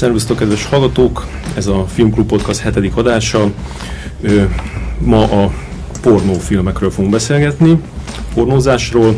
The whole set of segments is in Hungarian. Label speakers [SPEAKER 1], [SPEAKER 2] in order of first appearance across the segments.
[SPEAKER 1] Szervusztok, kedves hallgatók! Ez a Filmklub Podcast 7. adása. Ma a pornófilmekről fogunk beszélgetni, pornózásról.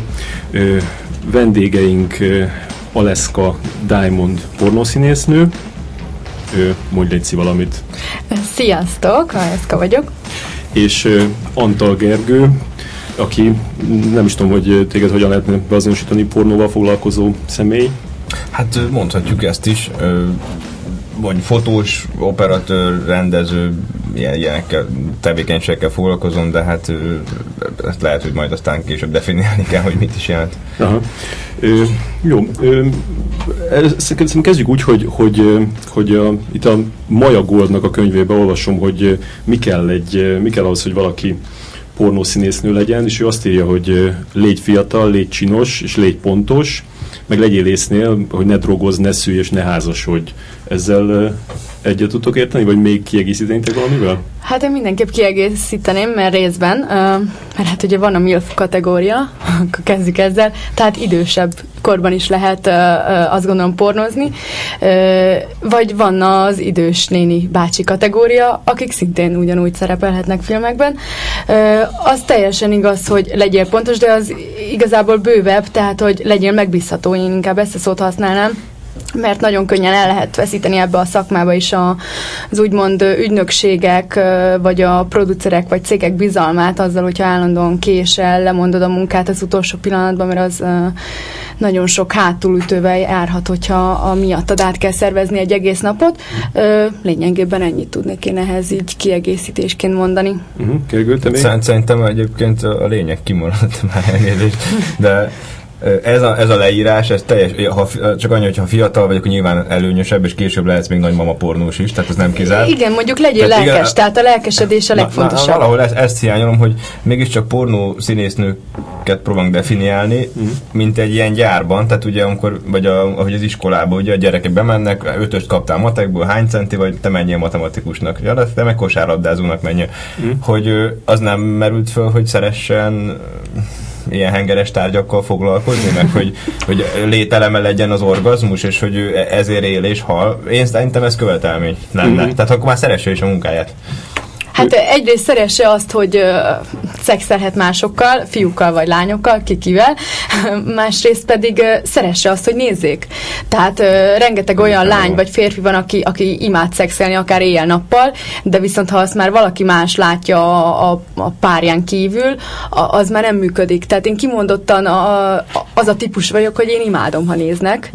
[SPEAKER 1] Vendégeink Aleska Diamond pornószínésznő. Mondj légy valamit.
[SPEAKER 2] Sziasztok, Aleska vagyok.
[SPEAKER 1] És Antal Gergő, aki nem is tudom, hogy téged hogyan lehetne beazonosítani, pornóval foglalkozó személy.
[SPEAKER 3] Hát mondhatjuk ezt is, vagy fotós, operatőr, rendező, ilyenekkel, tevékenységekkel foglalkozom, de hát ezt lehet, hogy majd aztán később definiálni kell, hogy mit is jelent.
[SPEAKER 1] Aha. Jó. Szerintem kezdjük úgy, hogy itt a Maja Goldnak a könyvében olvasom, hogy mi kell ahhoz, hogy valaki pornószínésznő legyen, és ő azt írja, hogy légy fiatal, légy csinos, és légy pontos, meg legyél észnél, hogy ne drogozz, ne szülj és ne házasodj. Ezzel egyet tudtok érteni, vagy még kiegészítenétek valamivel?
[SPEAKER 2] Hát én mindenképp kiegészíteném, mert részben, mert hát ugye van a MILF kategória, akkor kezdjük ezzel, tehát idősebb korban is lehet azt gondolom pornozni, vagy van az idős néni bácsi kategória, akik szintén ugyanúgy szerepelhetnek filmekben. Az teljesen igaz, hogy legyél pontos, de az igazából bővebb, tehát hogy legyél megbízható, én inkább ezt a szót használnám, mert nagyon könnyen el lehet veszíteni ebbe a szakmába is az úgymond ügynökségek, vagy a producerek, vagy cégek bizalmát azzal, hogyha állandóan késel, lemondod a munkát az utolsó pillanatban, mert az nagyon sok hátulütővel járhat, hogyha miattad át kell szervezni egy egész napot. Lényegében ennyit tudnék én ehhez így kiegészítésként mondani.
[SPEAKER 3] Szerintem egyébként a lényeg kimaradt már elnézést, de ez a leírás, ez teljes, csak annyi, hogyha fiatal vagy, akkor nyilván előnyösebb, és később lehetsz még nagymama pornós is, tehát ez nem kizárt.
[SPEAKER 2] Igen, mondjuk legyél lelkes, tehát a lelkesedés a legfontosabb.
[SPEAKER 3] Valahol ezt hiányolom, hogy mégiscsak pornó színésznőket próbálunk definiálni, mint egy ilyen gyárban, tehát ugye amikor, vagy ahogy az iskolában, ugye a gyerekek bemennek, 5-öst kaptál matekból, hány centi, vagy te menjél matematikusnak, ja, de te meg kosárlabdázónak menjél. Hogy az nem merült föl, hogy szeressen ilyen hengeres tárgyakkal foglalkozni, meg hogy lételeme legyen az orgazmus, és hogy ő ezért él és hal. Én szerintem ez követelmény lenne. Tehát akkor már szeresse is a munkáját.
[SPEAKER 2] Hát egyrészt szeresse azt, hogy szexelhet másokkal, fiúkkal vagy lányokkal, kikivel, másrészt pedig szeresse azt, hogy nézzék. Tehát rengeteg olyan lány vagy férfi van, aki imád szexelni akár éjjel-nappal, de viszont ha azt már valaki más látja a párján kívül, az már nem működik. Tehát én kimondottan az a típus vagyok, hogy én imádom, ha néznek,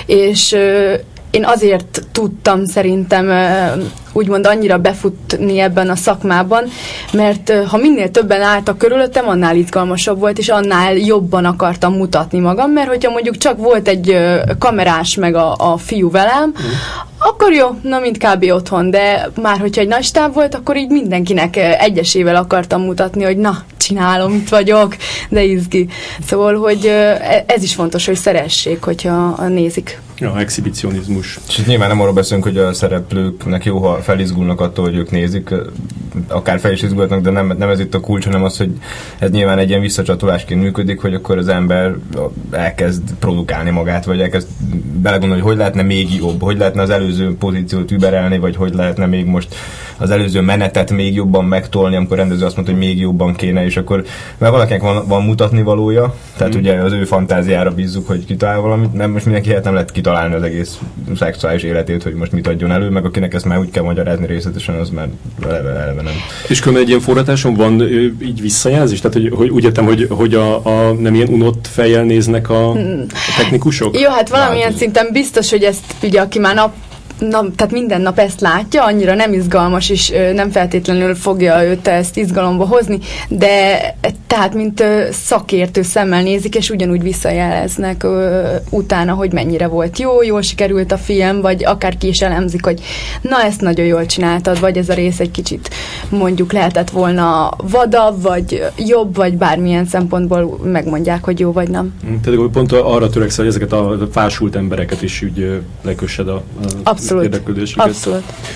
[SPEAKER 2] és én azért tudtam szerintem úgymond annyira befutni ebben a szakmában, mert ha minél többen álltak körülöttem, annál izgalmasabb volt, és annál jobban akartam mutatni magam, mert hogyha mondjuk csak volt egy kamerás meg a fiú velem, akkor jó, na mint kb. Otthon, de már hogyha egy nagy stáb volt, akkor így mindenkinek egyesével akartam mutatni, hogy na, csinálom, itt vagyok, de izgi. Szóval, hogy ez is fontos, hogy szeressék, hogyha nézik.
[SPEAKER 1] Ja, exhibicionizmus.
[SPEAKER 3] És itt nyilván nem arról beszélünk, hogy a szereplőknek jó, ha felizgulnak attól, hogy ők nézik, akár fel is izgulnak, de nem ez itt a kulcs, hanem az, hogy ez nyilván egy ilyen visszacsatolásként működik, hogy akkor az ember elkezd produkálni magát, vagy elkezd belegondolni, hogy lehetne még jobb, hogy lehetne az előző pozíciót überelni, vagy hogy lehetne még most az előző menetet még jobban megtolni, amikor rendező azt mondta, hogy még jobban kéne, és akkor, mert valakinek van mutatni valója, tehát ugye az ő fantáziára bízzuk, hogy kitalál valamit, nem, most mindenki nem lehet kitalálni az egész szexuális életét, hogy most mit adjon elő, meg akinek ezt már úgy kell magyarázni részletesen, az már eleve nem.
[SPEAKER 1] És különben egy ilyen forratáson van így visszajelzés? Tehát, hogy úgy értem, hogy a nem ilyen unott fejjel néznek a technikusok?
[SPEAKER 2] Jó, hát valamilyen szinten biztos, hogy ezt ugye aki már tehát minden nap ezt látja, annyira nem izgalmas, és nem feltétlenül fogja őt ezt izgalomba hozni, de tehát mint szakértő szemmel nézik, és ugyanúgy visszajeleznek utána, hogy mennyire volt jól sikerült a film, vagy akár ki is elemzik, hogy na, ezt nagyon jól csináltad, vagy ez a rész egy kicsit mondjuk lehetett volna vadabb, vagy jobb, vagy bármilyen szempontból megmondják, hogy jó vagy nem.
[SPEAKER 1] Tehát pont arra törekszel, hogy ezeket a fásult embereket is úgy lekössed a érdeklődésüket.
[SPEAKER 2] Abszolút.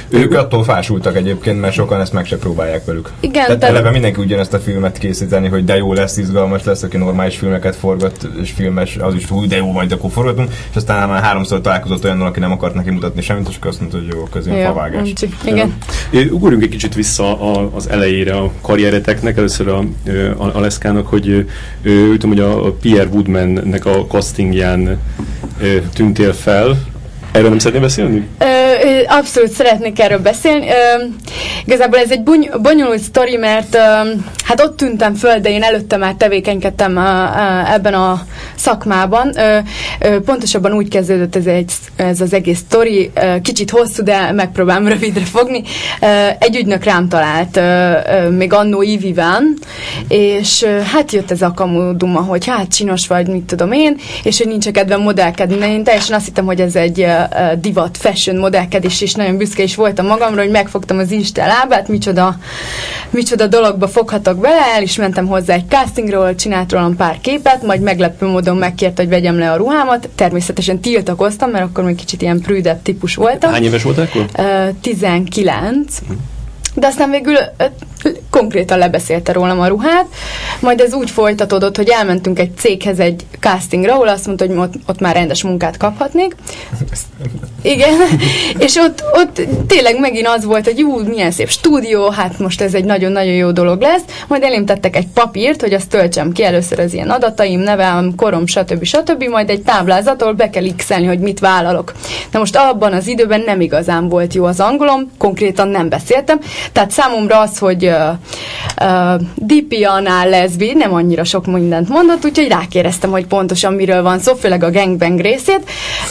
[SPEAKER 3] Ők attól fásultak egyébként, mert sokan ezt meg se próbálják velük.
[SPEAKER 2] Igen,
[SPEAKER 3] tehát eleve mindenki ugyanezt a filmet készíteni, hogy de jó lesz, izgalmas lesz, aki normális filmeket forgat, és filmes, az is úgy, de jó, majd akkor forgatunk, és aztán már 3-szor találkozott olyannal, aki nem akart neki mutatni semmit, és akkor azt mondta, hogy jó, közén favágás.
[SPEAKER 2] Igen.
[SPEAKER 1] Ugorjunk egy kicsit vissza az elejére a karriereteknek, először a Leszkának, hogy tudom, hogy a Pierre Woodman-nek a castingján tűntél fel. Erről nem szeretnél beszélni?
[SPEAKER 2] Abszolút szeretnék erről beszélni. Igazából ez egy bonyolult sztori, mert hát ott tűntem föl, de én előtte már tevékenykedtem ebben a szakmában. Pontosabban úgy kezdődött ez az egész sztori, kicsit hosszú, de megpróbálom rövidre fogni. Egy ügynök rám talált, még annó Iviván, és hát jött ez a kamuduma, hogy hát csinos vagy, mit tudom én, és hogy nincs kedvem modellkedni. Én teljesen azt hittem, hogy ez egy divat, fashion modellkedés, és nagyon büszke is voltam magamra, hogy megfogtam az Isten lábát, micsoda dologba foghatok bele, el is mentem hozzá egy castingról, csinált rólam pár képet, majd meglepő módon megkért, hogy vegyem le a ruhámat. Természetesen tiltakoztam, mert akkor még kicsit ilyen prűdebb típus voltam.
[SPEAKER 1] Hány éves voltál akkor?
[SPEAKER 2] 19. De aztán végül konkrétan lebeszélte rólam a ruhát, majd ez úgy folytatódott, hogy elmentünk egy céghez egy castingra, ahol azt mondta, hogy ott már rendes munkát kaphatnék. Igen, és ott tényleg megint az volt, hogy jó, milyen szép stúdió, hát most ez egy nagyon-nagyon jó dolog lesz, majd elém tettek egy papírt, hogy azt töltsem ki először az ilyen adataim, nevem, korom, stb. Majd egy táblázatól be kell x-elni, hogy mit vállalok. Na most abban az időben nem igazán volt jó az angolom, konkrétan nem beszéltem, tehát számomra az, hogy DP-annál leszbi, nem annyira sok mindent mondott, úgyhogy rákérdeztem, hogy pontosan miről van szó, főleg a gangbang részét.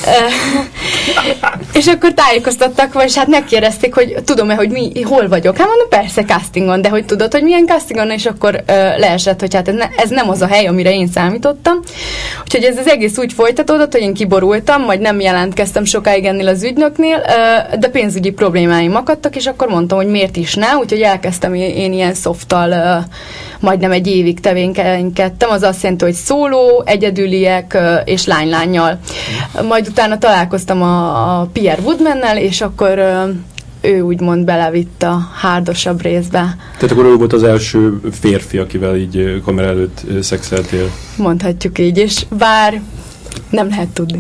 [SPEAKER 2] És akkor tájékoztattak, vagy hát megkérdezték, hogy tudom-e, hogy hol vagyok. Hát mondom, persze, castingon, de hogy tudod, hogy milyen castingon, és akkor leesett, hogy hát ez nem az a hely, amire én számítottam. Úgyhogy ez az egész úgy folytatódott, hogy én kiborultam, majd nem jelentkeztem sokáig ennél az ügynöknél, de pénzügyi problémáim akadtak, és akkor mondtam, hogy miért is ne, úgyhogy elkezdtem én ilyen softtal majdnem egy évig tevékenykedtem, az azt jelenti, hogy szóló, egyedüliek és lánylánnyal. Majd utána találkoztam a Pierre Woodmannel, és akkor ő úgymond belevitt a hárdosabb részbe.
[SPEAKER 1] Tehát akkor ő volt az első férfi, akivel így kamera előtt szexeltél?
[SPEAKER 2] Mondhatjuk így, és bár nem lehet tudni.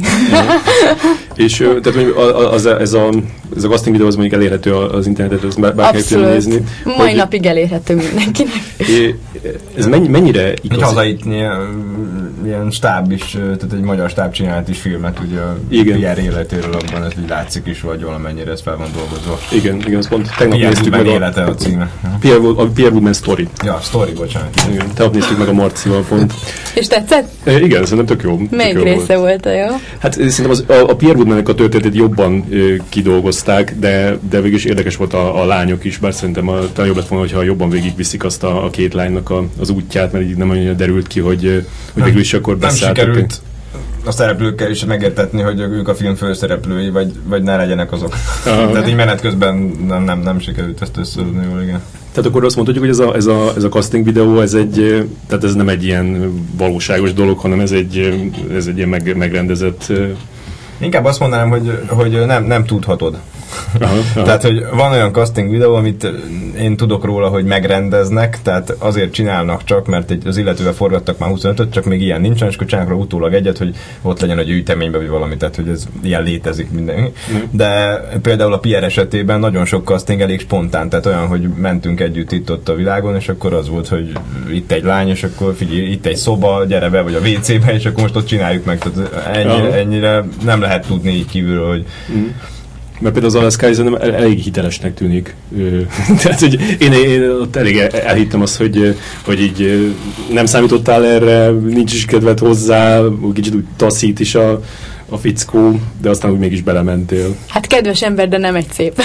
[SPEAKER 1] És tehát ez a casting videó az mondjuk elérhető az interneten, ezt bárki tudja nézni.
[SPEAKER 2] Mai napig elérhető mindenkinek.
[SPEAKER 1] Ez mennyire igaz?
[SPEAKER 3] Egy hazait ilyen stáb is, tehát egy magyar stáb csinált is filmet, ugye a Pierre életéről, abban ez így látszik is, vagy valamennyire ez fel van dolgozva.
[SPEAKER 1] Igen, az pont tegnap néztük meg
[SPEAKER 3] élete a címe.
[SPEAKER 1] Pierre Woodman Story.
[SPEAKER 3] Ja, Story, bocsánat.
[SPEAKER 1] Igen, tegnap néztük meg a Marcival pont.
[SPEAKER 2] És tetszett?
[SPEAKER 1] Igen, szerintem tök jó.
[SPEAKER 2] Melyik része volt a jó?
[SPEAKER 1] Hát szerintem a Pierre Woodmannek a történetét jobban kidolgozták, de végül is érdekes volt a lányok is, bár szerintem talán jobb lett volna, hogyha jobban végigviszik azt a két lánynak az útját, mert így nem annyira derült ki, hogy végül is akkor beszálltak.
[SPEAKER 3] Nem sikerült a szereplőkkel is megértetni, hogy ők a film főszereplői, vagy ne legyenek azok. Tehát így menet közben nem sikerült ezt összehozni jól, igen.
[SPEAKER 1] Tehát akkor azt mondhatjuk, hogy ez a casting videó, tehát ez nem egy ilyen valóságos dolog, hanem ez egy ilyen megrendezett...
[SPEAKER 3] Inkább azt mondanám, hogy nem tudhatod.
[SPEAKER 1] Aha.
[SPEAKER 3] Tehát, hogy van olyan casting videó, amit én tudok róla, hogy megrendeznek, tehát azért csinálnak csak, mert az illetővel forgattak már 25-öt, csak még ilyen nincsen, és akkor csinálnak róla utólag egyet, hogy ott legyen a gyűjteményben, vagy valami, tehát, hogy ez ilyen létezik minden. De például a Pierre esetében nagyon sok casting elég spontán, tehát olyan, hogy mentünk együtt itt-ott a világon, és akkor az volt, hogy itt egy lány, és akkor figyelj, itt egy szoba, gyere be, vagy a WC-be, és akkor most ott csináljuk meg. Tehát ennyire nem lehet tudni így kívülről, hogy
[SPEAKER 1] mert például az Alaska szerintem elég hitelesnek tűnik. Tehát, hogy én ott elég elhittem azt, hogy így nem számítottál erre, nincs is kedved hozzá, kicsit úgy taszít is a fickó, de aztán úgy mégis belementél.
[SPEAKER 2] Hát kedves ember, de nem egy szép.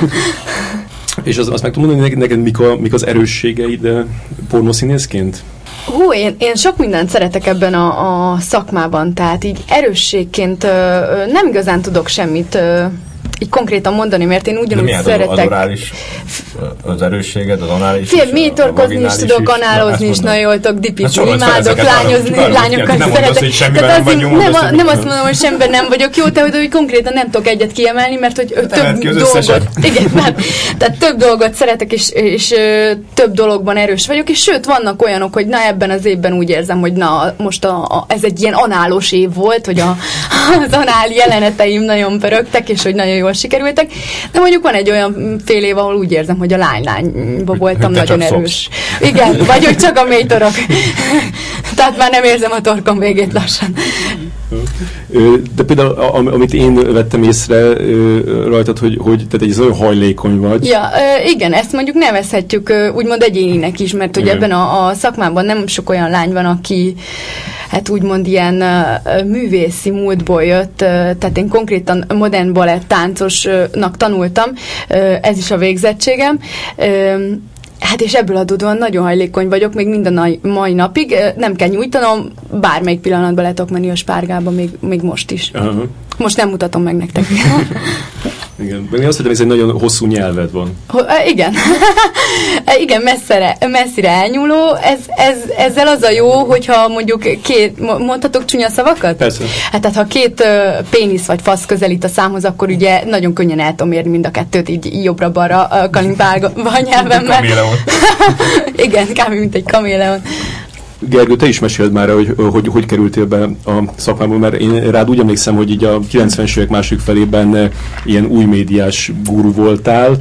[SPEAKER 1] És azt meg tudom mondani, neked mik az erősségeid pornószínészként?
[SPEAKER 2] Én sok mindent szeretek ebben a szakmában, tehát így erősségként nem igazán tudok semmit így konkrétan mondani, mert én ugyanúgy szeretek.
[SPEAKER 3] Az orális, az erősséged, az anális
[SPEAKER 2] is, métorkozni is tudok, análozni is, nagyon jól tudok dipítni, imádok, lányokkal szeretek. Tehát nem azt mondom, hogy semmiben nem vagyok jó, hogy konkrétan nem tudok egyet kiemelni, mert hogy több dolgot, igen, tehát több dolgot szeretek, és több dologban erős vagyok, és sőt, vannak olyanok, hogy na ebben az évben úgy érzem, hogy na most ez egy ilyen análos év volt, hogy az anál jeleneteim nagyon pörögtek, és hogy nagyon jól sikerültek, de mondjuk van egy olyan fél év, ahol úgy érzem, hogy a lánylányba voltam nagyon erős. Igen, vagy hogy csak a mélytorok. Tehát már nem érzem a torkom végét lassan.
[SPEAKER 1] De például, amit én vettem észre rajtad, hogy tehát egy olyan hajlékony vagy.
[SPEAKER 2] Ja, igen, ezt mondjuk nevezhetjük úgymond egyéninek is, mert hogy ebben a szakmában nem sok olyan lány van, aki hát úgymond ilyen művészi múltból jött, tehát én konkrétan modern balett táncosnak tanultam, ez is a végzettségem. Hát és ebből adódóan nagyon hajlékony vagyok, még minden mai napig. Nem kell nyújtanom, bármelyik pillanatban le tudok menni a spárgába, még most is. Uh-huh. Most nem mutatom meg nektek.
[SPEAKER 1] Igen, én azt hittem, hogy ez egy nagyon hosszú nyelved van.
[SPEAKER 2] Igen. Igen, messzire elnyúló. Ezzel az a jó, hogyha mondjuk mondhatok csúnya szavakat?
[SPEAKER 1] Persze.
[SPEAKER 2] Hát tehát ha két pénisz vagy fasz közelít a számhoz, akkor ugye nagyon könnyen el tudom érni mind a kettőt, így jobbra-balra kalimpálva a nyelvemmel.
[SPEAKER 3] Kaméleon.
[SPEAKER 2] Igen, kb. Mint egy kaméleon.
[SPEAKER 1] Gergő, te is meséld már, hogy kerültél be a szakmába, mert én rád úgy emlékszem, hogy így a 90-es évek második felében ilyen új médiás guru voltál.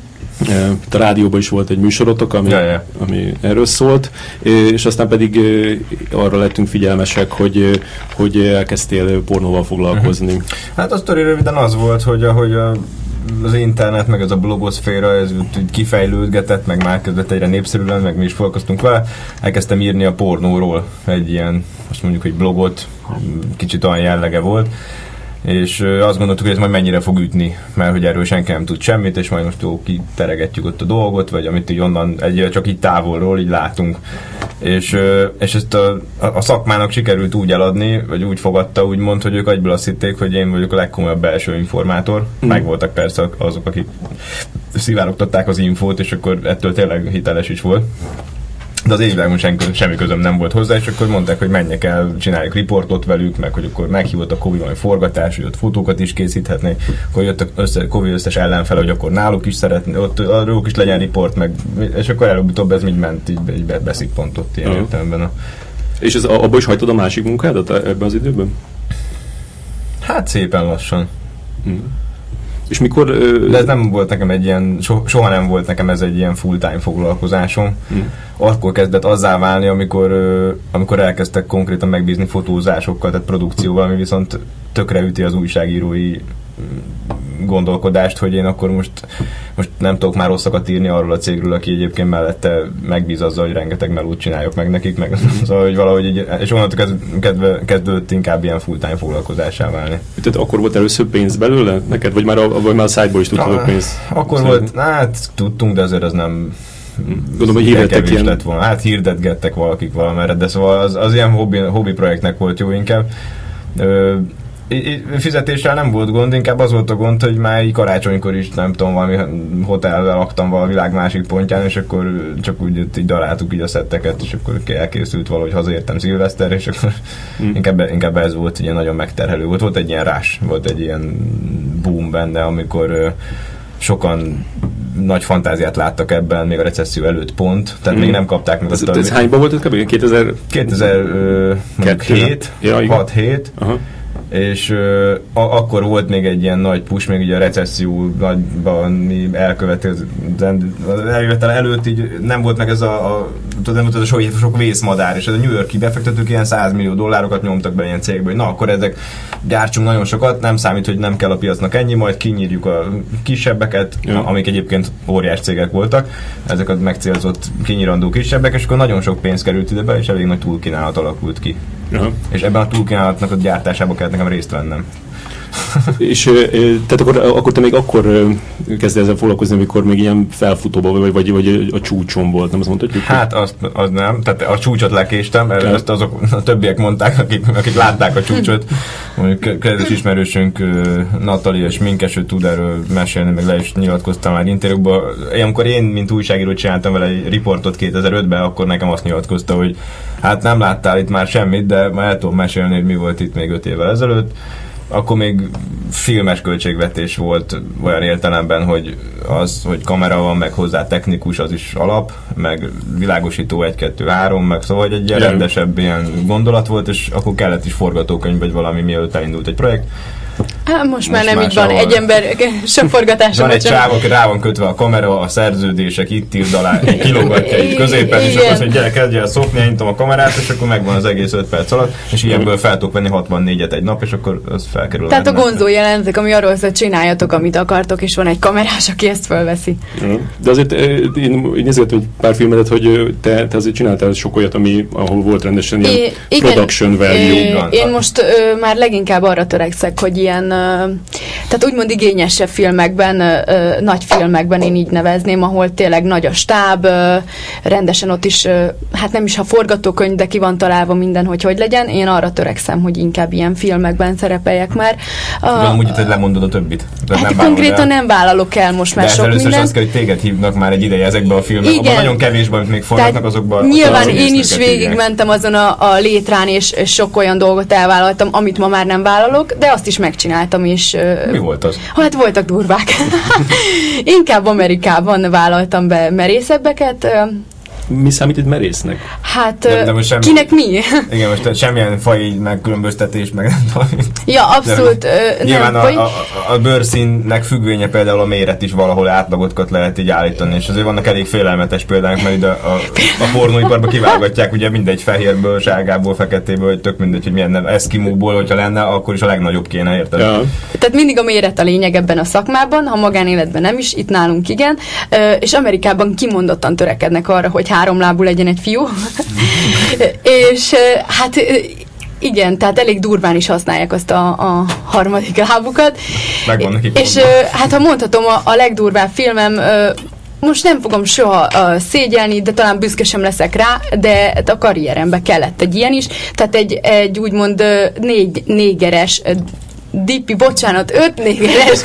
[SPEAKER 1] A rádióban is volt egy műsorotok, ami erről szólt, és aztán pedig arra lettünk figyelmesek, hogy elkezdtél pornóval foglalkozni.
[SPEAKER 3] Hát a sztori röviden az volt, hogy ahogy az internet, meg ez a blogoszféra, ez kifejlődgetett, meg már kezdett egyre népszerű lenni, meg mi is foglalkoztunk vele. Elkezdtem írni a pornóról egy ilyen, azt mondjuk, hogy blogot, kicsit olyan jellege volt, és azt gondoltuk, hogy ez majd mennyire fog ütni, mert hogy erről senki nem tud semmit, és majd most kiteregetjük ott a dolgot, vagy amit így onnan csak így távolról így látunk. És ezt a szakmának sikerült úgy eladni, vagy úgy fogadta, úgymond, hogy ők agyből azt hitték, hogy én vagyok a legkomolyabb belső informátor. Meg voltak persze azok, akik szivárogtatták az infót, és akkor ettől tényleg hiteles is volt. De az égvilágon semmi közöm nem volt hozzá, és akkor mondták, hogy menjek el, csináljuk riportot velük, meg hogy akkor meghívott a Covid valami forgatás, hogy ott fotókat is készíthetnék, akkor jött a Covid összes ellenfele, hogy akkor náluk is szeretné, ott róluk is legyen riport, meg, és akkor előbb-utóbb ez így ment, így beszippontott ilyen értelemben.
[SPEAKER 1] És abban is hagytad a másik munkádat ebben az időben?
[SPEAKER 3] Hát szépen lassan.
[SPEAKER 1] És mikor...
[SPEAKER 3] De ez nem volt nekem egy ilyen, soha nem volt nekem ez egy ilyen full-time foglalkozásom. Akkor kezdett azzá válni, amikor elkezdtek konkrétan megbízni fotózásokkal, tehát produkcióval, ami viszont tökre üti az újságírói gondolkodást, hogy én akkor most nem tudok már rosszakat írni arról a cégről, aki egyébként mellette megbíz azzal, hogy rengeteg melót csináljuk meg nekik, meg szóval, hogy valahogy így, és onnantól kezdődött inkább ilyen full-time foglalkozásá válni.
[SPEAKER 1] Tehát akkor volt először pénz belőle neked? Vagy már a szájból is tudtad a pénzt?
[SPEAKER 3] Akkor volt, hát tudtunk, de azért az nem...
[SPEAKER 1] Gondolom, hogy hirdettek ilyen...
[SPEAKER 3] lett volna. Hát hirdetgettek valakik valamerre, de szóval az ilyen hobbi projektnek volt jó inkább. Fizetéssel nem volt gond, inkább az volt a gond, hogy már így karácsonykor is, nem tudom, valami hotelben laktam a világ másik pontján, és akkor csak úgy így daráltuk így a szetteket, és akkor elkészült valahogy hazaértem szilveszter, és akkor inkább ez volt, ilyen nagyon megterhelő volt. Volt egy ilyen rás, volt egy ilyen boom benne, amikor sokan nagy fantáziát láttak ebben, még a recesszió előtt pont, tehát még nem kapták meg azt.
[SPEAKER 1] Ez hányban volt ez kb?
[SPEAKER 3] 2007, 6-7, és akkor volt még egy ilyen nagy push, még ugye a recesszió nagyban eljövetel előtt így nem volt meg ez nem volt ez a sok vészmadár, és ez a New York-i befektetők ilyen $100 millió nyomtak be ilyen cégbe, hogy na akkor ezek gyártsunk nagyon sokat, nem számít, hogy nem kell a piacnak ennyi, majd kinyírjuk a kisebbeket, amik egyébként óriás cégek voltak, ezek a megcélzott kinyírandó kisebbek, és akkor nagyon sok pénz került ide be, és elég nagy túlkínálat alakult ki. És ebben a túlkínálatnak a gyártásába kellett nekem részt vennem.
[SPEAKER 1] És tehát akkor te még akkor kezdtél ezzel foglalkozni, amikor még ilyen felfutóban vagy a csúcson volt, nem azt mondhatjuk?
[SPEAKER 3] Hát az nem, tehát a csúcsot lekéstem, ezt azok a többiek mondták, akik látták a csúcsot. Mondjuk kedves ismerősünk Natalia és Minkes, ő tud erről mesélni, meg le is nyilatkoztam már interjúkban. Amikor én, mint újságíró csináltam vele egy riportot 2005-ben, akkor nekem azt nyilatkozta, hogy hát nem láttál itt már semmit, de már el tudom mesélni, hogy mi volt itt még 5 évvel ezelőtt. Akkor még filmes költségvetés volt olyan értelemben, hogy az, hogy kamera van, meg hozzá technikus, az is alap, meg világosító 1, 2, 3, meg szóval egy ilyen rendesebb ilyen gondolat volt, és akkor kellett is forgatókönyv, vagy valami, mielőtt elindult egy projekt.
[SPEAKER 2] Most már nem így van, egy ember sem forgatása.
[SPEAKER 3] Van egy csáv, aki rá van kötve a kamera, a szerződések, itt írd alá, kilógatja itt középen, és akkor azt, hogy gyere, kezdj el szopni, nyitom a kamerát, és akkor megvan az egész 5 perc alatt, és ilyenből fel tudok venni 64-et egy nap, és akkor az felkerül.
[SPEAKER 2] Tehát a Gonzó jelentek, ami arról szól, csináljatok, amit akartok, és van egy kamerás, aki ezt felveszi.
[SPEAKER 1] De azért én nézgettem egy pár filmedet, hogy te azért csináltál sok olyat, ahol volt rendesen ilyen production value.
[SPEAKER 2] Én most már leginkább arra törekszek, hogy ilyen, tehát úgymond igényesebb filmekben, nagy filmekben én így nevezném, ahol tényleg nagy a stáb, rendesen ott is, hát nem is a forgatókönyv, de ki van találva minden, hogy legyen. Én arra törekszem, hogy inkább ilyen filmekben szerepeljek már.
[SPEAKER 3] Tudom úgy, hogy lemondod a többit.
[SPEAKER 2] Hát konkrétan nem vállalok el most már sok mindent.
[SPEAKER 3] De először azt kell, hogy téged hívnak már egy ideje ezekbe a filmekbe. Abban nagyon kevésben, amit még forgatnak, azokban.
[SPEAKER 2] Nyilván én is végigmentem azon a létrán, és sok olyan dolgot elvállaltam, amit ma már nem vállalok, de azt is megcsináltam is.
[SPEAKER 3] Mi volt az?
[SPEAKER 2] Hát voltak durvák. Inkább Amerikában vállaltam be merészebbeket.
[SPEAKER 1] Mi számít itt merésznek?
[SPEAKER 2] Hát,
[SPEAKER 3] de most
[SPEAKER 2] kinek mi?
[SPEAKER 3] Igen, most semmilyen faj megkülönböztetés, meg nem tudom.
[SPEAKER 2] Ja, abszolút.
[SPEAKER 3] Nyilván a bőrszínnek függvénye például a méret is valahol átlagokat lehet így állítani, és azért vannak elég félelmetes példák, mert ide a pornóiparban kiválogatják, ugye mindegy fehérből, sárgából, feketéből, hogy tök mindegy, hogy milyen nem, eszkimóból, hogyha lenne, akkor is a legnagyobb kéne, érted?
[SPEAKER 1] Ja.
[SPEAKER 2] Tehát mindig a méret a lényeg ebben a szakmában, ha magánéletben nem is, itt nálunk igen, és Amerikában kimondottan törekednek arra, hogy 3 lábú legyen egy fiú. És hát igen, tehát elég durván is használják azt a harmadik lábukat.
[SPEAKER 3] Megvan nekik.
[SPEAKER 2] És hát ha mondhatom, a legdurvább filmem, most nem fogom soha szégyelni, de talán büszke sem leszek rá, de a karrieremben kellett egy ilyen is. Tehát egy úgymond 4 négeres Dipi, bocsánat, 5 négeres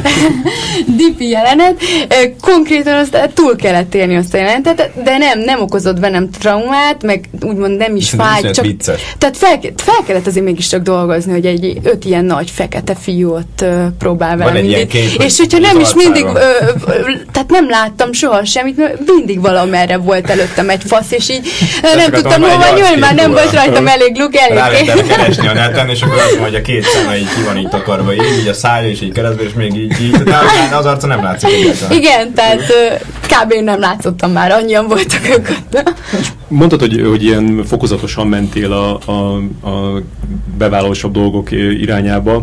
[SPEAKER 2] Dipi jelenet. Konkrétan azt túl kellett élni azt a jelenetet, de nem okozott bennem traumát, meg úgymond nem is fájt. Csak, tehát fel kellett azért mégiscsak dolgozni, hogy egy 5 ilyen nagy fekete fiú ott próbál velem mindig. És hogyha nem is mindig, tehát nem láttam soha semmit, mert mindig valamerre volt előttem egy fasz, és így nem tudtam hova nyúlni, már nem volt rajtam elég luk, elég.
[SPEAKER 3] Rá lehetett keresni a neten, és akkor azt mondja, hogy a 2 szeme így ki van így takarva, így a szája is így keresztbe, és még így de az arca nem látszik egyáltalán.
[SPEAKER 2] Igen, tehát kb. Nem látszottam már, annyian voltak ők ott.
[SPEAKER 1] Mondtad, hogy ilyen fokozatosan mentél a bevállalósabb dolgok irányába,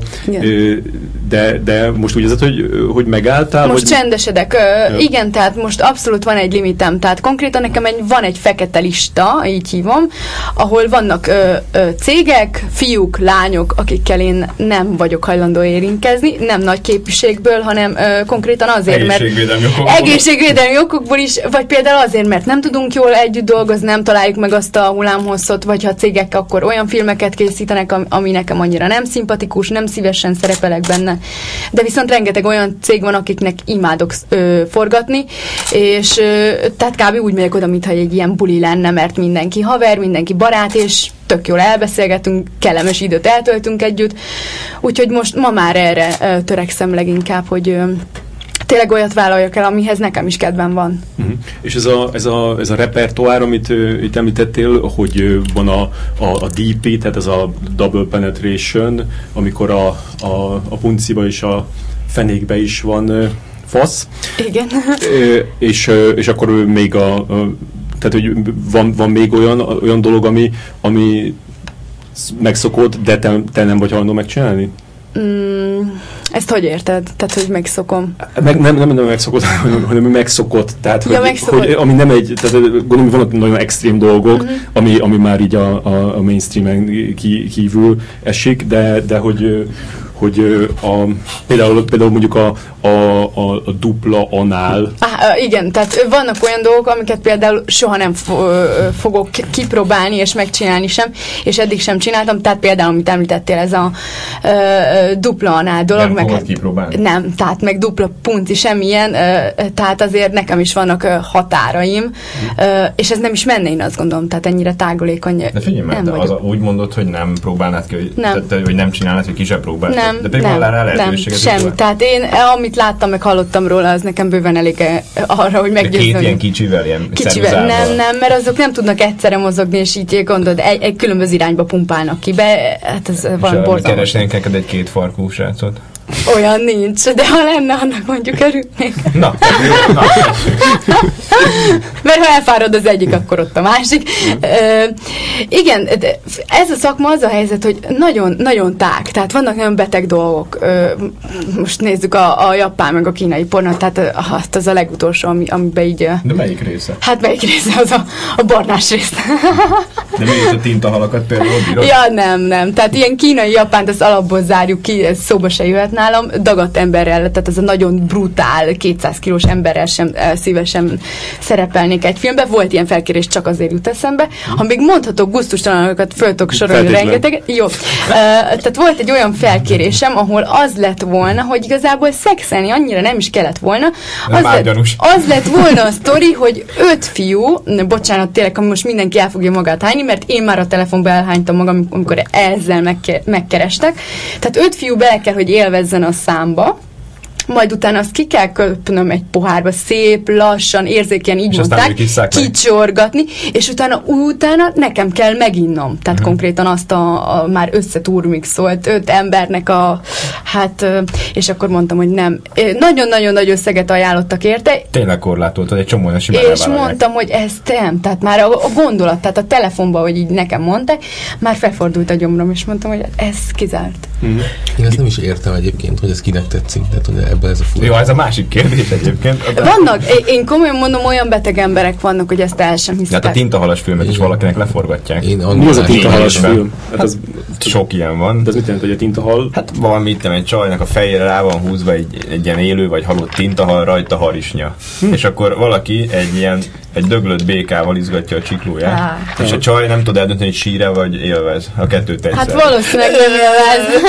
[SPEAKER 1] de most úgy érzed, hogy megálltál?
[SPEAKER 2] Most csendesedek. Igen, tehát most abszolút van egy limitem, tehát konkrétan nekem van egy fekete lista, így hívom, ahol vannak cégek, fiúk, lányok, akikkel én nem vagyok hajlandó érintkezni, nem nagy képviségből, hanem konkrétan azért, mert egészségvédelmi okokból is, vagy például azért, mert nem tudunk jól együtt dolgozni, nem találjuk meg azt a hullámhosszot, vagy ha a cégek akkor olyan filmeket készítenek, ami nekem annyira nem szimpatikus, nem szívesen szerepelek benne. De viszont rengeteg olyan cég van, akiknek imádok forgatni, és tehát kb. Úgy megyek oda, mintha egy ilyen buli lenne, mert mindenki haver, mindenki barát, és tök jól elbeszélgetünk, kellemes időt eltöltünk együtt. Úgyhogy most ma már erre törekszem leginkább, hogy tényleg olyat vállaljak el, amihez nekem is kedvem van.
[SPEAKER 1] És ez a repertoár, amit itt említettél, hogy van a DP, tehát ez a double penetration, amikor a punciba és a fenékbe is van fasz.
[SPEAKER 2] Igen.
[SPEAKER 1] És akkor még tehát, hogy van még olyan dolog, ami megszokott, de te nem vagy hajlandó megcsinálni?
[SPEAKER 2] Ezt hogy érted? Tehát, hogy megszokom?
[SPEAKER 1] Nem megszokott, hanem megszokott. Tehát, hogy ami nem egy, tehát gondolom, hogy vannak nagyon extrém dolgok, ami már így a mainstreamen kívül esik, de például mondjuk a dupla anál.
[SPEAKER 2] Igen, tehát vannak olyan dolgok, amiket például soha nem fogok kipróbálni és megcsinálni sem, és eddig sem csináltam, tehát például, amit említettél, ez a dupla anál dolog.
[SPEAKER 3] Nem fogod kipróbálni?
[SPEAKER 2] Nem, tehát meg dupla punci, semmilyen, tehát azért nekem is vannak határaim, és ez nem is menne, én azt gondolom, tehát ennyire tágolékony.
[SPEAKER 3] De figyelj meg, úgy mondod, hogy nem próbálnád ki, hogy nem csinálnád, hogy ki sem próbáld.
[SPEAKER 2] Nem,
[SPEAKER 3] de pedig van rá lehetőséget.
[SPEAKER 2] Semmi. Tehát én, amit láttam, meg hallottam róla, az nekem bőven elég arra, hogy meggyőzzön.
[SPEAKER 3] Két ilyen kicsivel, ilyen
[SPEAKER 2] kicsivel. Nem, mert azok nem tudnak egyszerre mozogni, és így gondolod, egy különböző irányba pumpálnak ki be, hát ez valami borzalmas.
[SPEAKER 3] Keresnénk neked egy kétfarkú srácot?
[SPEAKER 2] Olyan nincs, de ha lenne, annak mondjuk örülnék.
[SPEAKER 3] Na.
[SPEAKER 2] Mert ha elfárad az egyik, akkor ott a másik. Igen, ez a szakma az a helyzet, hogy nagyon, nagyon tág, tehát vannak nagyon beteg dolgok. Most nézzük a japán meg a kínai pornót, tehát az a legutolsó, amiben így...
[SPEAKER 3] De melyik része?
[SPEAKER 2] Hát melyik része? Az a barnás része.
[SPEAKER 3] De miért a tintahalakat például bírod?
[SPEAKER 2] Ja, nem. Tehát ilyen kínai, japánt, ezt alapból zárjuk ki, ez szóba se jöhet nálam, dagadt emberrel, tehát ez a nagyon brutál 200 kilós emberrel sem szívesen szerepelnék egy filmben. Volt ilyen felkérés, csak azért jut eszembe. Ha még mondhatok gusztustalanokat, föl tudok sorolni rengeteg. Jó. Tehát volt egy olyan felkérésem, ahol az lett volna, hogy igazából szexelni annyira nem is kellett volna. Az lett volna a sztori, hogy 5 fiú, bocsánat, tényleg, most mindenki el fogja magát hányni, mert én már a telefonba elhánytam magam, amikor ezzel megkerestek. Tehát 5 fiú bele kell, hogy élvezzen a számba, majd utána azt ki kell köpnöm egy pohárba, szép, lassan, érzékeny, így mondták, kicsorgatni, és utána nekem kell meginnom. Tehát konkrétan azt a már összetúrmixolt 5 embernek és akkor mondtam, hogy nem. Nagyon-nagyon nagy összeget ajánlottak érte.
[SPEAKER 3] Tényleg korlátoltad, egy csomó olyan simán
[SPEAKER 2] és mondtam, hogy ez nem. Tehát már a gondolat, tehát a telefonban, hogy így nekem mondták, már felfordult a gyomrom, és mondtam, hogy ez kizárt.
[SPEAKER 4] Én ezt nem is értem egyébként, hogy ez kinek tetszik. Tehát, hogy ebben ez a furcsa.
[SPEAKER 3] Jó, ez a másik kérdés egyébként.
[SPEAKER 2] Vannak, én komolyan mondom, olyan beteg emberek vannak, hogy ezt el sem hiszik.
[SPEAKER 3] Hát a tintahalas filmet is valakinek leforgatják.
[SPEAKER 1] Mi az a tintahalas film?
[SPEAKER 3] Hát sok ilyen van.
[SPEAKER 1] De ez mit jelent, hogy a tintahal?
[SPEAKER 3] Hát valami itt egy csajnak a fejére rá van húzva egy ilyen élő vagy halott tintahal, rajta harisnya. És akkor valaki egy döglött békával izgatja a csiklóját. És a csaj nem tud eldönteni, hogy síre vagy élvez. A kettőt egyszer.
[SPEAKER 2] Hát valószínűleg nem élvez.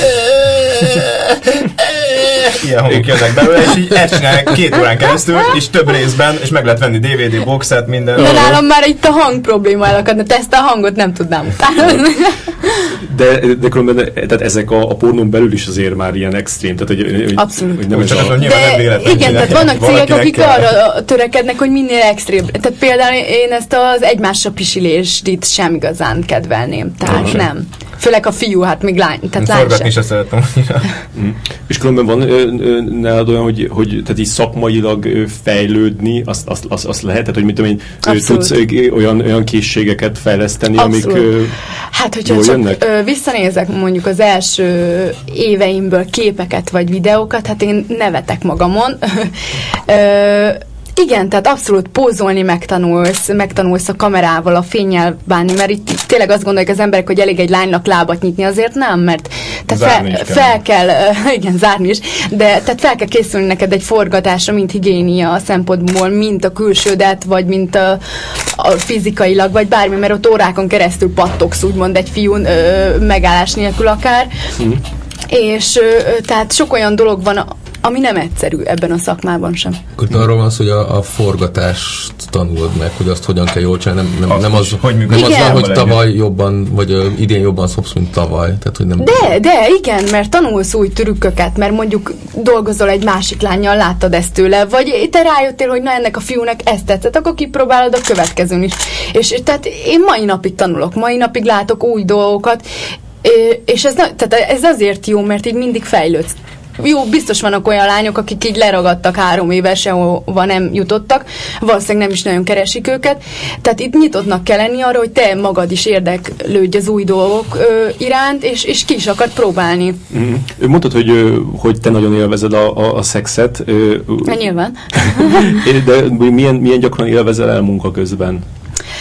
[SPEAKER 3] Ilyen hangok jönnek belőle, és így ezt csinálják 2 órán keresztül, és több részben, és meg lehet venni DVD boxet, minden.
[SPEAKER 2] De nálam már itt a hang probléma elakadna, te ezt a hangot nem tudnám utána.
[SPEAKER 1] De különben, tehát ezek a pornón belül is azért már ilyen extrém, tehát hogy
[SPEAKER 2] abszolút.
[SPEAKER 1] Hogy nem
[SPEAKER 2] igen, tehát vannak cégek, akik arra törekednek, hogy minél extrém. Tehát például én ezt az egymásra pisilést itt sem igazán kedvelném. Tehát nem. Főleg a fiú, hát még lány. Tehát
[SPEAKER 3] forgatni se szeretem annyira.
[SPEAKER 1] És különben van nálad olyan, hogy tehát így szakmailag fejlődni, azt lehet? Tehát, hogy mit tudom én, tudsz olyan készségeket fejleszteni,
[SPEAKER 2] abszolút.
[SPEAKER 1] Amik
[SPEAKER 2] hát, hogyha csak visszanézek mondjuk az első éveimből képeket vagy videókat, hát én nevetek magamon. Igen, tehát abszolút pózolni megtanulsz a kamerával, a fénnyel bánni, mert itt tényleg azt gondolják az emberek, hogy elég egy lánynak lábat nyitni, azért nem, mert fel kell, igen, zárni is, de tehát fel kell készülni neked egy forgatásra, mint higiénia szempontból, mint a külsődet, vagy mint a fizikailag, vagy bármi, mert ott órákon keresztül pattogsz, úgymond egy fiún megállás nélkül akár, és tehát sok olyan dolog van, ami nem egyszerű ebben a szakmában sem.
[SPEAKER 4] Akkor arról van szó, hogy a forgatást tanulod meg, hogy azt hogyan kell jól csinálni, nem az van, hogy tavaly jobban, vagy idén jobban szopsz, mint tavaly. Tehát, hogy nem
[SPEAKER 2] de igen, mert tanulsz új trükköket, mert mondjuk dolgozol egy másik lánnyal, láttad ezt tőle, vagy te rájöttél, hogy na ennek a fiúnak ezt tetszett, akkor kipróbálod a következőn is. És tehát én mai napig tanulok, mai napig látok új dolgokat, és ez azért jó, mert így mindig fejlődsz. Jó, biztos vannak olyan lányok, akik így leragadtak 3 éve, sehova nem jutottak, valószínűleg nem is nagyon keresik őket. Tehát itt nyitottnak kell lenni arra, hogy te magad is érdeklődj az új dolgok iránt, és ki is akart próbálni.
[SPEAKER 1] Mondtad, hogy te nagyon élvezed a szexet.
[SPEAKER 2] Nyilván.
[SPEAKER 1] De milyen gyakran élvezel el munka közben?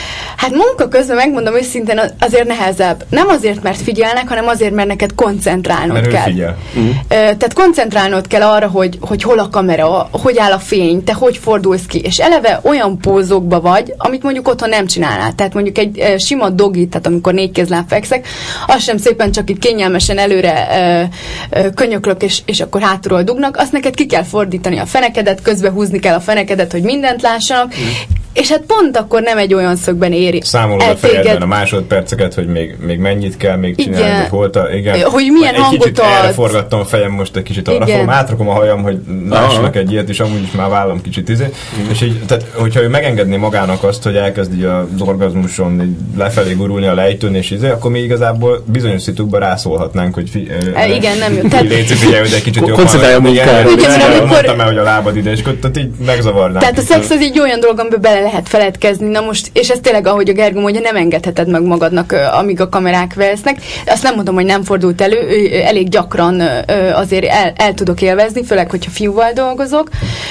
[SPEAKER 2] Hát munka közben megmondom őszintén, azért nehezebb. Nem azért, mert figyelnek, hanem azért, mert neked koncentrálnod kell. Tehát koncentrálnod kell arra, hogy hol a kamera, hogy áll a fény, te hogy fordulsz ki, és eleve olyan pózokba vagy, amit mondjuk otthon nem csinálnál. Tehát mondjuk egy sima dogit, tehát amikor 4 kézláb fekszek, az sem szépen csak itt kényelmesen előre könyöklök, és akkor hátulról dugnak, azt neked ki kell fordítani a fenekedet, közbe húzni kell a fenekedet, hogy mindent lássanak, és hát pont akkor nem egy olyan szögben éri.
[SPEAKER 3] Számolod a fejedben a másodperceket, hogy még mennyit kell még csinálni, hogy
[SPEAKER 2] hogy milyen
[SPEAKER 3] egy
[SPEAKER 2] hangot
[SPEAKER 3] kicsit erre forgattam a fejem, most egy kicsit arra fogom, átrakom a hajam, hogy lássanak egy ilyet, és amúgy is már vállam kicsit és így, tehát hogyha ő megengedné magának azt, hogy elkezd így az orgazmuson lefelé gurulni a lejtőn, és akkor mi igazából bizonyos szitukban rászólhatnánk, hogy
[SPEAKER 2] igen, nem jó.
[SPEAKER 3] Léci, figyelj, de egy kicsit jobban.
[SPEAKER 1] Koncentrálj a munkára.
[SPEAKER 3] Mondtam el, hogy a lábad ide, és tehát így megzavarnánk.
[SPEAKER 2] Tehát a szex az így olyan dolog, amiben bele lehet feledkezni. Na most, és ez tényleg, ahogy a Gergő mondja, nem engedheted meg magadnak, amíg a kamerák vesznek. Azt nem mondom, hogy nem fordult elő, elég gyakran azért el tudok élvezni, főleg, hogyha fiúval dolgozok.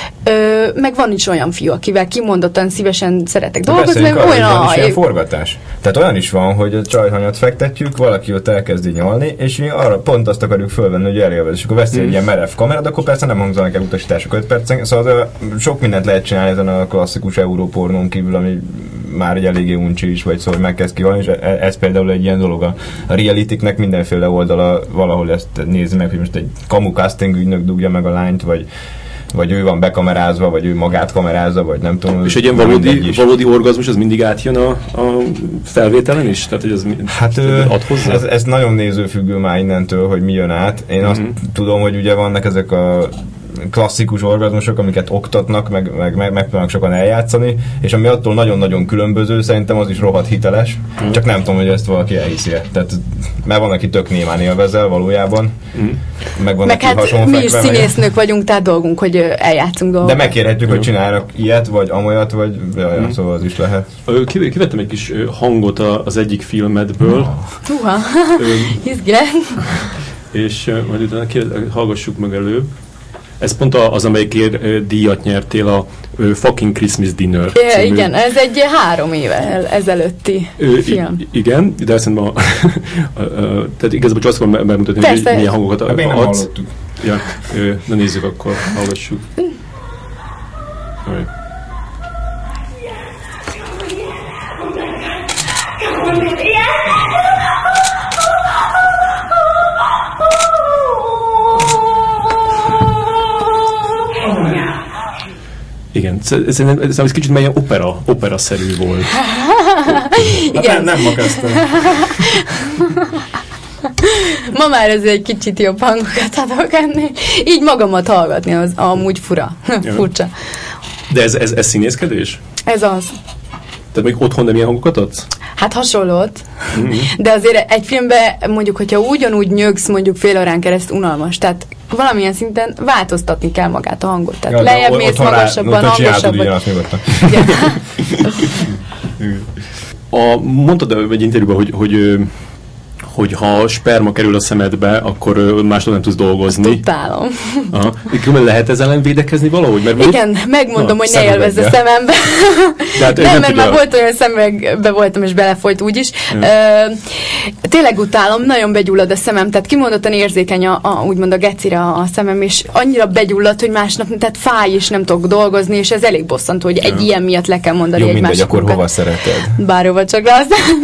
[SPEAKER 2] Meg van is olyan fiú, akivel kimondottan szívesen szeretek dolgozni.
[SPEAKER 3] Olyan is ilyen forgatás. Tehát olyan is van, hogy a csajhanyat fektetjük, valaki ott elkezdi nyalni, és mi arra pont azt akarjuk fölvenni, hogy elélvez. És akkor veszi egy ilyen merev kamerát, akkor persze nem hangzanak el utasítások 5 percen. Szóval sok mindent lehet csinálni ezen a klasszikus európornón kívül, ami már egy eléggé uncsi is, vagy szóval megkezd kihalni, és ez például egy ilyen dolog. A realitiknek mindenféle oldala valahol ezt nézi meg, hogy most egy kamu casting ügynök dugja meg a lányt, vagy ő van bekamerázva, vagy ő magát kamerázza, vagy nem tudom.
[SPEAKER 1] És egy ilyen valódi orgazmus, az mindig átjön a felvételen is? Tehát, hogy az ad hozzá?
[SPEAKER 3] Ez nagyon nézőfüggő már innentől, hogy mi jön át. Én azt tudom, hogy ugye vannak ezek a klasszikus orgazmusok, amiket oktatnak, meg megpróbálnak sokan eljátszani, és ami attól nagyon-nagyon különböző, szerintem az is rohadt hiteles, csak nem tudom, hogy ezt valaki elhiszi-e. Tehát, mert van, aki tök némán élvezel valójában, meg van, aki hasonló
[SPEAKER 2] mi is színésznők vagyunk, tehát dolgunk, hogy eljátszunk dolgokat.
[SPEAKER 3] De megkérhetjük, hogy csinálnak ilyet, vagy amolyat, vagy szóval az is lehet.
[SPEAKER 1] Kivettem egy kis hangot az egyik filmedből.
[SPEAKER 2] Húha, izgyen.
[SPEAKER 1] És majd utána hallgassuk meg előbb. Ez pont az, amelyikért díjat nyertél, a Fucking Christmas Dinner.
[SPEAKER 2] Igen, ez egy 3 éve ezelőtti film.
[SPEAKER 1] Igen, de azt mondom, tehát igazából csak azt akarom bemutatni, hogy milyen hangokat adsz.
[SPEAKER 3] Nem hallottuk.
[SPEAKER 1] Ja, na nézzük, akkor hallgassuk. Igen, ez kicsit melyen opera-szerű volt.
[SPEAKER 2] Igen.
[SPEAKER 3] Nem ma kezdtem.
[SPEAKER 2] Ma már ez egy kicsit jobb hangokat adok enni. Így magamat hallgatni, az amúgy furcsa.
[SPEAKER 1] De ez színészkedés?
[SPEAKER 2] Ez az.
[SPEAKER 1] Tehát még otthon nem ilyen hangokat adsz?
[SPEAKER 2] Hát hasonlót. De azért egy filmben mondjuk, hogyha ugyanúgy nyögsz mondjuk fél órán keresztül, unalmas. Tehát valamilyen szinten változtatni kell magát a hangot. Tehát lejjebb mész, magasabban, hangosabban.
[SPEAKER 1] Mondtad egy interjúban, hogy ha sperma kerül a szemedbe, akkor másnap nem tudsz dolgozni.
[SPEAKER 2] Utálom.
[SPEAKER 1] Lehet ezzel ellen védekezni valahogy? Mert
[SPEAKER 2] igen, megmondom, hogy ne élvezz a szemembe. Nem, mert már volt olyan szemüvegbe voltam, és belefolyt úgyis. Tényleg utálom, nagyon begyullad a szemem, tehát kimondottan érzékeny úgymond a gecire a szemem, és annyira begyullad, hogy másnap, tehát fáj, és nem tudok dolgozni, és ez elég bosszantó, hogy egy ilyen miatt le kell mondani egy
[SPEAKER 3] mindegy, akkor hova szereted?
[SPEAKER 2] Bárhova, csak le aztán.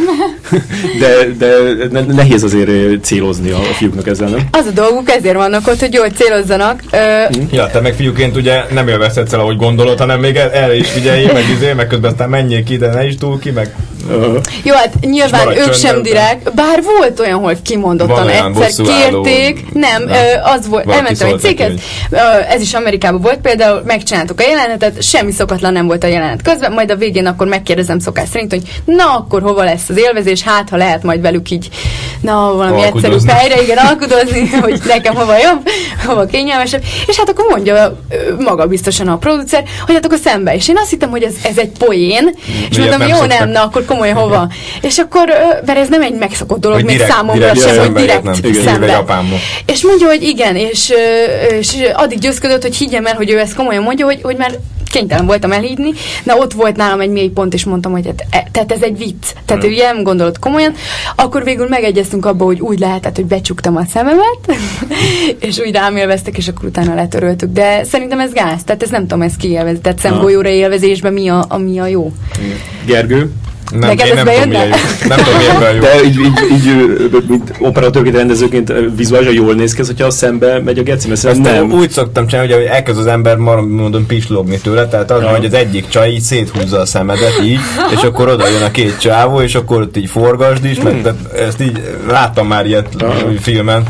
[SPEAKER 1] De nehéz azért célozni a fiúknak ezzel, nem?
[SPEAKER 2] Az a dolguk, ezért vannak ott, hogy jól célozzanak.
[SPEAKER 3] Ja, te meg fiúként ugye nem élvezhetsz el, ahogy gondolod, hanem még el is figyelj, meg közben aztán menjél ki, de ne is túl ki, meg...
[SPEAKER 2] Jó, hát nyilván ők sem direkt, bár volt olyan, hogy kimondottan egyszer kérték, az volt, elmentem egy céghez, ez is Amerikában volt, például megcsináltuk a jelenetet, semmi szokatlan nem volt a jelenet közben, majd a végén akkor megkérdezem szokás szerint, hogy na akkor hova lesz az élvezés, hát ha lehet majd velük így, valami egyszerű fejre, igen, alkudozni, hogy nekem hova jobb, hova kényelmesebb, és hát akkor mondja maga biztosan a producer, hogy hát akkor szembe, és én azt hittem, hogy ez egy poén, és mondtam, jó, nem, akkor komolyan hova. És akkor, mert ez nem egy megszokott dolog, még számomra sem, hogy direkt szembe. És mondja, hogy igen, és addig győzködött, hogy higgyem el, hogy ő ezt komolyan mondja, hogy már kénytelen voltam elhívni, de ott volt nálam egy mély pont, és mondtam, hogy tehát ez egy vicc. Tehát ő ilyen gondolod komolyan. Akkor végül megegyeztünk abba, hogy úgy lehetett, hogy becsuktam a szememet, és úgy rám élveztek, és akkor utána letöröltük. De szerintem ez gáz, tehát ez nem tudom, ez kiélvez. Tehát szemgolyóra élvezésben mi a jó.
[SPEAKER 1] Gergő?
[SPEAKER 3] Nem tudom, miért jó.
[SPEAKER 1] De így operatőrként, rendezőként vizuálisan jól néz ki, hogyha a szembe megy a geci, mert nem.
[SPEAKER 3] Úgy szoktam csinálni, hogy elkezd az ember mondom pislogni tőle, tehát az, hogy az egyik csaj így széthúzza a szemedet így, és akkor oda jön a két csávó, és akkor ott így forgasd is, meg ezt így láttam már ilyet filmen.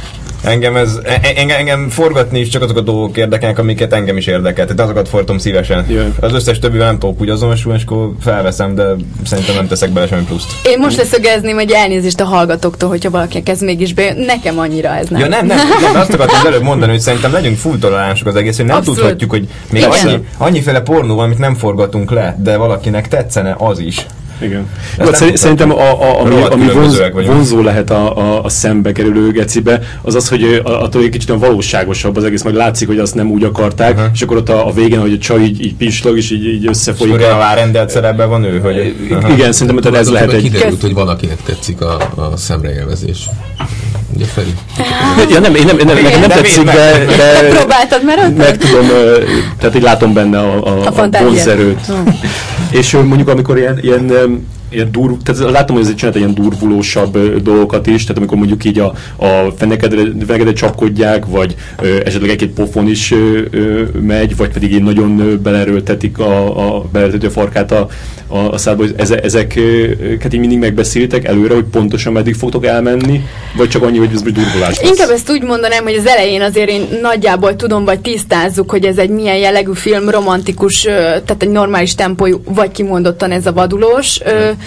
[SPEAKER 3] Engem forgatni is csak azok a dolgok érdekelnek, amiket engem is érdekel. Tehát azokat fordítom szívesen. Yeah. Az összes többivel nem tudok úgy azonosulni, és akkor felveszem, de szerintem nem teszek bele semmi pluszt.
[SPEAKER 2] Én most leszögezném, hogy elnézést a hallgatóktól, hogyha valakinek ez mégis bejön. Nekem annyira ez nem.
[SPEAKER 3] Ja, nem. Azt akartam az előbb mondani, hogy szerintem legyünk full toleránsok az egész, hogy nem Abszolút. Tudhatjuk, hogy még annyiféle pornó van, amit nem forgatunk le, de valakinek tetszene az is.
[SPEAKER 1] Igen. Szerintem ami vonzó lehet a szembe kerülő gecibe, az, hogy attól egy kicsit valóságosabb az egész, meg látszik, hogy azt nem úgy akarták, és akkor ott a végén, hogy a csaj így pislog, és így összefolyik.
[SPEAKER 3] És a rendelt szerepben van ő, hogy...
[SPEAKER 1] Igen, szerintem ez lehet egy...
[SPEAKER 4] Kiderült, hogy valakinek tetszik a szemreélvezés. Ugye Feri?
[SPEAKER 1] Ja, nekem nem tetszik, de
[SPEAKER 2] próbáltad már ott?
[SPEAKER 1] Meg tudom, tehát így látom benne a vonzerőt. És mondjuk amikor ilyen tehát látom, hogy azért csinálta ilyen durvulósabb dolgokat is, tehát amikor mondjuk így a fenekedre csapkodják, vagy esetleg egy-két pofon is megy, vagy pedig így nagyon belerőltetik belerőlteti a farkát a szádba, hogy ezeket így mindig megbeszéltek előre, hogy pontosan meddig fogtok elmenni, vagy csak annyi, hogy ez durvulás lesz?
[SPEAKER 2] Inkább ezt úgy mondanám, hogy az elején azért én nagyjából tudom, vagy tisztázzuk, hogy ez egy milyen jellegű film, romantikus, tehát egy normális tempójú, vagy kimondottan ez a vadulós.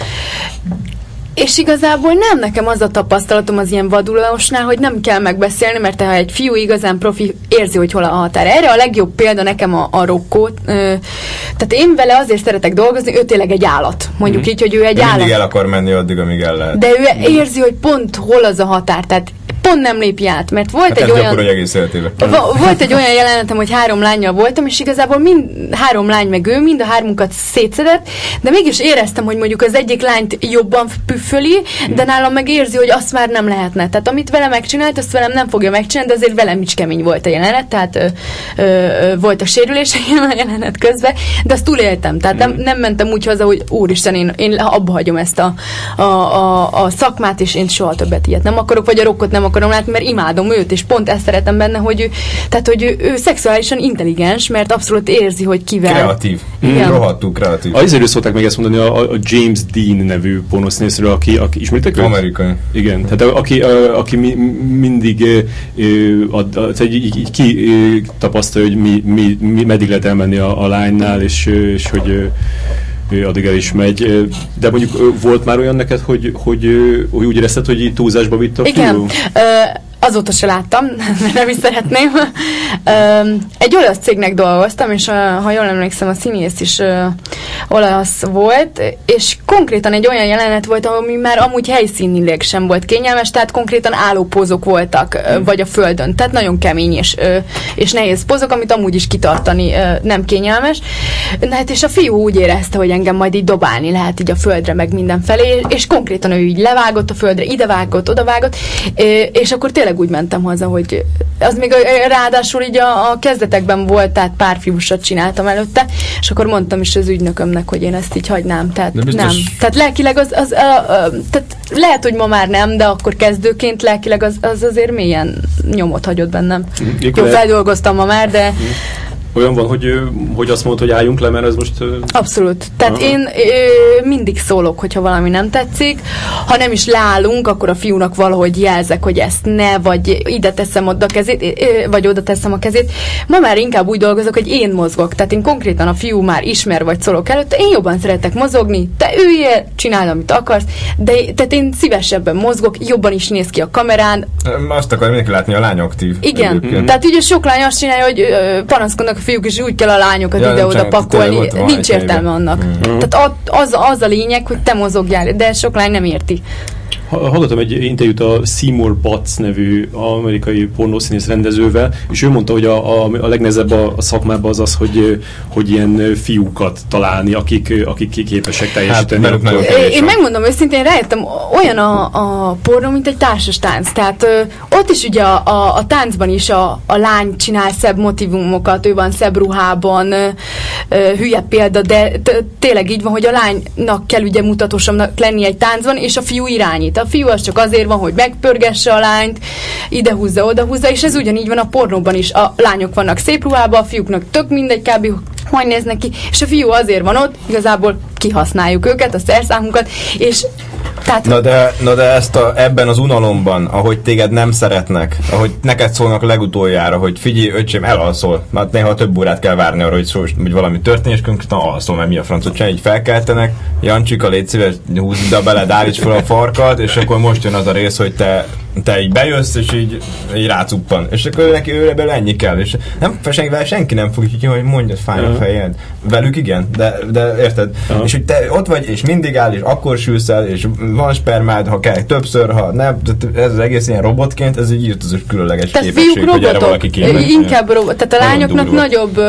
[SPEAKER 2] És igazából nem nekem az a tapasztalatom az ilyen vadulósnál, hogy nem kell megbeszélni, mert ha egy fiú igazán profi, érzi, hogy hol a határ. Erre a legjobb példa nekem a Rocco. Tehát én vele azért szeretek dolgozni, ő tényleg egy állat. Mondjuk így, hogy ő egy állat.
[SPEAKER 3] Mindig el akar menni addig, amíg el lehet.
[SPEAKER 2] De ő érzi, hogy pont hol az a határ. Tehát pont nem lépj át, mert volt egy olyan... Volt egy olyan jelenetem, hogy 3 lánnyal voltam, és igazából 3 lány meg ő, mind a 3-unkat szétszedett, de mégis éreztem, hogy mondjuk az egyik lányt jobban püfföli, de nálam meg érzi, hogy azt már nem lehetne. Tehát amit vele megcsinált, azt velem nem fogja megcsinálni, de azért velem is kemény volt a jelenet, tehát voltak sérüléseim a jelenet közben, de azt túléltem. Tehát nem mentem úgy haza, hogy úristen, én abba hagyom ezt a szakmát, és én soha többet ilyet nem akarok, vagy a Rockot nem akarom látni, mert imádom őt, és pont ezt szeretem benne, hogy ő szexuálisan intelligens, mert abszolút érzi, hogy kivel.
[SPEAKER 3] Kreatív. Rohadtul kreatív.
[SPEAKER 1] Azért szokták meg ezt mondani a James Dean nevű pornoszínészről, aki ismeritek őt?
[SPEAKER 3] Amerikai.
[SPEAKER 1] Igen, tehát aki mindig ki tapasztalja, hogy meddig lehet elmenni a lánynál, és hogy addig el is megy. De mondjuk volt már olyan neked, hogy úgy érezted, hogy így túlzásba vitt a fiú?
[SPEAKER 2] Igen. Azóta se láttam, mert nem is szeretném. Egy olasz cégnek dolgoztam, és ha jól emlékszem, a színész is olasz volt, és konkrétan egy olyan jelenet volt, ami már amúgy helyszínileg sem volt kényelmes, tehát konkrétan állópózok voltak, vagy a földön. Tehát nagyon kemény és nehéz pózok, amit amúgy is kitartani nem kényelmes. Na hát, és a fiú úgy érezte, hogy engem majd így dobálni lehet így a földre, meg mindenfelé, és konkrétan ő így levágott a földre, idevágott, odavágott, és akkor tényleg úgy mentem haza, hogy az még ráadásul így a kezdetekben volt, tehát pár fiúsat csináltam előtte, és akkor mondtam is az ügynökömnek, hogy én ezt így hagynám, tehát nem. Tehát lelkileg tehát lehet, hogy ma már nem, de akkor kezdőként lelkileg az azért mélyen nyomot hagyott bennem. Jó, feldolgoztam ma már, de
[SPEAKER 1] olyan van, hogy azt mondod, hogy álljunk le, mert ez most...
[SPEAKER 2] Abszolút. Tehát én mindig szólok, hogyha valami nem tetszik. Ha nem is leállunk, akkor a fiúnak valahogy jelzek, hogy ezt ne, vagy ide teszem oda a kezét, vagy oda teszem a kezét. Ma már inkább úgy dolgozok, hogy én mozgok. Tehát én konkrétan a fiú már ismer, vagy szólok előtte, én jobban szeretek mozogni, te üljél, csináld, amit akarsz, de tehát én szívesebben mozgok, jobban is néz ki a kamerán.
[SPEAKER 3] Azt akarja mindenki látni, a lány aktív.
[SPEAKER 2] Igen. Tehát ugye sok lány azt csinálja, hogy panaszkodnak a fiúk, és úgy kell a lányokat ide-oda pakolni. Nincs értelme annak. Tehát az a lényeg, hogy te mozogjál, de sok lány nem érti.
[SPEAKER 1] Hallottam egy interjút a Seymour Butts nevű amerikai pornószínész rendezővel, és ő mondta, hogy a legnehezebb a szakmában az, hogy ilyen fiúkat találni, akik képesek teljesíteni.
[SPEAKER 2] Én megmondom őszintén, rájöttem, olyan a pornó, mint egy társas tánc. Tehát ott is ugye a táncban is a lány csinál szebb motivumokat, ő van szebb ruhában, hülye példa, de tényleg így van, hogy a lánynak kell ugye mutatósabbnak lenni egy táncban, és a fiú irányít. A fiú az csak azért van, hogy megpörgesse a lányt, ide húzza, oda húzza, és ez ugyanígy van a pornóban is. A lányok vannak szép ruhában, a fiúknak tök mindegy kb. Hogy néznek ki, és a fiú azért van ott, igazából kihasználjuk őket, a szerszámunkat, és tehát...
[SPEAKER 3] Na de ezt ebben az unalomban, ahogy téged nem szeretnek, ahogy neked szólnak legutoljára, hogy figyelj, öcsém, elalszol, mert néha több órát kell várni arra, hogy valami történés, és konkrétan alszol, mert mi a francot csinálj, így felkeltenek, Jancsika, légy szíves, húzd be, állíts fel a farkat, és akkor most jön az a rész, hogy te így bejössz, és így rácuppan. És akkor neki őreből ennyi kell. És senki nem fog így, hogy mondjad, fáj a fejed. Velük igen, de érted? És hogy te ott vagy, és mindig áll, és akkor sülsz el, és van spermád, ha kell, többször, ha nem. Ez az egész ilyen robotként, ez egy írtozós különleges képesség, hogy erre valaki kéne.
[SPEAKER 2] Inkább robot. Tehát a lányoknak nagyobb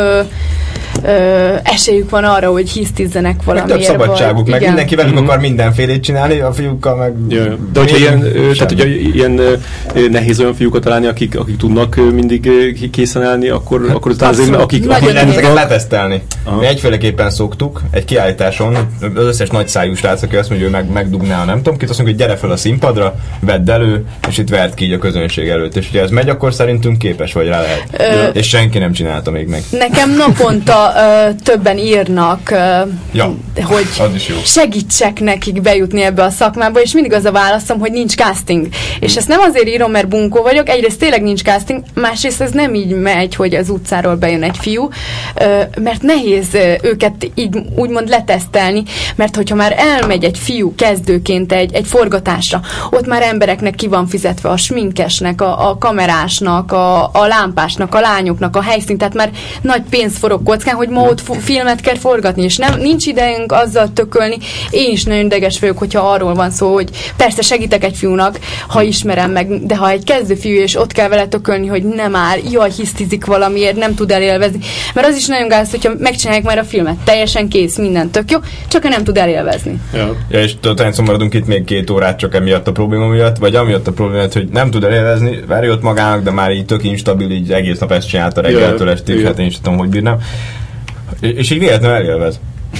[SPEAKER 2] esélyük van arra, hogy hisztizzenek valamiért.
[SPEAKER 3] Meg több szabadságuk, meg mindenki velük akar mindenfélét csinálni, a fiúkkal meg...
[SPEAKER 1] De hogyha ilyen nehéz olyan fiúkat találni, akik tudnak mindig készen állni, akkor talán azért, akik
[SPEAKER 3] ezeket letesztelni. Mi egyféleképpen szoktuk, egy kiállításon, az összes nagyszájú srác, aki azt mondja, hogy megdugná, nem tudom, azt mondjuk, hogy gyere fel a színpadra, vedd elő, és itt verd ki így a közönség előtt. És ugye ez megy, akkor szerintünk képes vagy rá lehet. És senki nem csinálta még meg.
[SPEAKER 2] Nekem naponta többen írnak, hogy segítsek nekik bejutni ebbe a szakmába, és mindig az a válaszom, hogy nincs casting. És ezt nem azért írom, mert bunkó vagyok, egyrészt tényleg nincs casting, másrészt ez nem így megy, hogy az utcáról bejön egy fiú, mert nehéz őket így úgymond letesztelni, mert hogyha már elmegy egy fiú kezdőként egy forgatásra, ott már embereknek ki van fizetve, a sminkesnek, a kamerásnak, a lámpásnak, a lányoknak, a helyszín, tehát már nagy pénz forog kockán, hogy ma ott filmet kell forgatni, és nincs idejünk azzal tökölni. Én is nagyon ideges vagyok, hogyha arról van szó, hogy persze segítek egy fiúnak, ha ismerem meg, de ha egy kezdő fiú, és ott kell vele tökölni, hogy nem áll, jaj, hisztizik valamiért, nem tud elélvezni. Mert az is nagyon gáz, hogyha megcsinálják már a filmet, teljesen kész, minden tök jó, csak nem tud elélvezni.
[SPEAKER 3] Ja, és talán maradunk itt még 2 órát csak emiatt a probléma miatt, vagy amiatt a probléma miatt, hogy nem tud elélvezni, várj ott magának, de már így tök instabil, így egész nap ezt csinálta reggeltől estig, hát én is tudom, hogy bírnám. És így véletlenül elélvez.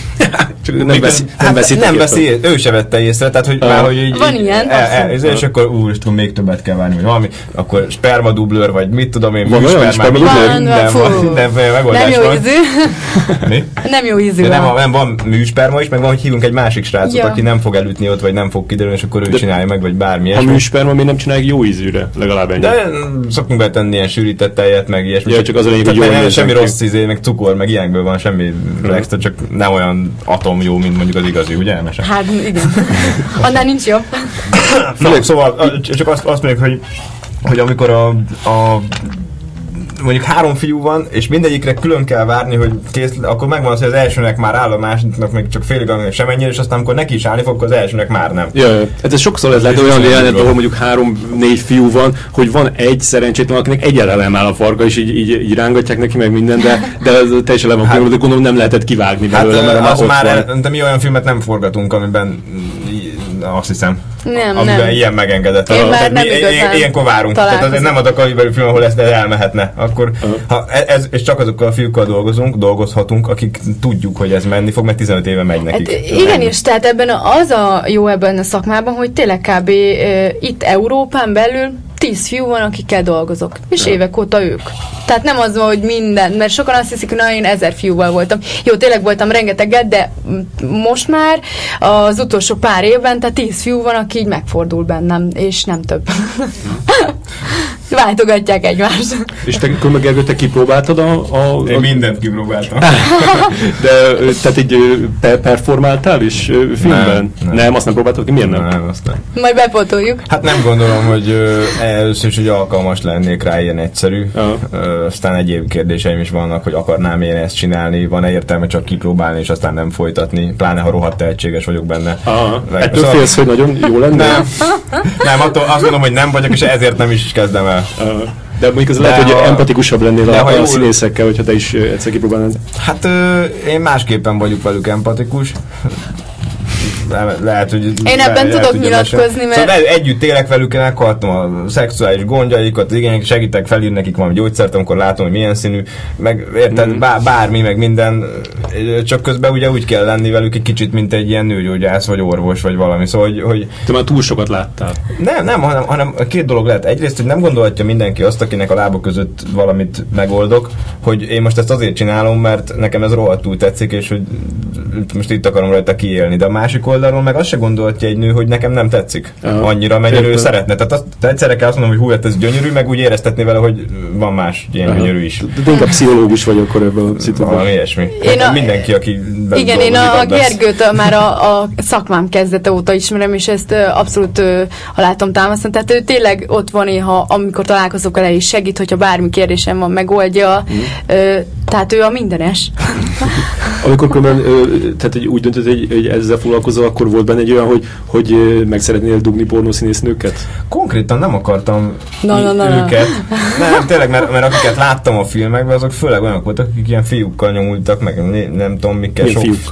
[SPEAKER 3] Nem veszi, ő se vette észre, tehát hogy már, hogy így...
[SPEAKER 2] Van ilyen.
[SPEAKER 3] És akkor úristen, még többet kell várni, vagy valami, akkor spermadublőr, vagy mit tudom én,
[SPEAKER 1] műspermadublőr,
[SPEAKER 3] mindenféle megoldás van.
[SPEAKER 2] Nem jó ízű.
[SPEAKER 3] Nem, van műsperma is, meg van, hogy hívunk egy másik srácot, aki nem fog elütni ott, vagy nem fog kiderülni, és akkor ő csinálja meg, vagy bármi.
[SPEAKER 1] A műsperma még nem csinálják jó ízűre, legalább ennyi.
[SPEAKER 3] De szoktunk betenni ilyen sűrített tejet, meg ilyesmi.
[SPEAKER 1] Csak az a lényeg, hogy
[SPEAKER 3] semmi rossz ízé, meg cukor, meg ilyenből van, semmi extra, csak nem olyan atom jó, mint mondjuk az igazi, ugye?
[SPEAKER 2] Hát igen. Annál nincs jobb.
[SPEAKER 3] Szóval csak azt mondjuk, hogy amikor mondjuk 3 fiú van, és mindegyikre külön kell várni, hogy kész, akkor megvan az, hogy az elsőnek már áll, a másodiknak még csak félig annak sem ennyire, és aztán amikor neki is állni fog, akkor az elsőnek már nem.
[SPEAKER 1] Hát ez sokszor lehet olyan jelenet, ahol mondjuk 3-4 fiú van, hogy van egy szerencsétlen, akinek egyáltalán nem áll a farka, és így rángatják neki meg minden, de ez teljesen le van különböző, de gondolom nem lehetett kivágni belőle, mert már
[SPEAKER 3] de mi olyan filmet nem forgatunk, amiben azt hiszem.
[SPEAKER 2] Nem.
[SPEAKER 3] Ilyen megengedett. Ilyenkor várunk. Tehát azért nem az a kaliberű film, ahol ez elmehetne. Akkor, és csak azokkal a fiúkkal dolgozhatunk, akik tudjuk, hogy ez menni fog, mert 15 éve megy nekik.
[SPEAKER 2] Hát, igen, és tehát ebben az a jó ebben a szakmában, hogy tényleg kb. Itt Európán belül 10 fiú van, akikkel dolgozok. És évek óta ők. Tehát nem az van, hogy minden, mert sokan azt hiszik, hogy én 1000 fiúval voltam. Jó, tényleg voltam rengeteget, de most már az utolsó pár évben, tehát 10 fiú van, aki így megfordul bennem, és nem több. váltogatják egymást.
[SPEAKER 1] És te, Gergő, te kipróbáltad
[SPEAKER 3] Én mindent kipróbáltam.
[SPEAKER 1] De tehát így performáltál is filmben? Nem, azt nem próbáltad ki? Miért nem?
[SPEAKER 3] Nem, azt nem.
[SPEAKER 2] Majd bepótoljuk.
[SPEAKER 3] Hát nem gondolom, hogy először is, hogy alkalmas lennék rá, ilyen egyszerű. Aztán egyéb kérdéseim is vannak, hogy akarnám én ezt csinálni, van-e értelme csak kipróbálni, és aztán nem folytatni, pláne ha rohadt tehetséges vagyok benne.
[SPEAKER 1] Ettől félsz, hogy nagyon jó lenne?
[SPEAKER 3] Nem, attól azt gondolom, hogy nem vagyok, és ezért nem is kezdem el.
[SPEAKER 1] De mondjuk az lehet, hogy empatikusabb lennél a színészekkel, hogyha te is egyszer kipróbálnád.
[SPEAKER 3] Hát én másképpen vagyok velük empatikus. Lehet, hogy
[SPEAKER 2] én ebben tudok nyilatkozni, mert...
[SPEAKER 3] Szóval együtt élek velük, én meghallgatom a szexuális gondjaikat, az igények, segítek felírni nekik valami gyógyszert, amikor látom, hogy milyen színű, meg érted, bármi, meg minden, csak közben ugye úgy kell lenni velük egy kicsit, mint egy ilyen nőgyógyász, vagy orvos, vagy valami, szóval, hogy...
[SPEAKER 1] Te már túl sokat láttál.
[SPEAKER 3] Nem, hanem két dolog lehet. Egyrészt, hogy nem gondolhatja mindenki azt, akinek a lábok között valamit megoldok, hogy én most ezt azért csinálom, mert nekem ez rohadtul tetszik, és hogy most itt akarom rajta kiélni, de a másik oldalról meg azt se gondolhatja egy nő, hogy nekem nem tetszik annyira, mennyire ő szeretne. Tehát azt egyszerre kell azt mondom, hogy hú, hát ez gyönyörű, meg úgy éreztetni vele, hogy van más ilyen gyönyörű is.
[SPEAKER 1] De inkább pszichológus vagyok akkor ebben a szituációban.
[SPEAKER 3] Valami ilyesmi. Mindenki, aki
[SPEAKER 2] igen, én a Gergőt már a szakmám kezdete óta ismerem, és ezt abszolút alátom támasztani. Tehát ő tényleg ott van néha, amikor találkozok vele, és segít, hogyha bármi kérdésem van, megoldja. Tehát ő a mindenes.
[SPEAKER 1] Amikor különben, tehát úgy döntött, hogy ezzel foglalkozol, akkor volt benne egy olyan, hogy meg szeretnél dugni pornószínésznőket?
[SPEAKER 3] Konkrétan nem akartam őket. Nem, tényleg, mert akiket láttam a filmekben, azok főleg olyanok voltak, akik ilyen fiúkkal nyomultak, meg nem tudom mikkel.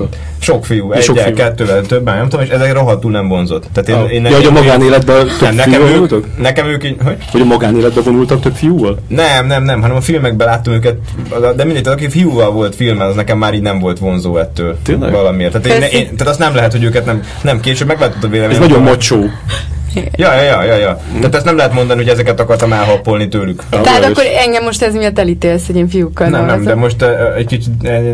[SPEAKER 3] Sok fiú, egyel, kettővel, többen, nem tudom, és ezek rohadtul nem vonzott. Tehát én
[SPEAKER 1] hogy a magánéletben több fiúval vonultak?
[SPEAKER 3] Nekem ők így,
[SPEAKER 1] hogy a magánéletben vonultak több fiúval?
[SPEAKER 3] Nem, hanem a filmekben láttam őket, de mindegy, aki fiúval volt filmen, az nekem már így nem volt vonzó ettől.
[SPEAKER 1] Tényleg?
[SPEAKER 3] Valamiért. Tehát azt nem lehet, hogy őket nem később megváltott a vélemény.
[SPEAKER 1] Ez nagyon macsó.
[SPEAKER 3] Ja. Tehát ezt nem lehet mondani, hogy ezeket akartam elhappolni tőlük.
[SPEAKER 2] Tehát akkor engem most ez miatt elítélsz, hogy én fiúkkal
[SPEAKER 3] nem, de most egy kicsit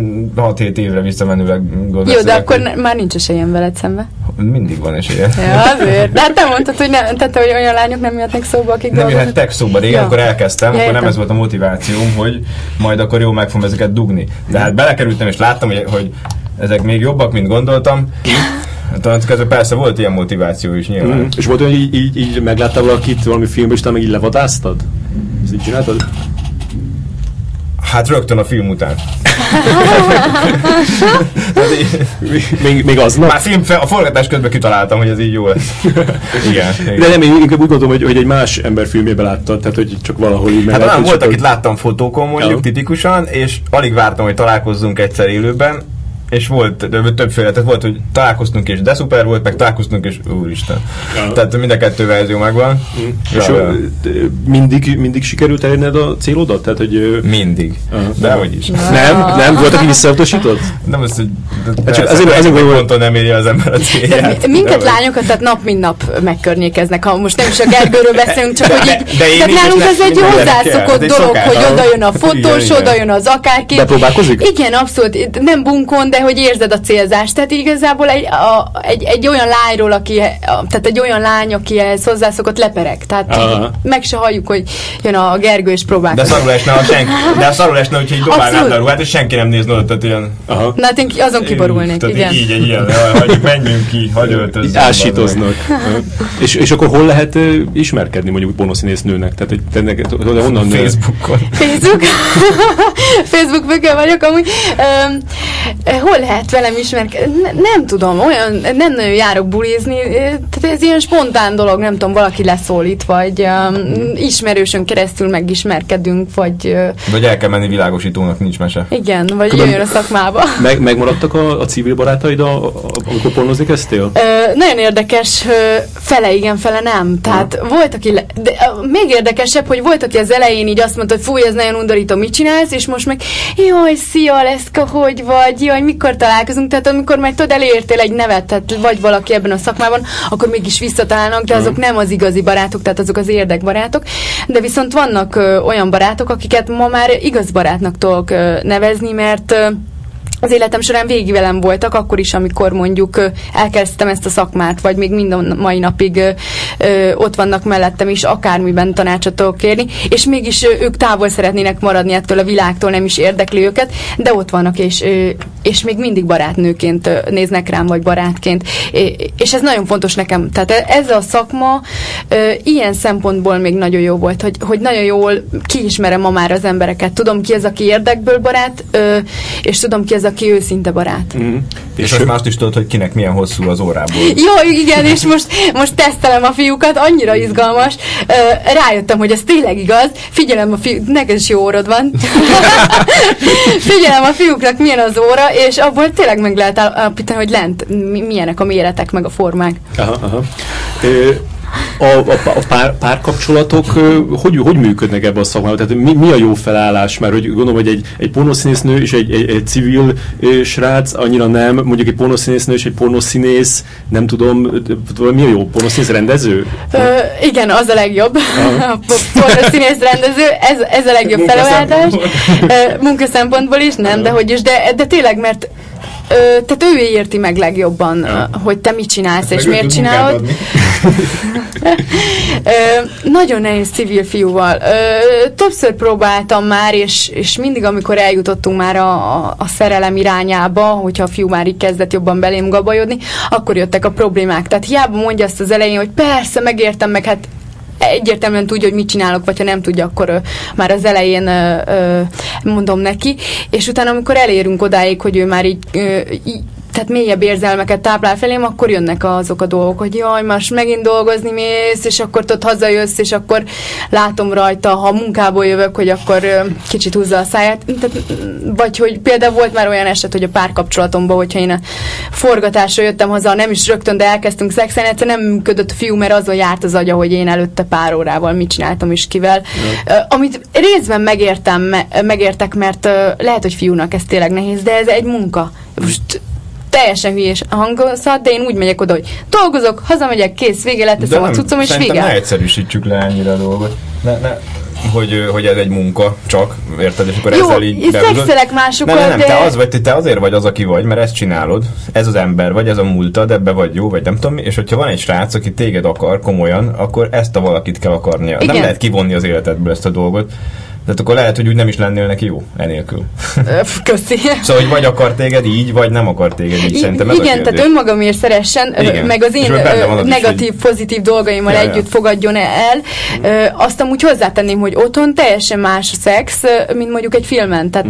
[SPEAKER 3] 6-7 évre visszamenőleg
[SPEAKER 2] jó, de akkor már nincs esélyem veled szembe.
[SPEAKER 3] Mindig van esélye.
[SPEAKER 2] Ja, azért. De hát te mondtad, hogy hogy olyan lányok nem jöhetnek szóba, akik
[SPEAKER 3] nem jöhettek szóba. Régen, akkor elkezdtem, akkor nem ez volt a motivációm, hogy majd akkor jó meg fogom ezeket dugni. De hát belekerültem és láttam, hogy ezek még jobbak, mint gondoltam. Hát persze volt ilyen motiváció is nyilván.
[SPEAKER 1] És volt olyan, hogy így megláttál valakit valami filmben, és te meg így levadáztad? Ezt így csináltad?
[SPEAKER 3] Hát rögtön a film után.
[SPEAKER 1] még aznap?
[SPEAKER 3] Már a forgatás közben kitaláltam, hogy ez így jó lesz. Igen.
[SPEAKER 1] De nem, én inkább úgy gondolom, hogy egy más ember filmjében láttad, tehát hogy csak valahol így
[SPEAKER 3] hát nem volt, akit láttam fotókon mondjuk tipikusan, és alig vártam, hogy találkozzunk egyszer élőben, és volt többféle, tehát volt, hogy találkoztunk és de szuper volt, meg találkoztunk és úristen. Tehát mind a kettő verzió megvan.
[SPEAKER 1] És mindig sikerült elérned a célodat? Tehát, hogy
[SPEAKER 3] mindig. De hogy is.
[SPEAKER 1] Nem? Volt, aki visszautasított?
[SPEAKER 3] Nem az, hogy
[SPEAKER 1] csak azért
[SPEAKER 3] ponton nem érje az ember a célját.
[SPEAKER 2] Minket lányokat, tehát nap mint nap megkörnyékeznek. Ha most nem is a Gergőről beszélünk, csak hogy így. Tehát nálunk ez egy hozzászokott dolog, hogy oda jön a fotós, oda jön az akárki.
[SPEAKER 1] Bepróbálkozik?
[SPEAKER 2] Igen, abszolút. Nem bunkon, de hogy érzed a célzást. Tehát igazából egy olyan lányról, tehát egy olyan lány, aki ehhez hozzászokott, lepereg. Tehát meg se halljuk, hogy jön a Gergő és próbálkozik.
[SPEAKER 3] De szarul esne, hogyha így dobálnám le a ruhát, és senki nem nézne oda, tehát ilyen...
[SPEAKER 2] Na hát én azon kiborulnék, igen.
[SPEAKER 3] Így egy ilyen, hagyjuk, menjünk ki, hagyj öltözzünk.
[SPEAKER 1] Ásítoznak. És akkor hol lehet ismerkedni mondjuk pornószínésznőnek? Tehát honnan...
[SPEAKER 3] Facebookon.
[SPEAKER 2] Facebook bökön vagyok amúgy. Hol lehet velem ismerkedni? Nem tudom, nem nagyon járok bulizni, tehát ez ilyen spontán dolog, nem tudom, valaki leszólít, vagy ismerősön keresztül megismerkedünk, vagy...
[SPEAKER 3] Vagy el kell menni világosítónak, nincs mese.
[SPEAKER 2] Igen, vagy jöjjön a szakmába.
[SPEAKER 1] Megmaradtak a civil barátaid, amikor pornozni kezdtél?
[SPEAKER 2] Nagyon érdekes, fele igen, fele nem. Tehát volt, aki... De még érdekesebb, hogy volt, aki az elején így azt mondta, hogy fúj, ez nagyon undorító, mit csinálsz, és most meg jaj, szia, Leszka, hogy vagy, jaj, mikor találkozunk, tehát amikor már tudod, elértél egy nevet, tehát vagy valaki ebben a szakmában, akkor mégis visszatalálnak, de azok nem az igazi barátok, tehát azok az érdekbarátok, de viszont vannak olyan barátok, akiket ma már igaz barátnak tudok nevezni, mert az életem során végig velem voltak, akkor is, amikor mondjuk elkezdtem ezt a szakmát, vagy még mind mai napig ott vannak mellettem is, akármiben tanácsot tudok kérni, és mégis ők távol szeretnének maradni ettől a világtól, nem is érdekli őket, de ott vannak, és még mindig barátnőként néznek rám, vagy barátként. És ez nagyon fontos nekem. Tehát ez a szakma ilyen szempontból még nagyon jó volt, hogy nagyon jól kiismerem ma már az embereket. Tudom ki az, aki érdekből barát, és tudom ki az, aki őszinte barát.
[SPEAKER 3] És most is tudod, hogy kinek milyen hosszú az órából.
[SPEAKER 2] Jó, igen, és most tesztelem a fiúkat, annyira izgalmas. Rájöttem, hogy ez tényleg igaz. Figyelem a fiúk, neked is jó órod van. Figyelem a fiúknak milyen az óra, és abból tényleg meg lehet állapítani, hogy lent milyenek a méretek, meg a formák.
[SPEAKER 1] Aha. A párkapcsolatok hogy működnek ebben a szakmában? Tehát mi a jó felállás? Mert hogy gondolom, hogy egy pornószínésznő és egy civil srác annyira nem, mondjuk egy pornószínésznő és egy pornószínész, nem tudom, mi a jó? Pornószínész rendező?
[SPEAKER 2] Igen, az a legjobb. A pornószínész rendező, ez a legjobb felállás. Munka szempontból is, nem, de hogy is, de tényleg, mert tehát ő érti meg legjobban, hogy te mit csinálsz, és miért csinálod. Nagyon nehéz civil fiúval. Többször próbáltam már, és mindig, amikor eljutottunk már a szerelem irányába, hogyha a fiú már így kezdett jobban belém gabajodni, akkor jöttek a problémák. Tehát hiába mondja azt az elején, hogy persze, megértem, meg hát egyértelműen tudja, hogy mit csinálok, vagy ha nem tudja, akkor már az elején mondom neki, és utána, amikor elérünk odáig, hogy ő már így tehát mélyebb érzelmeket táplál felém, akkor jönnek azok a dolgok, hogy jaj, most megint dolgozni mész, és akkor ott hazajössz, és akkor látom rajta, ha munkából jövök, hogy akkor kicsit húzza a száját. Tehát, vagy hogy például volt már olyan eset, hogy a párkapcsolatomban, hogyha én a forgatásra jöttem haza, nem is rögtön, de elkezdtünk szexelni, egyszer nem működött a fiú, mert azon járt az agya, hogy én előtte pár órával mit csináltam és kivel. Amit részben megértek, mert lehet, hogy fiúnak ez tényleg nehéz, de ez egy munka. Most teljesen hülyés hangozhat, de én úgy megyek oda, hogy dolgozok, hazamegyek, kész, vége, leteszem a cuccom, és vége.
[SPEAKER 3] Ne egyszerűsítsük le ennyire a dolgot. Hogy ez egy munka, csak, érted? És akkor
[SPEAKER 2] jó,
[SPEAKER 3] ezzel így
[SPEAKER 2] szexelek másokkal,
[SPEAKER 3] nem, te azért vagy az, aki vagy, mert ezt csinálod, ez az ember vagy, ez a múltad, ebbe vagy jó, vagy nem tudom mi, és hogyha van egy srác, aki téged akar komolyan, akkor ezt a valakit kell akarnia. Igen. Nem lehet kivonni az életedből ezt a dolgot. Tehát akkor lehet, hogy úgy nem is lennél neki jó, enélkül.
[SPEAKER 2] Köszi.
[SPEAKER 3] Szóval, hogy vagy akar téged így, vagy nem akar téged így. Szerintem ez
[SPEAKER 2] igen, tehát önmagamért szeressen, meg az én negatív, pozitív dolgaimmal együtt fogadjon el. Azt amúgy hozzátenném, hogy otthon teljesen más a szex, mint mondjuk egy filmen. Tehát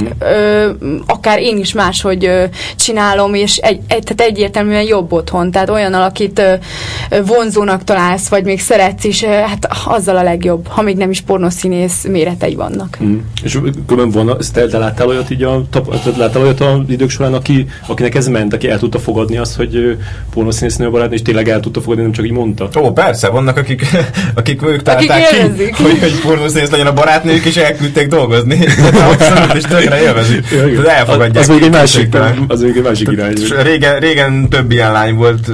[SPEAKER 2] akár én is máshogy csinálom, és tehát egyértelműen jobb otthon. Tehát olyan, akit vonzónak találsz, vagy még szeretsz is, hát azzal a legjobb, ha még nem is pornószínész méretei vannak.
[SPEAKER 1] És különben volna, te láttál olyat így láttál olyat az idők során, akinek ez ment, aki el tudta fogadni azt, hogy pornószínésznő a barátnő, és tényleg el tudta fogadni, nem csak így mondta?
[SPEAKER 3] Ó, persze, vannak, akik ők találták ki, hogy pornószínész legyen a barátnőjük, és elküldték dolgozni. És tökre élvezik. Elfogadják.
[SPEAKER 1] Az még egy másik irány.
[SPEAKER 3] Régen több ilyen lány volt,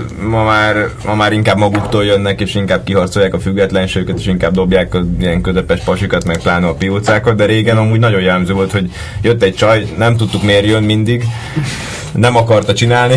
[SPEAKER 3] ma már inkább maguktól jönnek, és inkább kiharcolják a függetlenségüket, és inkább dobják az ilyen közepes pasikat, meg pláne a piócákat, de régen amúgy nagyon jellemző volt, hogy jött egy csaj, nem tudtuk miért jön mindig, nem akarta csinálni,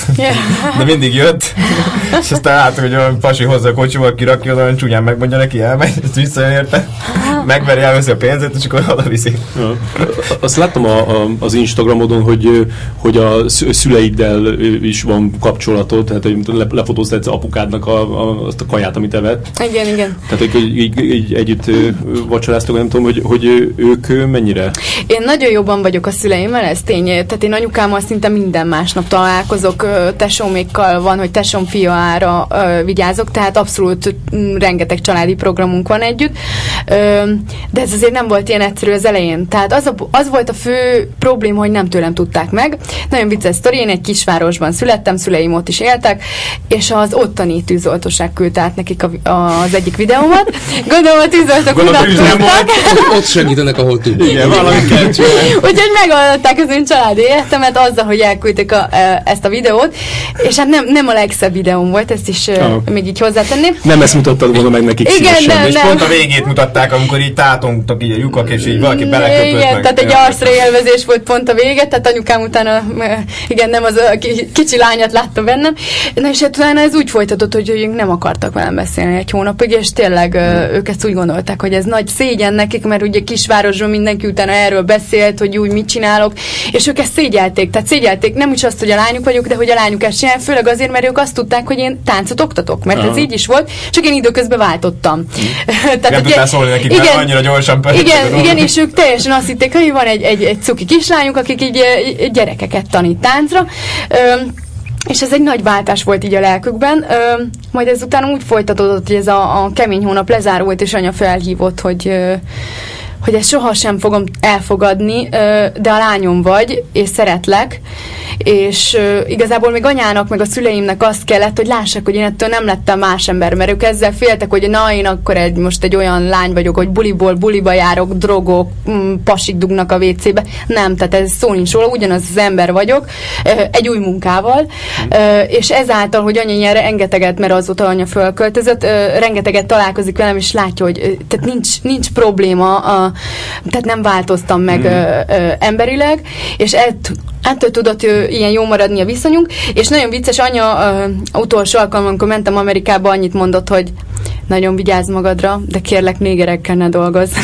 [SPEAKER 3] de mindig jött, és aztán láttuk, hogy a pasi hozza a kocsival, kirakja, olyan csúnyán megmondja neki, elmegy, ezt visszajön érte, megveri, elveszi a pénzét, és akkor oda viszi.
[SPEAKER 1] Ja. Azt láttam az Instagramodon, hogy a szüleiddel is van kapcsolatod, tehát hogy lefotóztad apukádnak azt a kaját, amit evett.
[SPEAKER 2] Igen.
[SPEAKER 1] Tehát hogy együtt vacsoráztok, nem tudom, hogy ők mennyire?
[SPEAKER 2] Én nagyon jobban vagyok a szüleimmel, ez tény. Tehát én anyukámmal szinte minden másnap találkozok, tesómékkal van, hogy tesóm fiára vigyázok, tehát abszolút rengeteg családi programunk van együtt, de ez azért nem volt ilyen egyszerű az elején. Tehát az volt a fő probléma, hogy nem tőlem tudták meg. Nagyon vicces sztori, én egy kisvárosban születtem, szüleim ott is éltek, és az ottani tűzoltóság küldte át nekik az egyik videómat. Gondolom a tűzoltók unatkoztak.
[SPEAKER 4] Ott segítenek, ahol tudnak.
[SPEAKER 3] Igen, valami kell csinálni.
[SPEAKER 2] Úgyhogy megoldották az én családi életemet azzal, hogy elküldték ezt a videót, és hát nem a legszebb videóm volt, ezt is még így hozzátenném.
[SPEAKER 1] Nem ezt mutattad volna meg nekik
[SPEAKER 2] igen,
[SPEAKER 1] szívesen.
[SPEAKER 3] És pont a végét mutatták, amikor így tátongtak így a lyukak, és így valaki beleköpött
[SPEAKER 2] igen,
[SPEAKER 3] meg.
[SPEAKER 2] Tehát egy arcra élvezés volt pont a vége, tehát anyukám utána, igen, nem az a kicsi lányat látta bennem. Na és hát utána ez úgy folytatott, hogy ők nem akartak velem beszélni egy hónapig, és tényleg ők ezt úgy gondolták, hogy ez nagy szégyen nekik, mert ugye kisvárosban mindenki utána erről beszélt, hogy úgy mit csinálok, és ők ezt szégyelték. Tehát szégyelték nem is azt, hogy a lányuk vagyok, de hogy a lányuk ezt csinál, főleg azért, mert ők azt tudták, hogy én táncot oktatok, mert ez így is volt, csak én időközben váltottam.
[SPEAKER 3] Tehát, nem tudtál szólni nekik, mert annyira gyorsan
[SPEAKER 2] igen, és ők teljesen azt hitték, hogy van egy cuki kislányuk, akik így gyerekeket tanít táncra, és ez egy nagy váltás volt így a lelkükben. Majd ezután úgy folytatódott, hogy ez a kemény hónap lezárult, és anya felhívott, hogy ezt sohasem fogom elfogadni, de a lányom vagy, és szeretlek, és igazából még anyának, meg a szüleimnek azt kellett, hogy lássák, hogy én ettől nem lettem más ember, mert ők ezzel féltek, hogy na, én akkor most egy olyan lány vagyok, hogy buliból buliba járok, drogok, pasik dugnak a WC-be. Nem, tehát ez szó nincs róla, ugyanaz az ember vagyok, egy új munkával, és ezáltal, hogy anya ilyen rengeteget, mert azóta anya fölköltözött, rengeteget találkozik velem, és látja, hogy tehát nincs probléma, tehát nem változtam meg emberileg, és ettől tudott ilyen jó maradni a viszonyunk, és nagyon vicces, anya utolsó alkalommal, amikor mentem Amerikába, annyit mondott, hogy nagyon vigyázz magadra, de kérlek négerekkel ne dolgozz.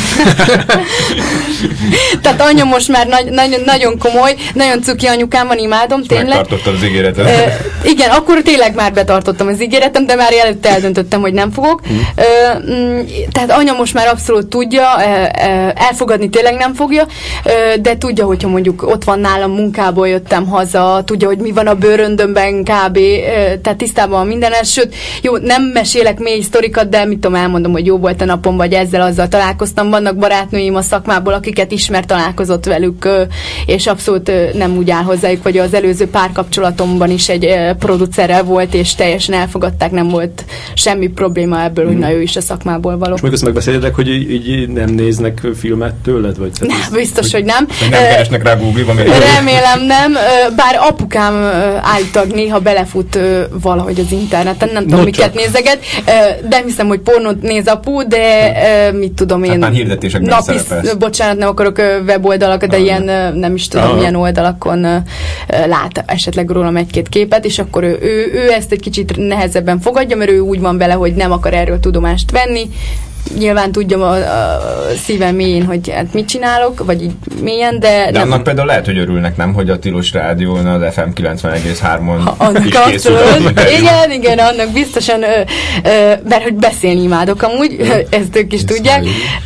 [SPEAKER 2] Tehát anya most már nagyon komoly, nagyon cuki anyukám van, imádom, tényleg.
[SPEAKER 3] Megtartottad az ígéretet.
[SPEAKER 2] Igen, akkor tényleg már betartottam az ígéretem, de már előtte eldöntöttem, hogy nem fogok. Tehát anya most már abszolút tudja, elfogadni tényleg nem fogja, de tudja, hogyha mondjuk ott van nálam, munkából jöttem haza, tudja, hogy mi van a bőröndömben kb. Tehát tisztában van mindennel, sőt, jó, nem mesélek mély sztorikat, de mit tudom, elmondom, hogy jó volt a napom, vagy azzal találkoztam. Vannak barátnőim a szakmából, akiket ismer, találkozott velük, és abszolút nem úgy áll hozzájuk, vagy az előző párkapcsolatomban is egy producerrel volt, és teljesen elfogadták, nem volt semmi probléma ebből, hogy na, ő is a szakmából való.
[SPEAKER 1] És még azt megbeszéltek, hogy így nem néznek filmet tőled? Vagy
[SPEAKER 2] nem, biztos, hogy nem.
[SPEAKER 3] Nem keresnek rá Google-ban.
[SPEAKER 2] Remélem nem, bár apukám állítólag néha belefut valahogy az interneten, nem tudom, miket nézeget, de hiszem, hogy pornót néz apu, de mit tudom én.
[SPEAKER 3] Hát hirdetésekben szerepelsz.
[SPEAKER 2] Bocsánat, nem akarok weboldalakat, de ilyen nem is tudom, milyen oldalakon lát esetleg rólam egy-két képet, és akkor ő ezt egy kicsit nehezebben fogadja, mert ő úgy van vele, hogy nem akar erről tudomást venni. Nyilván tudjam a szívem mélyén, hogy hát mit csinálok, vagy így mélyen, de nem.
[SPEAKER 3] Annak például lehet, hogy örülnek, nem, hogy a Tilos Rádión az FM 90,3-on is készült.
[SPEAKER 2] Igen, annak biztosan, mert hogy beszélni imádok amúgy, ezt ők is tudják.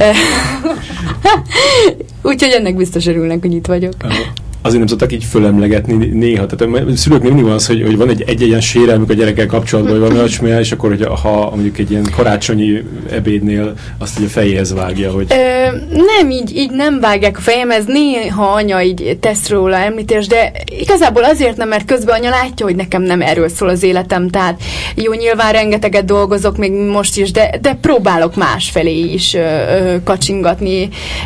[SPEAKER 2] Úgyhogy ennek biztos örülnek, hogy itt vagyok.
[SPEAKER 1] Azért nem szoktak így fölemlegetni néha. Tehát a szülők mindig van az, hogy van egy ilyen sérelmük a gyerekkel kapcsolatban, vagy valami olyasmi, és akkor, hogy ha mondjuk egy ilyen karácsonyi ebédnél azt így a fejéhez vágja, hogy...
[SPEAKER 2] Nem, így nem vágják a fejemhez, néha anya így tesz róla említés, de igazából azért nem, mert közben anya látja, hogy nekem nem erről szól az életem, tehát jó, nyilván rengeteget dolgozok még most is, de próbálok másfelé is kacsingatni.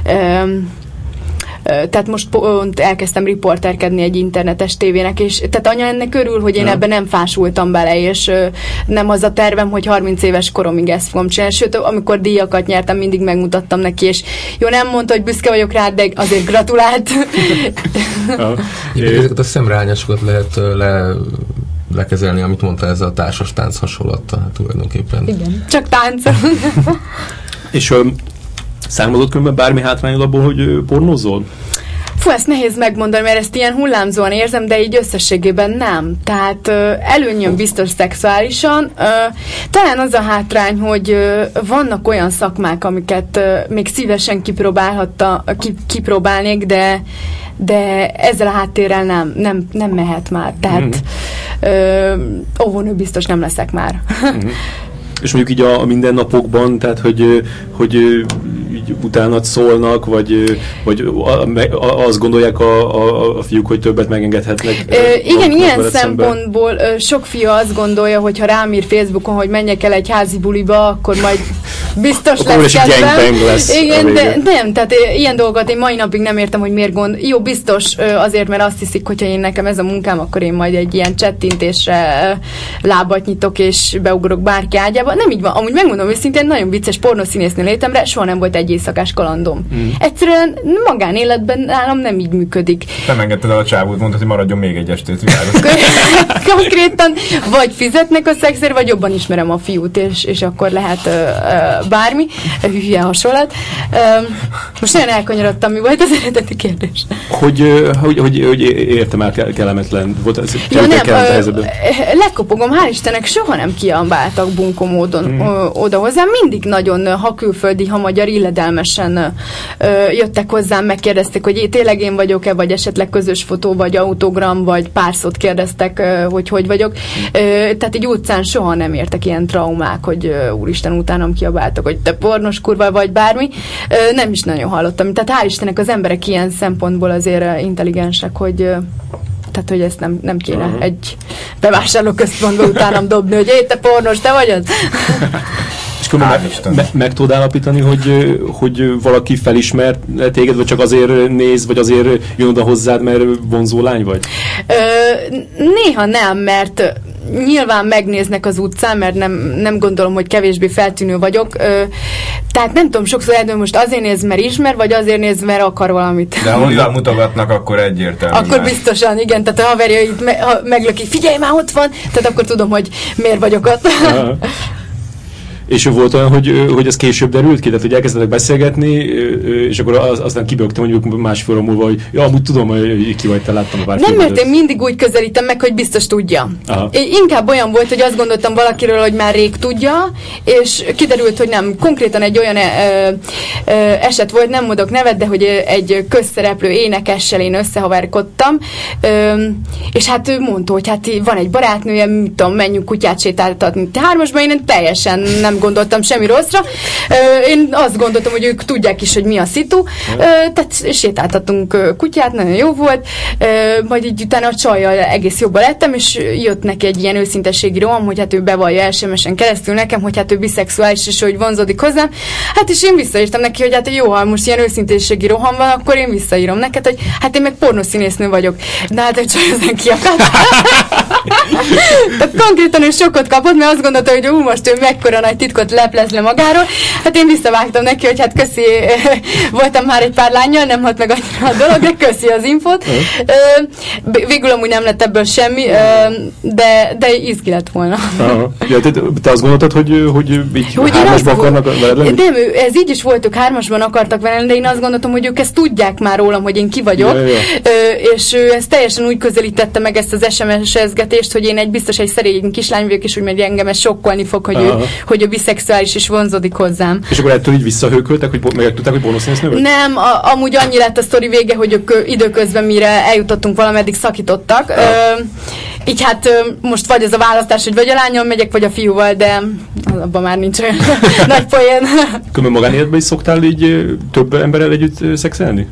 [SPEAKER 2] Tehát most pont elkezdtem riporterkedni egy internetes tévének, és tehát anya ennek örül, hogy én ebben nem fásultam bele, és nem az a tervem, hogy 30 éves koromig ezt fogom csinálni. Sőt, amikor díjakat nyertem, mindig megmutattam neki, és jó, nem mondta, hogy büszke vagyok rá, de azért gratulált.
[SPEAKER 4] Ezeket a szemrehányásokat lehet lekezelni, amit mondta, ez a társas tánc hasonlatta tulajdonképpen.
[SPEAKER 2] Igen, csak táncol.
[SPEAKER 1] És számolod különben bármi hátrányod abból, hogy pornózol?
[SPEAKER 2] Fú, ezt nehéz megmondani, mert ezt ilyen hullámzóan érzem, de így összességében nem. Tehát előnyöm biztos szexuálisan. Talán az a hátrány, hogy vannak olyan szakmák, amiket még szívesen kipróbálnék, de ezzel a háttérrel nem mehet már. Tehát óvónő biztos nem leszek már.
[SPEAKER 1] És mondjuk így a mindennapokban, tehát hogy utánad szólnak, vagy azt gondolják a fiúk, hogy többet megengedhetnek?
[SPEAKER 2] Igen, ilyen szempontból sok fiú azt gondolja, hogy ha rám ír Facebookon, hogy menjek el egy házi buliba, akkor majd biztos lesz kedvem. Igen, de nem, tehát ilyen dolgokat én mai napig nem értem, hogy miért Jó, biztos azért, mert azt hiszik, hogyha én nekem ez a munkám, akkor én majd egy ilyen csettintésre lábat nyitok és beugrok bárki ágyába. Nem így van. Amúgy megmondom őszintén, nagyon vicces pornószínésznő létemre, soha nem volt egy éjszakás kalandom. Egyszerűen magánéletben nálam nem így működik.
[SPEAKER 3] Nem engedted el a csávót, mondtad, hogy maradjon még egy estét,
[SPEAKER 2] Konkrétan vagy fizetnek a szexért, vagy jobban ismerem a fiút, és akkor lehet bármi. Hülye hasonlat. Most nagyon elkanyarodtam, mi volt az eredeti kérdés?
[SPEAKER 1] Hogy értem el kellemetlen volt ez
[SPEAKER 2] lekopogom, hál' Istennek soha nem kiabáltak bunkó módon oda hozzám, mindig nagyon, ha külföldi, ha magyar, illedelmesen jöttek hozzám, megkérdezték, hogy tényleg én vagyok-e, vagy esetleg közös fotó, vagy autogram, vagy pár szót kérdeztek, hogy vagyok. Tehát így utcán soha nem értek ilyen traumák, hogy úristen, utánam kiabáltak, hogy te pornos kurva, vagy bármi. Nem is nagyon hallottam. Tehát hál' Istennek az emberek ilyen szempontból azért intelligensek, tehát, hogy ezt nem kéne egy bevásárlóközpontba utánam dobni, hogy te pornos, te vagy az?
[SPEAKER 1] És meg tudod állapítani, hogy valaki felismer téged, vagy csak azért néz, vagy azért jön oda hozzád, mert vonzó lány vagy?
[SPEAKER 2] Néha nem, mert nyilván megnéznek az utcán, mert nem gondolom, hogy kevésbé feltűnő vagyok. Tehát nem tudom, sokszor eldől most azért néz, mert ismer, vagy azért néz, mert akar valamit.
[SPEAKER 3] De ha mutogatnak, akkor egyértelmű.
[SPEAKER 2] Akkor biztosan, igen. Tehát a haverjait meglöki, figyelj, már ott van, tehát akkor tudom, hogy miért vagyok ott.
[SPEAKER 1] És volt olyan, hogy ez később derült ki? Tehát, hogy elkezdtek beszélgetni, és akkor aztán kibögtem mondjuk másfél óra múlva, hogy ja, amúgy tudom, hogy ki vagy, te láttam a pár
[SPEAKER 2] Nem, mert én mindig úgy közelítem meg, hogy biztos tudja. Inkább olyan volt, hogy azt gondoltam valakiről, hogy már rég tudja, és kiderült, hogy nem. Konkrétan egy olyan eset volt, nem mondok nevet, de hogy egy közszereplő énekessel én összehaverkodtam, és hát ő mondta, hogy hát van egy barátnője, mit tudom, menjünk kutyát sétáltatni. Hármasban én teljesen nem gondoltam semmi rosszra. Én azt gondoltam, hogy ők tudják is, hogy mi a szitu. Tehát sétáltattunk kutyát, nagyon jó volt. Majd így utána a csajjal egész jobban lettem, és jött neki egy ilyen őszintességi roham, hogy hát ő bevallja SMS-en keresztül nekem, hogy hát ő biszexuális, és hogy vonzódik hozzám. Hát és én visszaírtam neki, hogy hát jó, ha most ilyen őszintességi roham van, akkor én visszaírom neked, hogy hát én meg pornószínésznő vagyok. De hát egy csaj ezen kiakadt. Tehát konkrétan ő sokkot kapott, mert azt gondolta, hogy most ő mekkora nagy titkot leplez le magáról. Hát én visszavágtam neki, hogy hát köszi, voltam már egy pár lánnyal, nem halt meg annyira a dolog, de köszi az infót. Végül amúgy nem lett ebből semmi, de izgi lett volna.
[SPEAKER 1] Ja, te azt gondoltad, hogy így hármasban akarnak veled lenni?
[SPEAKER 2] Nem, ez így is volt, ők hármasban akartak velem, de én azt gondoltam, hogy ők ezt tudják már rólam, hogy én ki vagyok, és ő ezt teljesen úgy közelítette meg ezt az SMS-ezgetést, hogy én biztos egy szerény kislány vagyok, és úgy engem ez sokkolni fog, hogy ő biszexuális és vonzódik hozzám.
[SPEAKER 1] És akkor ettől így visszahőköltek, hogy megtudták, hogy pornószínésznő vagy?
[SPEAKER 2] Nem, amúgy annyi lett a sztori vége, hogy ők időközben, mire eljutottunk valameddig, szakítottak. Így hát most vagy ez a választás, hogy vagy a lánnyal megyek, vagy a fiúval, de abban már nincs olyan nagy poén.
[SPEAKER 1] Különben magánéletben is szoktál így több emberrel együtt szexelni?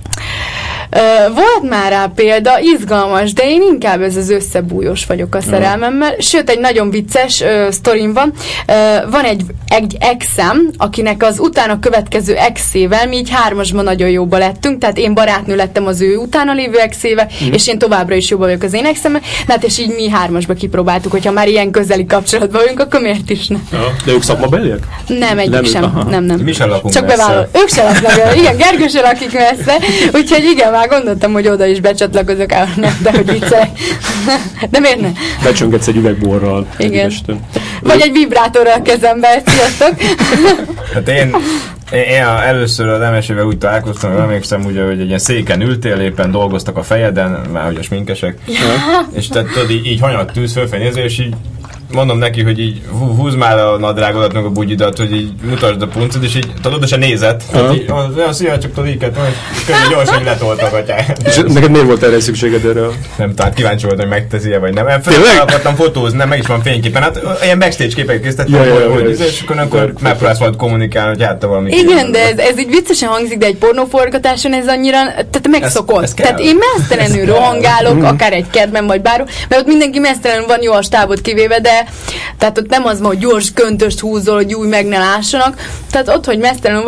[SPEAKER 2] Volt már rá példa, izgalmas, de én inkább ez az összebújós vagyok a szerelmemmel. Sőt, egy nagyon vicces sztorim van. Van egy exem, akinek az utána következő exével mi így hármasban nagyon jóba lettünk, tehát én barátnő lettem az ő utána lévő exével, és én továbbra is jóba vagyok az én exemmel. Hát és így mi hármasba kipróbáltuk, hogyha már ilyen közeli kapcsolatban vagyunk, akkor miért is ne?
[SPEAKER 1] De ők szakmabeliek?
[SPEAKER 2] Nem, egyik sem. Nem.
[SPEAKER 3] Mi sem lakunk
[SPEAKER 2] csak bevállalom. Ők sem laknak. Igen, Gergő sem lakik messze, úgyhogy igen, már gondoltam, hogy oda is becsatlakozok, de hogy viccelek. De miért ne?
[SPEAKER 1] Becsöngetsz egy üvegborral.
[SPEAKER 2] Igen. Vagy egy vibrátorral a kezembe. Sziasztok!
[SPEAKER 3] Hát én először az MSZ-vel úgy találkoztam, hogy emlékszem ugye, hogy egy ilyen széken ültél, éppen dolgoztak a fejeden, már hogy a sminkesek. Ja. És tehát tudod, így hanyat tűz fölfenéző, és így mondom neki, hogy így húzd már a nadrágodat, meg a bugyidat, hogy így mutasd a puncot, és így tudod, oda se nézett. Olyan szia, csak tudod, így közben gyorsan így letoltogatják.
[SPEAKER 1] És neked miért volt erre szükséged erre?
[SPEAKER 3] Nem, tehát kíváncsi voltam, hogy megteszi-e, vagy nem. Fel akartam fotózni, nem, meg is van fényképen. Hát ilyen backstage képeket készítettem, és akkor megpróbálsz majd kommunikálni, hogy hát valami.
[SPEAKER 2] Igen, de ez így viccesen hangzik, de egy pornóforgatáson ez annyira, tehát megszokott. Tehát én mesztelenül rohangálok, akár egy kertben, vagy bárhol, mert ott mindenki mesztelenül van, jó a stábot kivéve, de tehát ott nem az van, hogy gyors köntöst húzol, hogy új meg ne lássanak. Tehát ott, hogy mesztelenül vagy,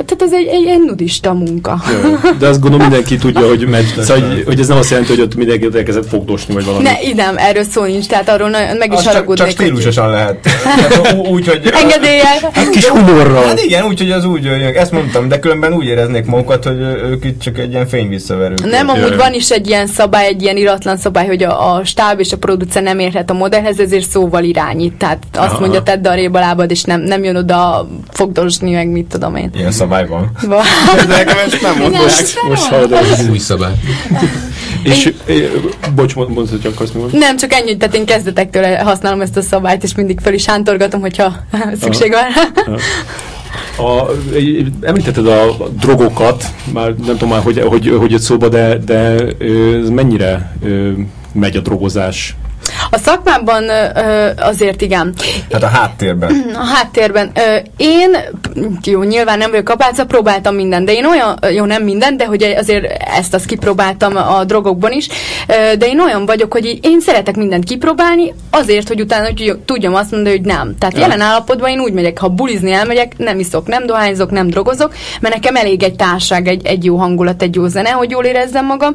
[SPEAKER 2] tehát ez egy nudista munka.
[SPEAKER 1] Ja, de azt gondolom mindenki tudja, hogy ez nem azt jelenti, hogy ott mindenki elkezdett fogdosni, vagy valami.
[SPEAKER 2] Nem, erről szó nincs, tehát arról meg is haragudnék.
[SPEAKER 3] Csak stílusosan lehet. Úgy, hogy...
[SPEAKER 2] Engedéllyel.
[SPEAKER 1] Egy kis humorral.
[SPEAKER 3] Hát igen, úgy, hogy az úgy jöjjön. Ezt mondtam, de különben úgy éreznék magukat, hogy ők itt csak egy ilyen fényvisszaverő.
[SPEAKER 2] Nem, amúgy van is egy ilyen szabály, egy ilyen iratlan szabály, hogy a stáb és a producer nem érhet a modellhez, ezért szóval irányít. Tehát azt mondja, tedd arrébb a lábad, és nem jön oda fogdosni, meg mit tudom én.
[SPEAKER 3] Ilyen szabály van.
[SPEAKER 2] De
[SPEAKER 3] nekem ezt nem mondom.
[SPEAKER 1] Most hallod,
[SPEAKER 4] ez új szabály.
[SPEAKER 1] És bocs, mondd, hogy akarsz mi mondani?
[SPEAKER 2] Nem, csak ennyi, tehát én kezdetektől használom ezt a szabályt, és mindig fel is hántorgatom, hogyha szükség van rá.
[SPEAKER 1] Említetted a drogokat, már nem tudom már, hogy jött szóba, de ez mennyire megy a drogozás?
[SPEAKER 2] A szakmában azért igen.
[SPEAKER 3] Hát a háttérben.
[SPEAKER 2] A háttérben. Én, jó, nyilván nem vagyok kapálca, próbáltam mindent, de én olyan, jó, nem mindent, de hogy azért ezt kipróbáltam a drogokban is, de én olyan vagyok, hogy én szeretek mindent kipróbálni, azért, hogy utána hogy tudjam azt mondani, hogy nem. Tehát jelen állapotban én úgy megyek, ha bulizni elmegyek, nem iszok, nem dohányzok, nem drogozok, mert nekem elég egy társaság, egy jó hangulat, egy jó zene, hogy jól érezzem magam,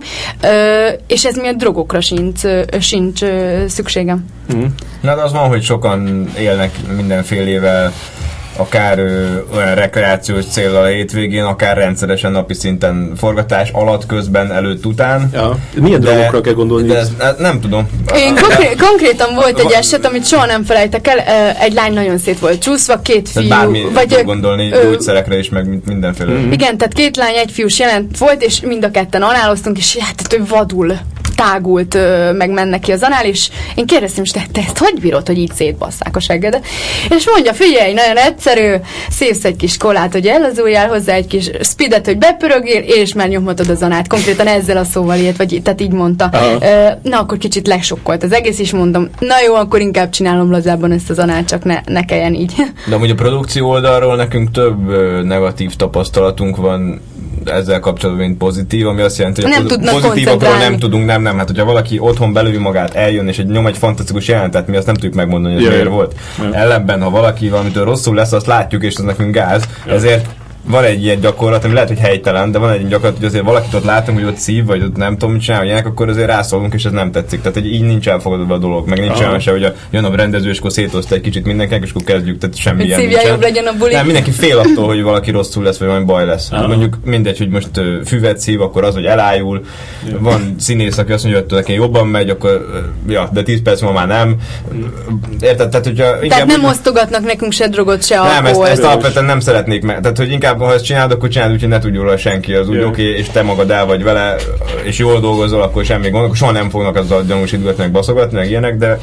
[SPEAKER 2] és ez miatt drogokra sincs szükségem.
[SPEAKER 3] Na, de az van, hogy sokan élnek mindenfélével, akár olyan rekreációs céllal a hétvégén, akár rendszeresen napi szinten forgatás alatt, közben, előtt, után.
[SPEAKER 1] Ja. Milyen drogokra kell gondolni?
[SPEAKER 3] De nem tudom.
[SPEAKER 2] Én konkrétan volt egy eset, amit soha nem felejtek el, egy lány nagyon szét volt csúszva, két fiú.
[SPEAKER 3] Bármi tud gondolni, gyógyszerekre is, meg mindenféle.
[SPEAKER 2] Igen, tehát két lány, egy fiús jelent volt, és mind a ketten análoztunk, és hát ő vadul tágult, meg mennek ki az anál, és én kérdeztem, hogy te ezt hogy bírod, hogy így szétbasszák a seggedet? És mondja, figyelj, nagyon egyszerű, szívsz egy kis kolát, hogy ellazuljál, hozzá egy kis speedet, hogy bepörögjél, és már nyomhatod az anát. Konkrétan ezzel a szóval ilyet, vagy tehát így mondta. Na, akkor kicsit lesokkolt az egész, és mondom, na jó, akkor inkább csinálom lazábban ezt az anát, csak ne kelljen így.
[SPEAKER 3] De amúgy a produkció oldalról nekünk több negatív tapasztalatunk van ezzel kapcsolatban, mint pozitív, ami azt jelenti, hogy pozitívakról nem tudunk, nem. Hát, hogyha valaki otthon belüli magát, eljön, és nyom egy fantasztikus jelenetet, mi azt nem tudjuk megmondani, hogy ez miért volt. Ellenben, ha valaki valamitől rosszul lesz, azt látjuk, és az nekünk gáz. Ezért van egy ilyen gyakorlat, ami lehet, hogy helytelen, de van egy gyakorlat, hogy azért valakit ott látunk, hogy ott szív, vagy ott nem tudom, mit csinál, ilyenek, akkor azért rászólunk, és ez nem tetszik. Tehát így nincs elfogadva a dolog, meg nincs olyan se, hogy jön a rendező, és akkor szétozta egy kicsit mindenkinek, és akkor kezdjük, tehát semmi ilyen nincsen.
[SPEAKER 2] Legyen a buli.
[SPEAKER 3] Nem, mindenki fél attól, hogy valaki rosszul lesz, vagy valami baj lesz. Mondjuk mindegy, hogy most füvet szív, akkor az, hogy elájul. Van színész, aki azt mondja, hogy neki jobban megy, akkor de 10 perc már nem. Érted? Tehát, hogyha
[SPEAKER 2] tehát nem osztogatnak nekünk se drogot, se alkoholt.
[SPEAKER 3] Nem, ezt alapvetően nem szeretnék meg. Tehát, hogy inkább, ha ezt csinálod, akkor csináld úgy, hogy ne tudjon róla senki, az úgy oké, és te magad el vagy vele, és jól dolgozol, akkor semmi gond, akkor soha nem fognak azzal gyanúsítgatni, meg baszogatni, meg ilyenek, de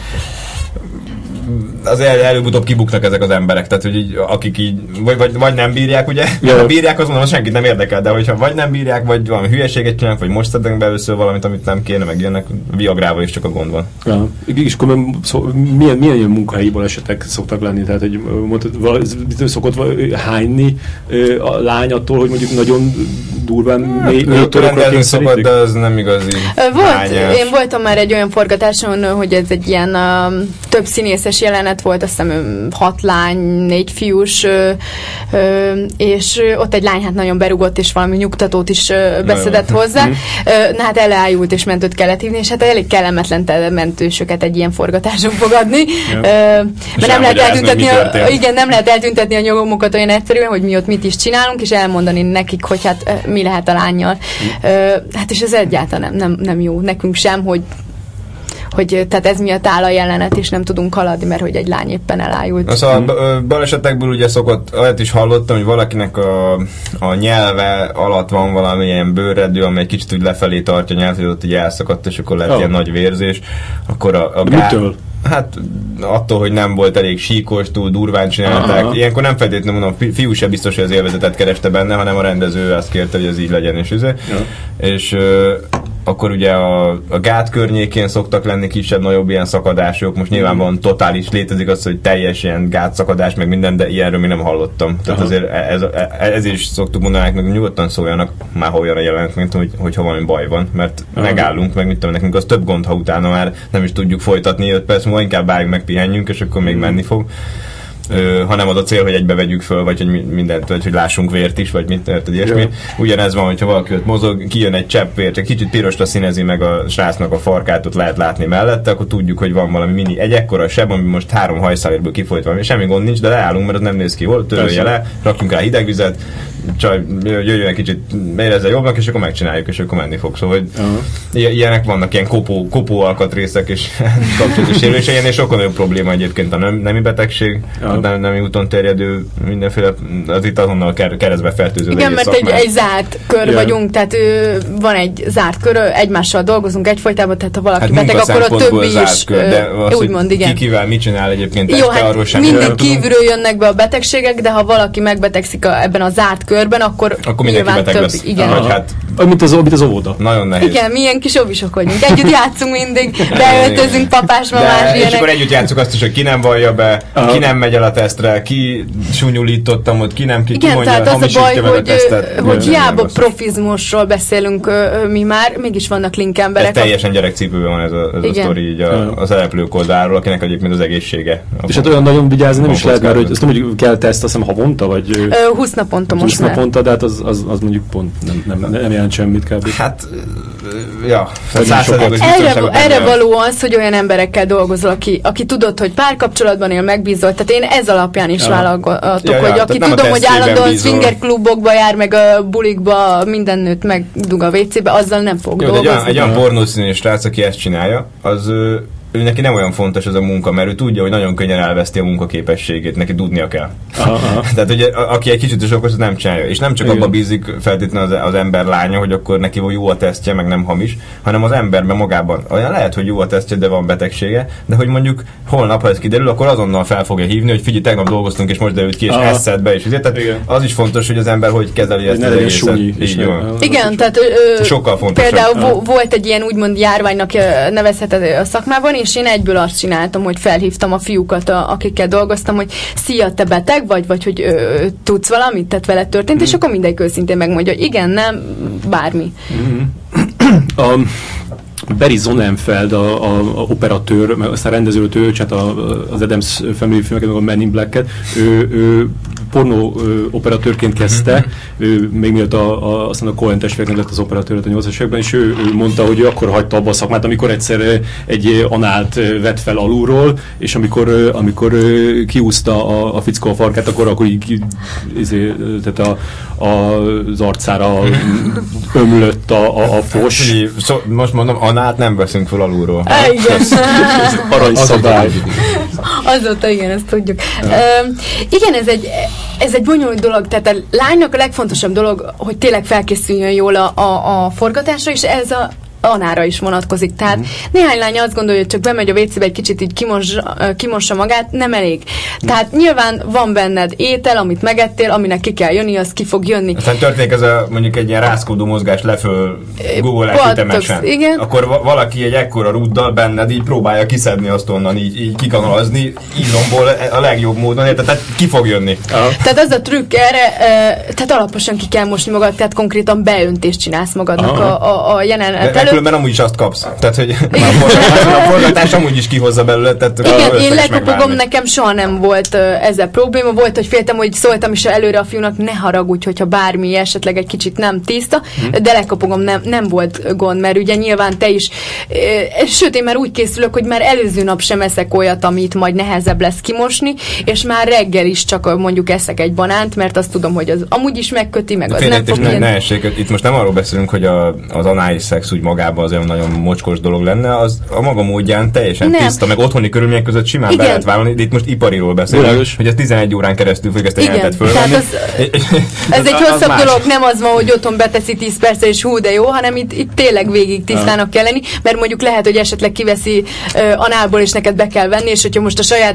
[SPEAKER 3] az előbb-utóbb kibuknak ezek az emberek, tehát hogy így, akik így, vagy nem bírják, ugye? Ha bírják, azt mondom, hogy senkit nem érdekel, de hogyha vagy nem bírják, vagy valami hülyeséget csinálnak, vagy most szednek be először valamit, amit nem kéne, meg ilyenek, Viagrával is csak a gond van.
[SPEAKER 1] Ja. És akkor milyen ilyen munkahelyi balesetek szoktak lenni? Tehát, hogy mondtad, szokott hányni a lány attól, hogy mondjuk nagyon durván mély torokra kényszerítik?
[SPEAKER 3] De az nem igazi
[SPEAKER 2] hányás. Én voltam már egy olyan forgatáson, hogy ez egy ilyen több színészes jelenet volt, azt hiszem 6 lány, 4 fiús, és ott egy lány hát nagyon berugott, és valami nyugtatót is beszedett hozzá. Na hát elájult, és mentőt kellett hívni, és hát elég kellemetlen mentősöket egy ilyen forgatáson fogadni. Mert nem lehet eltüntetni nem lehet eltüntetni a nyomokat olyan egyszerűen, hogy mi ott mit is csinálunk, és elmondani nekik, hogy hát mi lehet a lánnyal. Hát és ez egyáltalán nem jó nekünk sem, hogy tehát ez miatt áll a jelenet, és nem tudunk haladni, mert hogy egy lány éppen elájult.
[SPEAKER 3] Szóval balesetekből ugye szokott, olyat is hallottam, hogy valakinek a nyelve alatt van valamilyen bőrredő, ami egy kicsit úgy lefelé tartja a nyelvet, hogy ott így elszakadt, és akkor lett ilyen nagy vérzés. Akkor a
[SPEAKER 1] mitől?
[SPEAKER 3] Hát attól, hogy nem volt elég síkos, túl durván csinálták. Ilyenkor nem feltétlenül mondom, fiú se biztos, hogy az élvezetet kereste benne, hanem a rendező azt kérte, hogy ez így legyen, és akkor ugye a gát környékén szoktak lenni kisebb-nagyobb ilyen szakadások. Most nyilvánvalóan totális létezik az, hogy teljes ilyen gátszakadás, meg minden, de ilyenről még nem hallottam. Tehát azért ez is szoktuk mondani, hogy nyugodtan szóljanak már, ha olyan a jelenet, mint hogyha valami baj van, mert megállunk, meg mit tudom, nekünk az több gond, ha utána már nem is tudjuk folytatni 5 perc múlva, inkább bárjunk megpihenjünk, és akkor még menni fog. hanem az a cél, hogy egybe vegyük föl, vagy hogy mindent, vagy hogy lássunk vért is, vagy mit érted, ilyesmi. Ugyanez van, hogyha valaki ott mozog, kijön egy csepp vér, csak kicsit pirosra színezi meg a srácnak a farkát, ott lehet látni mellette, akkor tudjuk, hogy van valami egy ekkora seb, ami most 3 hajszálérből kifolyt van, és semmi gond nincs, de leállunk, mert az nem néz ki jól, törölje le, rakjunk rá hideg vizet, csaj, jöjjön egy kicsit, érezze jobbnak, és akkor megcsináljuk, és akkor menni fog. Szóval, hogy ilyenek vannak, ilyen kopó alkatrészek és kapcsolati sérülései, és sokkal nagyobb probléma egyébként a nemi betegség, a nemi úton terjedő mindenféle, az itt azonnal keresztbe fertőző.
[SPEAKER 2] Igen, mert egy zárt kör vagyunk, tehát van egy zárt kör, egymással dolgozunk egyfolytában, tehát ha valaki beteg, akkor a többi is úgymond, igen.
[SPEAKER 3] Kivel mit csinál egyébként?
[SPEAKER 2] Jó, hát mindig kívülről jönnek be a betegségek, de ha valaki megbetegszik ebben a zárt körben, akkor
[SPEAKER 3] mindenki beteg lesz.
[SPEAKER 2] Igen.
[SPEAKER 1] Hát, mint az óvoda.
[SPEAKER 3] Nagyon nehéz.
[SPEAKER 2] Igen, mi ilyen kis óvisok vagyunk. Együtt játszunk mindig, beöltözünk papás, mamás, ilyenek.
[SPEAKER 3] És akkor együtt játszunk azt is, hogy ki nem vallja be, ki nem megy el a tesztre, ki sunyulítottam ott, ki nem, ki mondja, hamisítja meg a tesztet.
[SPEAKER 2] Hogy hiába profizmusról beszélünk mi már, mégis vannak linkemberek.
[SPEAKER 3] Ez teljesen gyerekcipőben van ez a sztori így a szereplők oldaláról, akinek egyébként az egészsége.
[SPEAKER 1] És hát olyan nagyon vigyázni nem is lehet, mert hogy azt nem, hogy kell teszt, azt hiszem havonta, vagy
[SPEAKER 2] 20 naponta most
[SPEAKER 1] 20 naponta, de hát az mondjuk pont nem jelent semmit kb.
[SPEAKER 3] Hát, ja.
[SPEAKER 2] Erre való az, hogy olyan emberekkel dolgozol, aki tudod, hogy párkapcsolatban él, megbízol. Tehát én ez alapján is válogatok, hogy aki tudom, hogy állandóan swingerklubokba jár, meg a bulikba minden nőt megdug a WC-be, azzal nem fog dolgozni.
[SPEAKER 3] Egy olyan pornószínű srác, aki ezt csinálja, az ő neki nem olyan fontos ez a munka, mert ő tudja, hogy nagyon könnyen elveszti a munkaképességét, neki tudnia kell. Tehát ugye, aki egy kicsit is okos, az nem csinálja. És nem csak abba bízik feltétlenül az ember lánya, hogy akkor neki jó a tesztje, meg nem hamis, hanem az emberben magában. Olyan lehet, hogy jó a tesztje, de van betegsége, de hogy mondjuk holnap, ha ez kiderül, akkor azonnal fel fogja hívni, hogy figyelj, tegnap dolgoztunk, és most derült ki, és eszed be, és azért. Tehát az is fontos, hogy az ember hogy kezeli ezt az egészet.
[SPEAKER 2] Igen, tehát
[SPEAKER 3] sokkal fontosabb.
[SPEAKER 2] Például volt egy ilyen úgymond járványnak nevezhető a szakmában, és én egyből azt csináltam, hogy felhívtam a fiúkat, akikkel dolgoztam, hogy szia, te beteg vagy hogy tudsz valamit, tehát veled történt, és akkor mindenki őszintén megmondja, hogy igen, nem, bármi.
[SPEAKER 1] Barry Sonnenfeld, a operatőr, meg aztán rendezőt, ő csinált az Addams Family filmeket, meg a Men in Black-et, ő pornó operatőrként kezdte, még miatt aztán a Coen testvérnek lett az operatőr a 80-as években, és ő mondta, hogy ő akkor hagyta abba a szakmát, amikor egyszer egy anált vett fel alulról, és amikor kiúzta a fickó a farkát, akkor így tehát az arcára ömlött a fos.
[SPEAKER 3] Most mondom, anát nem veszünk fel alulról.
[SPEAKER 2] Igen.
[SPEAKER 1] Aranyszabály.
[SPEAKER 2] Azóta igen, ezt tudjuk. Igen, ez egy bonyolult dolog, tehát a lánynak a legfontosabb dolog, hogy tényleg felkészüljön jól a forgatásra, és ez a Anára is vonatkozik. Tehát néhány lány azt gondolja, hogy csak bemegy a WC-be, egy kicsit így kimossa magát, nem elég. Tehát nyilván van benned étel, amit megettél, aminek ki kell jönni, az ki fog jönni.
[SPEAKER 3] Aztán történik ez mondjuk egy ilyen rázkódó mozgás leföl Google-es ütemesen. Akkor valaki egy ekkora rúddal benned így próbálja kiszedni azt onnan, így kikanalazni, ízomból a legjobb módon, tehát ki fog jönni.
[SPEAKER 2] Tehát az a trükk erre, tehát alaposan ki kell mosni magad, tehát konkrétan beöntést csinálsz magadnak a jelenet előtt.
[SPEAKER 3] Különben amúgy is azt kapsz. Tehát, hogy a forgatás amúgy is kihozza belőle.
[SPEAKER 2] Igen, én lekopogom, nekem soha nem volt ezzel probléma. Volt, hogy féltem, hogy szóltam is előre a fiúnak, ne haragudj, hogyha bármi esetleg egy kicsit nem tiszta, de lekopogom, nem volt gond, mert ugye nyilván te is, sőt, én már úgy készülök, hogy már előző nap sem eszek olyat, amit majd nehezebb lesz kimosni, és már reggel is csak mondjuk eszek egy banánt, mert azt tudom, hogy az amúgy is megköti, meg az nem fog
[SPEAKER 3] Itt most nem arról beszélünk, hogy az anális szex úgy magában az olyan nagyon mocskos dolog lenne, az a maga módján teljesen tiszta, meg otthoni körülmények között simán be lehet vállalni, de itt most ipariról beszélünk, hogy ez 11 órán keresztül fogjuk ezt a jelentet fölvenni.
[SPEAKER 2] Ez egy hosszabb dolog, nem az van, hogy otthon beteszi 10 percre, és hú, de jó, hanem itt tényleg végig tisztának kell lenni, mert mondjuk lehet, hogy esetleg kiveszi análból, és neked be kell venni, és hogyha most a saját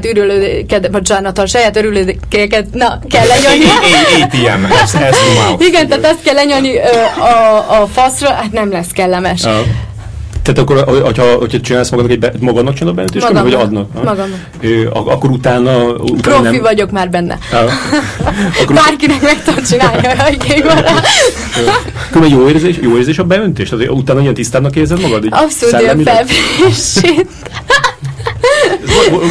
[SPEAKER 2] örülőket, kell lenyalni.
[SPEAKER 3] ATM,
[SPEAKER 2] igen, tehát ezt kell lenyalni a faszra, hát nem lesz kellemes.
[SPEAKER 1] Tehát akkor, hogyha csinálsz magadnak csinálod beöntést, vagy adnak?
[SPEAKER 2] Magamnak.
[SPEAKER 1] Akkor utána
[SPEAKER 2] profi
[SPEAKER 1] nem...
[SPEAKER 2] vagyok már benne. Bárkinek meg tudom csinálni, ha igény van rá.
[SPEAKER 1] Akkor jó érzés a beöntés? Tehát utána ilyen tisztábbnak érzed magad?
[SPEAKER 2] Abszolút ilyen felfrissít.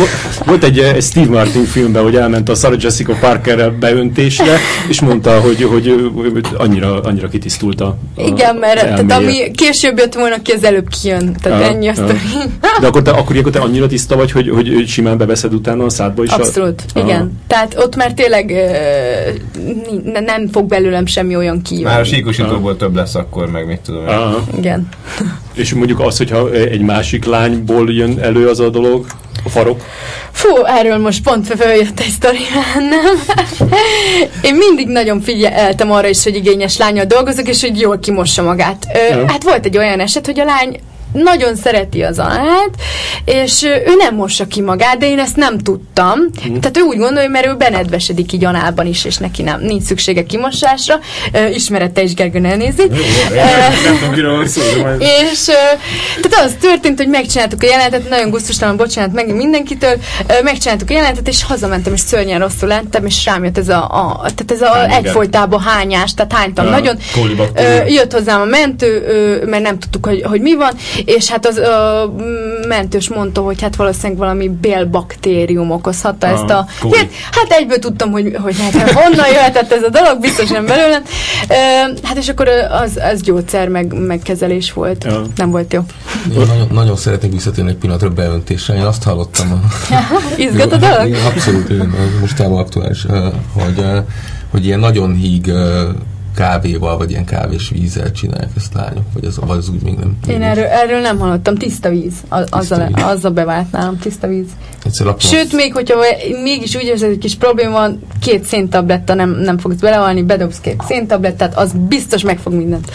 [SPEAKER 1] Volt egy Steve Martin filmben, hogy elment a Sarah Jessica Parkerrel beöntésre, és mondta, hogy annyira kitisztult
[SPEAKER 2] igen, mert tehát ami később jött volna ki, az előbb kijön. Tehát ennyi a sztori.
[SPEAKER 1] De akkor ilyenkor te annyira tiszta vagy, hogy simán beveszed utána a szádba is?
[SPEAKER 2] Abszolút, igen. Tehát ott már tényleg nem fog belőlem semmi olyan kijönni.
[SPEAKER 3] Már a síkosítóból több lesz akkor, meg mit tudom.
[SPEAKER 2] Igen.
[SPEAKER 1] És mondjuk az, hogyha egy másik lányból jön elő az a dolog, a farok?
[SPEAKER 2] Fú, erről most pont följött egy sztori bennem. Én mindig nagyon figyeltem arra is, hogy igényes lánnyal dolgozok, és hogy jól kimossa magát. Hát volt egy olyan eset, hogy a lány nagyon szereti az anyát, és ő nem mossa ki magát, de én ezt nem tudtam. Tehát ő úgy gondolja, mert ő benedvesedik így análban is, és neki nincs szüksége kimosásra. Ismerette is, Gergő, elnézik.
[SPEAKER 3] Nem tudom, kiről van szó.
[SPEAKER 2] És tehát az történt, hogy megcsináltuk a jelenetet, nagyon gusztustalan, bocsánat meg mindenkitől, megcsináltuk a jelenetet, és hazamentem, és szörnyen rosszul lettem, és rám jött ez a egyfolytában hányás, tehát hánytam nagyon. Jött hozzám a mentő, mert nem tudtuk, hogy mi van, és hát az mentős mondta, hogy hát valószínűleg valami bélbaktérium okozhatta ezt a... Hát egyből tudtam, hogy hát honnan jöhetett ez a dolog, biztos nem belőlem. Hát és akkor az gyógyszer meg kezelés volt. Nem volt jó.
[SPEAKER 4] Nagyon szeretnék visszatérni egy pillanatra beöntésre. Én azt hallottam...
[SPEAKER 2] Izgat a dolog?
[SPEAKER 4] Abszolút, mostában aktuális, hogy ilyen nagyon híg kávéval, vagy ilyen kávés vízzel csinálják ezt lányok, vagy az úgy még nem...
[SPEAKER 2] Én erről nem hallottam, tiszta víz. Azzal bevált nálam, tiszta víz. Sőt, még hogyha mégis úgy érzed, hogy kis probléma van, 2 széntabletta nem fogsz belehalni, bedobsz 2 széntablettát, az biztos megfog mindent.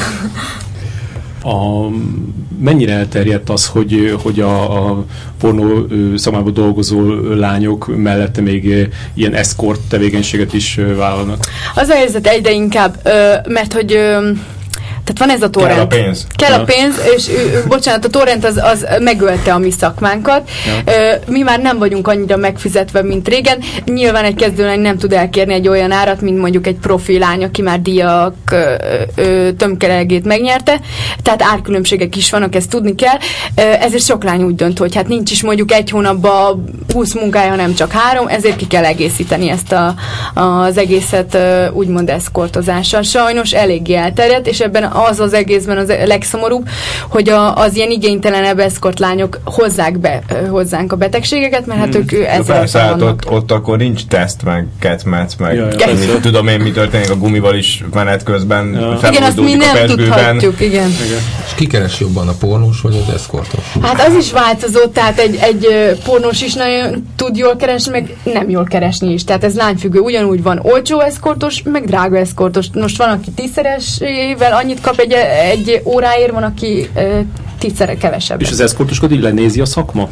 [SPEAKER 1] Mennyire elterjedt az, hogy a pornó szakmában dolgozó lányok mellette még ilyen escort tevékenységet is vállalnak?
[SPEAKER 2] Az a helyzet egyre inkább, mert hogy tehát van ez a torrent.
[SPEAKER 3] Kell a pénz.
[SPEAKER 2] Kell a pénz, és bocsánat, a torrent az megölte a mi szakmánkat. Mi már nem vagyunk annyira megfizetve, mint régen. Nyilván egy kezdőlány nem tud elkérni egy olyan árat, mint mondjuk egy profi lány, aki már díjak tömkelegét megnyerte. Tehát árkülönbségek is vannak, ezt tudni kell. Ezért sok lány úgy dönt, hogy hát nincs is mondjuk egy hónapban 20 munkája, hanem csak 3, ezért ki kell egészíteni ezt az egészet úgymond eszkortozással. Sajnos eléggé elterjedt, és ebben az egészben az legszomorúbb, hogy az ilyen igénytelenebb eszkort lányok hozzák be hozzánk a betegségeket, mert hát ők ezzel vannak.
[SPEAKER 3] Ott akkor nincs teszt, meg ketmet, meg tudom én, mi történik a gumival is menet közben.
[SPEAKER 2] Igen, azt mi nem tudhatjuk, igen.
[SPEAKER 4] És ki keres jobban, a pornós vagy az eszkortos?
[SPEAKER 2] Hát az is változó, tehát egy pornós is nagyon tud jól keresni, meg nem jól keresni is. Tehát ez lányfüggő, ugyanúgy van olcsó eszkortos, meg drága eszkortos. Most van, aki 10-szeresével annyit kap egy óráért, van, aki 10-szerre kevesebb.
[SPEAKER 1] És az eszkortosokat így lenézi a szakma?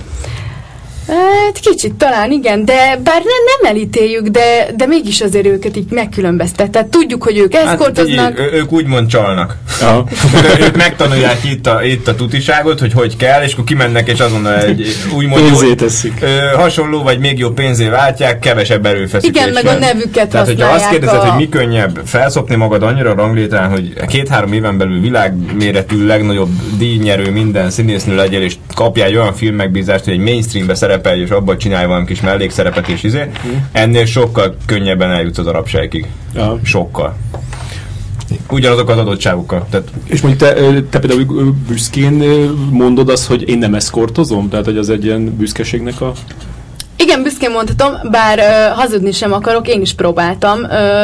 [SPEAKER 2] Hát kicsit talán igen, de bár nem elítéljük, de mégis azért őket így megkülönböztet. Tehát tudjuk, hogy ők eszkortoznak.
[SPEAKER 3] Hát, ők úgymond csalnak. Ők megtanulják itt a tutiságot, hogy kell, és akkor kimennek, és azonnal egy úgymond hasonló, vagy még jobb pénzé váltják, kevesebb erőfeszítésben.
[SPEAKER 2] Igen, meg a nevüket
[SPEAKER 3] tehát, használják. Tehát, hogyha azt kérdezed, hogy mi könnyebb felszopni magad annyira a ranglétrán, hogy 2-3 éven belül világméretű, legnagyobb díjnyerő minden színésznő legyél, és kapjál egy olyan filmmegbízást, hogy egy mainstreambe szerepelj, és abban csinálj valami kis mellékszerepet és ennél sokkal könnyebben eljutsz az arabságig. Sokkal. Ugyanazok az adottságokkal. Tehát... És
[SPEAKER 1] mondjuk te például büszkén mondod azt, hogy én nem eszkortozom? Tehát, hogy az egy ilyen büszkeségnek a...
[SPEAKER 2] Igen, büszkén mondhatom, bár hazudni sem akarok, én is próbáltam.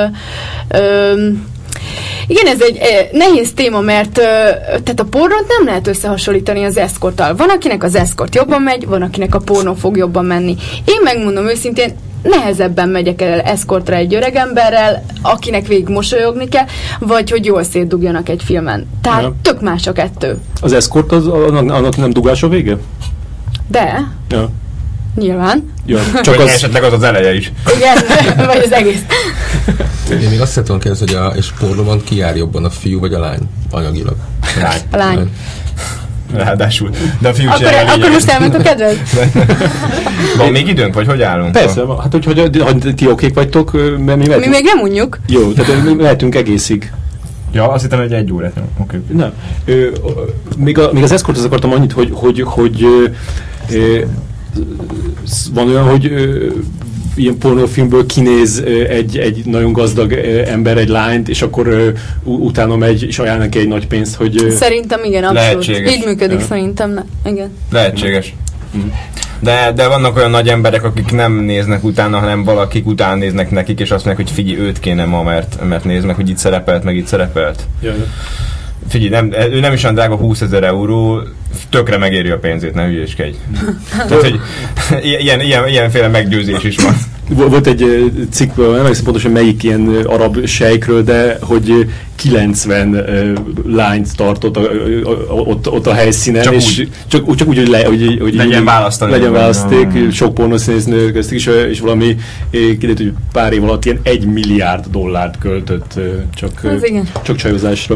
[SPEAKER 2] Igen, ez egy nehéz téma, mert tehát a pornót nem lehet összehasonlítani az eszkorttal. Van, akinek az eszkort jobban megy, van, akinek a pornó fog jobban menni. Én megmondom őszintén, nehezebben megyek el eszkortra egy öreg emberrel, akinek végig mosolyogni kell, vagy hogy jól szétdugjanak egy filmen. Tehát tök más a kettő.
[SPEAKER 1] Az eszkort annak nem dugás a vége?
[SPEAKER 2] De.
[SPEAKER 1] Ja.
[SPEAKER 2] Nyilván.
[SPEAKER 1] Ja,
[SPEAKER 3] csak az... esetleg az eleje is.
[SPEAKER 2] Igen, vagy az egész.
[SPEAKER 4] Én még azt szeretném kérdezni, hogy és pornóban ki jár jobban, a fiú vagy a lány anyagilag?
[SPEAKER 2] A lány.
[SPEAKER 3] Ráadásul. De a fiú
[SPEAKER 2] akkor most elment a kedved?
[SPEAKER 3] Van még időnk, vagy hogy állunk?
[SPEAKER 1] Persze, hát hogy ti okék vagytok, mert
[SPEAKER 2] mi még nem unjuk.
[SPEAKER 1] Jó, tehát mi lehetünk egészig.
[SPEAKER 3] Ja, azt hittem, hogy 1 órát. Okay.
[SPEAKER 1] Nem. Még az eszkorthoz akartam annyit, hogy van olyan, hogy ilyen pornófilmből kinéz egy nagyon gazdag ember egy lányt, és akkor utána megy, és ajánl neki egy nagy pénzt, hogy...
[SPEAKER 2] Szerintem igen, abszolút.
[SPEAKER 3] Lehetséges.
[SPEAKER 2] Így működik szerintem, igen.
[SPEAKER 3] Lehetséges. De vannak olyan nagy emberek, akik nem néznek utána, hanem valakik utána néznek nekik, és azt mondják, hogy figyelj, őt kéne ma, mert nézd meg, hogy itt szerepelt, meg itt szerepelt.
[SPEAKER 1] Ja.
[SPEAKER 3] Figyelj, ő nem is olyan drága, 20 000 euró, tökre megéri a pénzét, ne hülyéskedj. Tehát, hogy ilyenféle meggyőzés is van.
[SPEAKER 1] Volt egy cikk, nem emlékszem pontosan melyik ilyen arab sejkről, de hogy 90 lányt tartott ott a helyszínen,
[SPEAKER 3] csak
[SPEAKER 1] és
[SPEAKER 3] úgy.
[SPEAKER 1] Csak úgy, hogy
[SPEAKER 3] legyen
[SPEAKER 1] választék, sok pornószínésznő köztük is, és valami kiderült, hogy pár év alatt ilyen $1 milliárd költött csak csajozásra.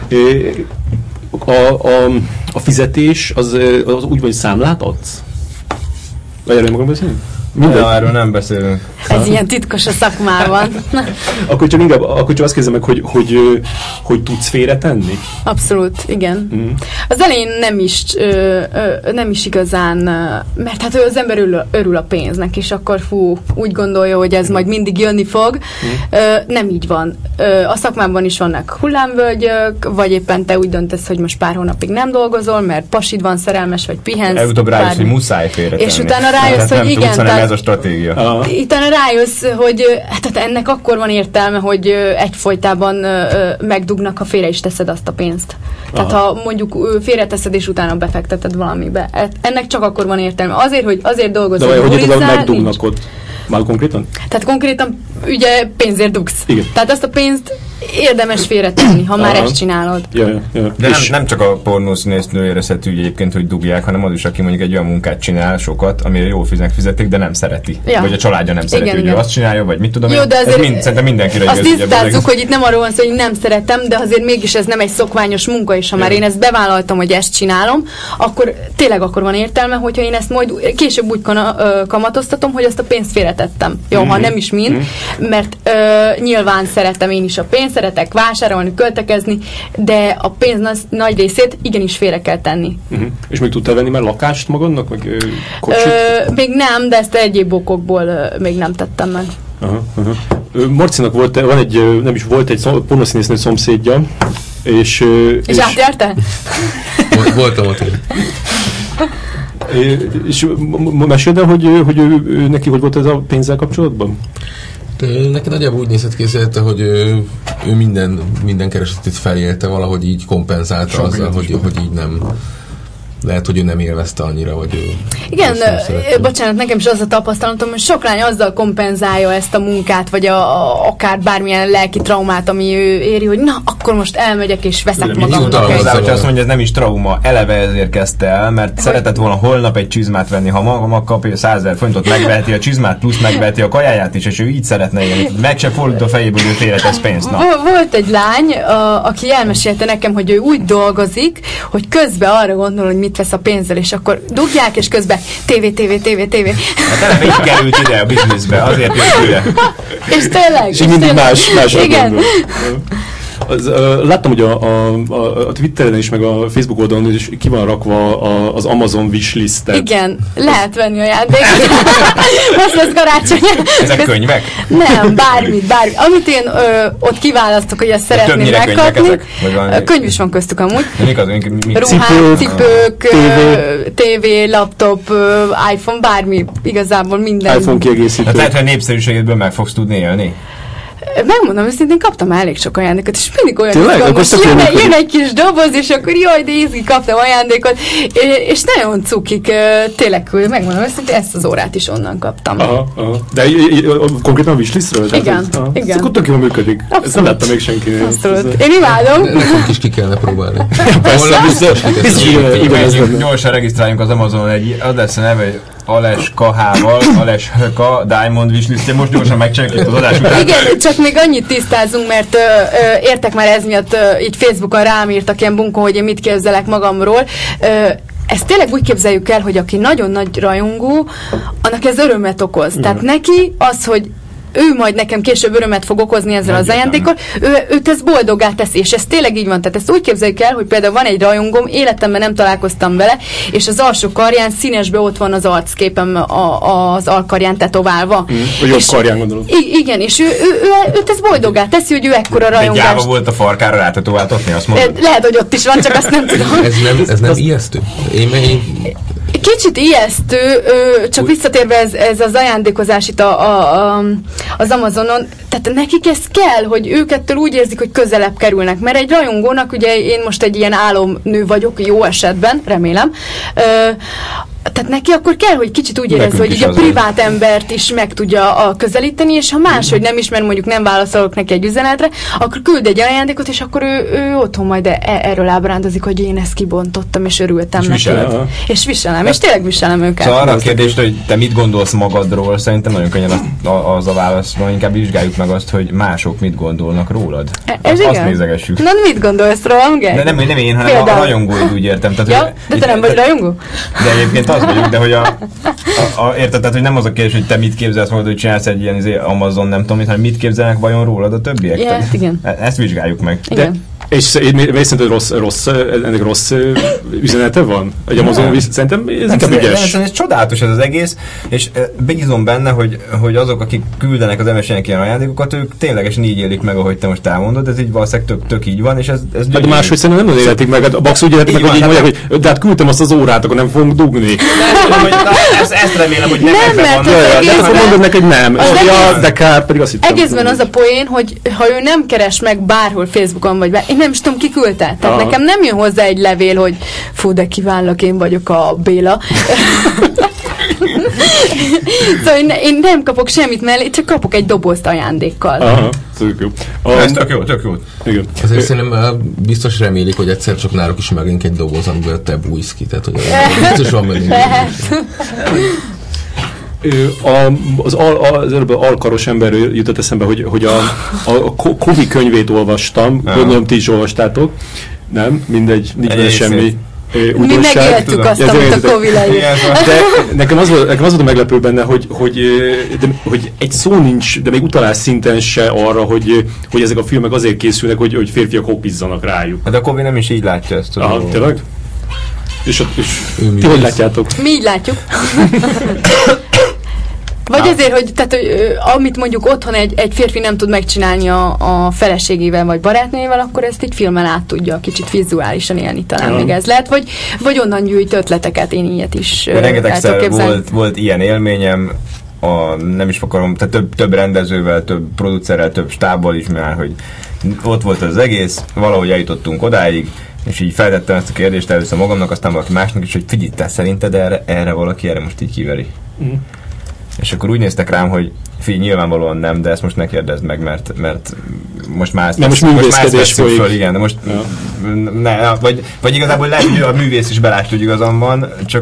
[SPEAKER 1] A fizetés az úgy, hogy számlát adsz? Vagy erről magam beszélni?
[SPEAKER 3] Ja, erről nem beszélünk.
[SPEAKER 2] Ez ilyen titkos a szakmában.
[SPEAKER 1] Akkor csak azt kérdezem meg, hogy tudsz félretenni?
[SPEAKER 2] Abszolút, igen. Az elején nem is igazán, mert hát az ember örül a pénznek, és akkor úgy gondolja, hogy ez majd mindig jönni fog. Nem így van. A szakmában is vannak hullámvölgyök, vagy éppen te úgy döntesz, hogy most pár hónapig nem dolgozol, mert pasid van, szerelmes, vagy pihensz.
[SPEAKER 3] Előbb rájössz, hogy muszáj félretenni.
[SPEAKER 2] És utána rájössz, hogy igen.
[SPEAKER 3] Ez a stratégia.
[SPEAKER 2] Utána rájössz, hogy hát ennek akkor van értelme, hogy egyfolytában megdugnak, ha félre is teszed azt a pénzt. Tehát ha mondjuk félreteszed és utána befekteted valamibe. Ennek csak akkor van értelme. Azért dolgozol.
[SPEAKER 1] De hogy megdugnak ott? Már konkrétan?
[SPEAKER 2] Tehát konkrétan ugye pénzért dugsz.
[SPEAKER 1] Igen.
[SPEAKER 2] Tehát azt a pénzt érdemes félretenni, ha már ezt csinálod.
[SPEAKER 1] Ja.
[SPEAKER 3] De nem csak a pornószínésznő érezhető egyébként, hogy dugják, hanem az is, aki mondjuk egy olyan munkát csinál sokat, amire jól fizetik, de nem szereti. Ja. Vagy a családja nem szereti, hogy ő azt csinálja, vagy mit tudom.
[SPEAKER 2] Jó, de azért
[SPEAKER 3] szerintem mindenkire igaz.
[SPEAKER 2] Azt tisztázzuk, hogy itt nem arról van szó, hogy nem szeretem, de azért mégis ez nem egy szokványos munka, és ha már én ezt bevállaltam, hogy ezt csinálom, akkor tényleg akkor van értelme, hogyha én ezt majd később úgy kamatoztatom, hogy azt a pénzt félretettem. Jó, ha nem is mind, mert nyilván szeretem én is a pénzt, szeretek vásárolni, költekezni, de a pénz nagy részét igenis félre kell tenni.
[SPEAKER 1] És még tudtál venni már lakást magadnak, meg kocsit?
[SPEAKER 2] Még nem, de ezt egyéb okokból még nem tettem meg.
[SPEAKER 1] Marcinak volt egy pornószínésznő szomszédja, és
[SPEAKER 2] átjártál?
[SPEAKER 4] Voltam ott.
[SPEAKER 1] És meséld el, hogy ő neki hogy volt ez a pénzzel kapcsolatban?
[SPEAKER 4] Neki nagyjából úgy nézett ki, hogy ő minden keresetét felélte, valahogy így kompenzálta azzal, hogy így nem... Lehet, hogy ő nem élvezte annyira, hogy ő...
[SPEAKER 2] Igen, bocsánat, nekem is az a tapasztalatom, hogy sok lány azzal kompenzálja ezt a munkát, vagy akár bármilyen lelki traumát, ami ő éri, hogy na, akkor most elmegyek és veszek magamnak.
[SPEAKER 3] Hogyha azt mondja, hogy ez nem is trauma, eleve ezért kezdte el, mert szeretett volna holnap egy csizmát venni, ha maga kapja 100 000 forintot, megveheti a csizmát, plusz megveheti a kajáját is, és ő így szeretne élni. Meg se fordult a fejéből, hogy ő félretesz pénzt.
[SPEAKER 2] Volt egy lány, aki elmesélte nekem, hogy ő úgy dolgozik, hogy közben arra gondol, hogy mit vesz a pénzzel, és akkor dugják, és közben TV.
[SPEAKER 3] Hát eleve így került ide a bizniszbe, azért jött ide.
[SPEAKER 2] És tényleg.
[SPEAKER 1] És mindig más
[SPEAKER 2] igen.
[SPEAKER 1] Láttam, hogy a Twitteren is, meg a Facebook oldalon is ki van rakva az Amazon wishlistet.
[SPEAKER 2] Igen, lehet venni ajándékot. Most lesz karácsony.
[SPEAKER 3] Ezek könyvek?
[SPEAKER 2] Nem, bármi. Amit én ott kiválasztok, hogy ezt szeretném megkapni. Könyv is van köztük amúgy. Ruhák, cipők, TV, laptop, iPhone, bármi. Igazából minden.
[SPEAKER 1] iPhone kiegészítő.
[SPEAKER 3] Hát lehet, hogy a népszerűségedből meg fogsz tudni élni.
[SPEAKER 2] Megmondom őszintén, kaptam elég sok ajándékot, és mindig olyan
[SPEAKER 1] izgalmas,
[SPEAKER 2] jön egy kis doboz, és akkor jaj, de izgi, kaptam ajándékot, és nagyon cukik, tényleg, megmondom őszintén, ezt az órát is onnan kaptam.
[SPEAKER 1] Aha. De konkrétan a wishlistről?
[SPEAKER 2] Igen.
[SPEAKER 1] Ez akkor tök jól működik. Ezt nem láttam még senkinél.
[SPEAKER 2] Abszolút. Én imádom.
[SPEAKER 4] Nekünk is ki kellene próbálni.
[SPEAKER 3] Gyorsan regisztráljunk az Amazonon, az lesz a neve, Ales K-val, Ales K, Diamond wishlistje, most gyorsan megcsináljuk itt az adás után.
[SPEAKER 2] Igen, csak még annyit tisztázunk, mert értek már ez miatt, így Facebookon rám írtak ilyen bunkó, hogy én mit képzelek magamról. Ezt tényleg úgy képzeljük el, hogy aki nagyon nagy rajongó, annak ez örömet okoz. Tehát neki az, hogy ő majd nekem később örömet fog okozni ezzel az ajándékkal, őt ez boldoggá teszi, és ez tényleg így van. Tehát ezt úgy képzeljük el, hogy például van egy rajongóm, életemben nem találkoztam vele, és az alsó karján színesbe ott van az arcképem az alkarján tetoválva.
[SPEAKER 1] A jobb karján gondolom.
[SPEAKER 2] Igen, és őt ez boldoggá teszi, hogy ő ekkora rajongás.
[SPEAKER 3] Gyáva volt a farkára rátetováltatni, azt mondod?
[SPEAKER 2] Lehet, hogy ott is van, csak azt nem tudom.
[SPEAKER 4] Ez nem ijesztő?
[SPEAKER 2] Kicsit ijesztő, csak visszatérve ez az ajándékozás itt az Amazonon, tehát nekik ez kell, hogy ők ettől úgy érzik, hogy közelebb kerülnek, mert egy rajongónak, ugye én most egy ilyen álomnő vagyok, jó esetben, remélem, tehát neki akkor kell, hogy kicsit úgy érezze, hogy így a privát embert is meg tudja közelíteni, és ha máshogy nem ismer, mondjuk nem válaszolok neki egy üzenetre, akkor küld egy ajándékot, és akkor ő otthon majd erről ábrándozik, hogy én ezt kibontottam, és örültem neki. És viselem, és tényleg viselem őket.
[SPEAKER 3] Szóval arra a kérdésre, hogy te mit gondolsz magadról, szerintem nagyon könnyen az a válasz, vagy inkább vizsgáljuk meg azt, hogy mások mit gondolnak rólad.
[SPEAKER 2] Ez
[SPEAKER 3] azt nézegessük.
[SPEAKER 2] Na, mit gondolsz rólam, Gerd?
[SPEAKER 3] De nem én, hanem a rajongóid, úgy értem. Tehát,
[SPEAKER 2] ja, de te nem vagy rajongó?
[SPEAKER 3] De egyébként az vagyok, de hogy érted, tehát, hogy nem az a kérdés, hogy te mit képzelsz magad, hogy csinálsz egy ilyen Amazon, nem tudom mit, hanem mit képzelnek vajon rólad a többiek?
[SPEAKER 2] Ja, igen.
[SPEAKER 3] Ezt vizsgáljuk meg.
[SPEAKER 2] Igen.
[SPEAKER 1] És szerintem ennek rossz üzenete van? Egy Amazon, szerintem ez inkább ügyes.
[SPEAKER 3] Ez csodálatos ez az egész, és bízom benne, hogy azok, akik küldenek az MSN-nek ilyen ajándékokat, ők ténylegesen így élik meg, ahogy te most elmondod, ez így valószínűleg tök így van, és ez
[SPEAKER 1] de máshogy szerintem nem életik meg, a Bax úgy életik meg, hogy így mondják, hogy de hát küldtem azt az órát, akkor nem fogunk dugni.
[SPEAKER 3] Ezt remélem, hogy nem
[SPEAKER 2] ebben van.
[SPEAKER 1] De akkor mondod neki, hogy nem. De kár, pedig azt hittem.
[SPEAKER 2] Egészben az a poén, hogy ha ő nem keres meg bárhol Facebookon, vagy én nem is tudom, ki küldte. Tehát nekem nem jön hozzá egy levél, hogy fú, de kívánlak, én vagyok a Béla. Szóval én nem kapok semmit mellé, csak kapok egy dobozt ajándékkal.
[SPEAKER 1] Aha, tök jó.
[SPEAKER 3] Ez tök jó.
[SPEAKER 1] Igen.
[SPEAKER 4] Azért szerintem biztos remélik, hogy egyszer csak náluk is megint egy doboz, amiből te bújsz ki. Tehát, hogy biztos van benne.
[SPEAKER 1] Az előbb alkaros emberről jutott eszembe, hogy a Kovi könyvét olvastam, gondolom ti is olvastátok, nem? Mindegy, nincs benne semmi
[SPEAKER 2] mi megéltük azt, amit a Kovi leírt.
[SPEAKER 1] De nekem az volt a meglepő benne, hogy egy szó nincs, de még utalás szinten se arra, hogy ezek a filmek azért készülnek, hogy férfiak hoppizzanak rájuk.
[SPEAKER 3] De a Kovi nem is így látja ezt.
[SPEAKER 1] Aha, tényleg? És ti hogy látjátok?
[SPEAKER 2] Mi így látjuk. Vagy azért, hogy, tehát, hogy amit mondjuk otthon egy férfi nem tud megcsinálni a feleségével vagy barátnőjével, akkor ezt egy filmen át tudja kicsit vizuálisan élni, talán még ez lehet, vagy onnan gyűjt ötleteket, én ilyet is
[SPEAKER 3] rengetegszer volt ilyen élményem, nem is akarom, tehát több rendezővel, több producerrel, több stábbal is, mert hogy ott volt az egész, valahogy eljutottunk odáig, és így feltettem ezt a kérdést először magamnak, aztán valaki másnak is, hogy figyelj, te szerinted erre valaki most így kiveri? És akkor úgy néztek rám, hogy figyelj, nyilvánvalóan nem, de ezt most ne kérdezd meg, mert most már ezt veszünk föl, igen, de most vagy igazából lehet, hogy a művész is belát, hogy igazam van, csak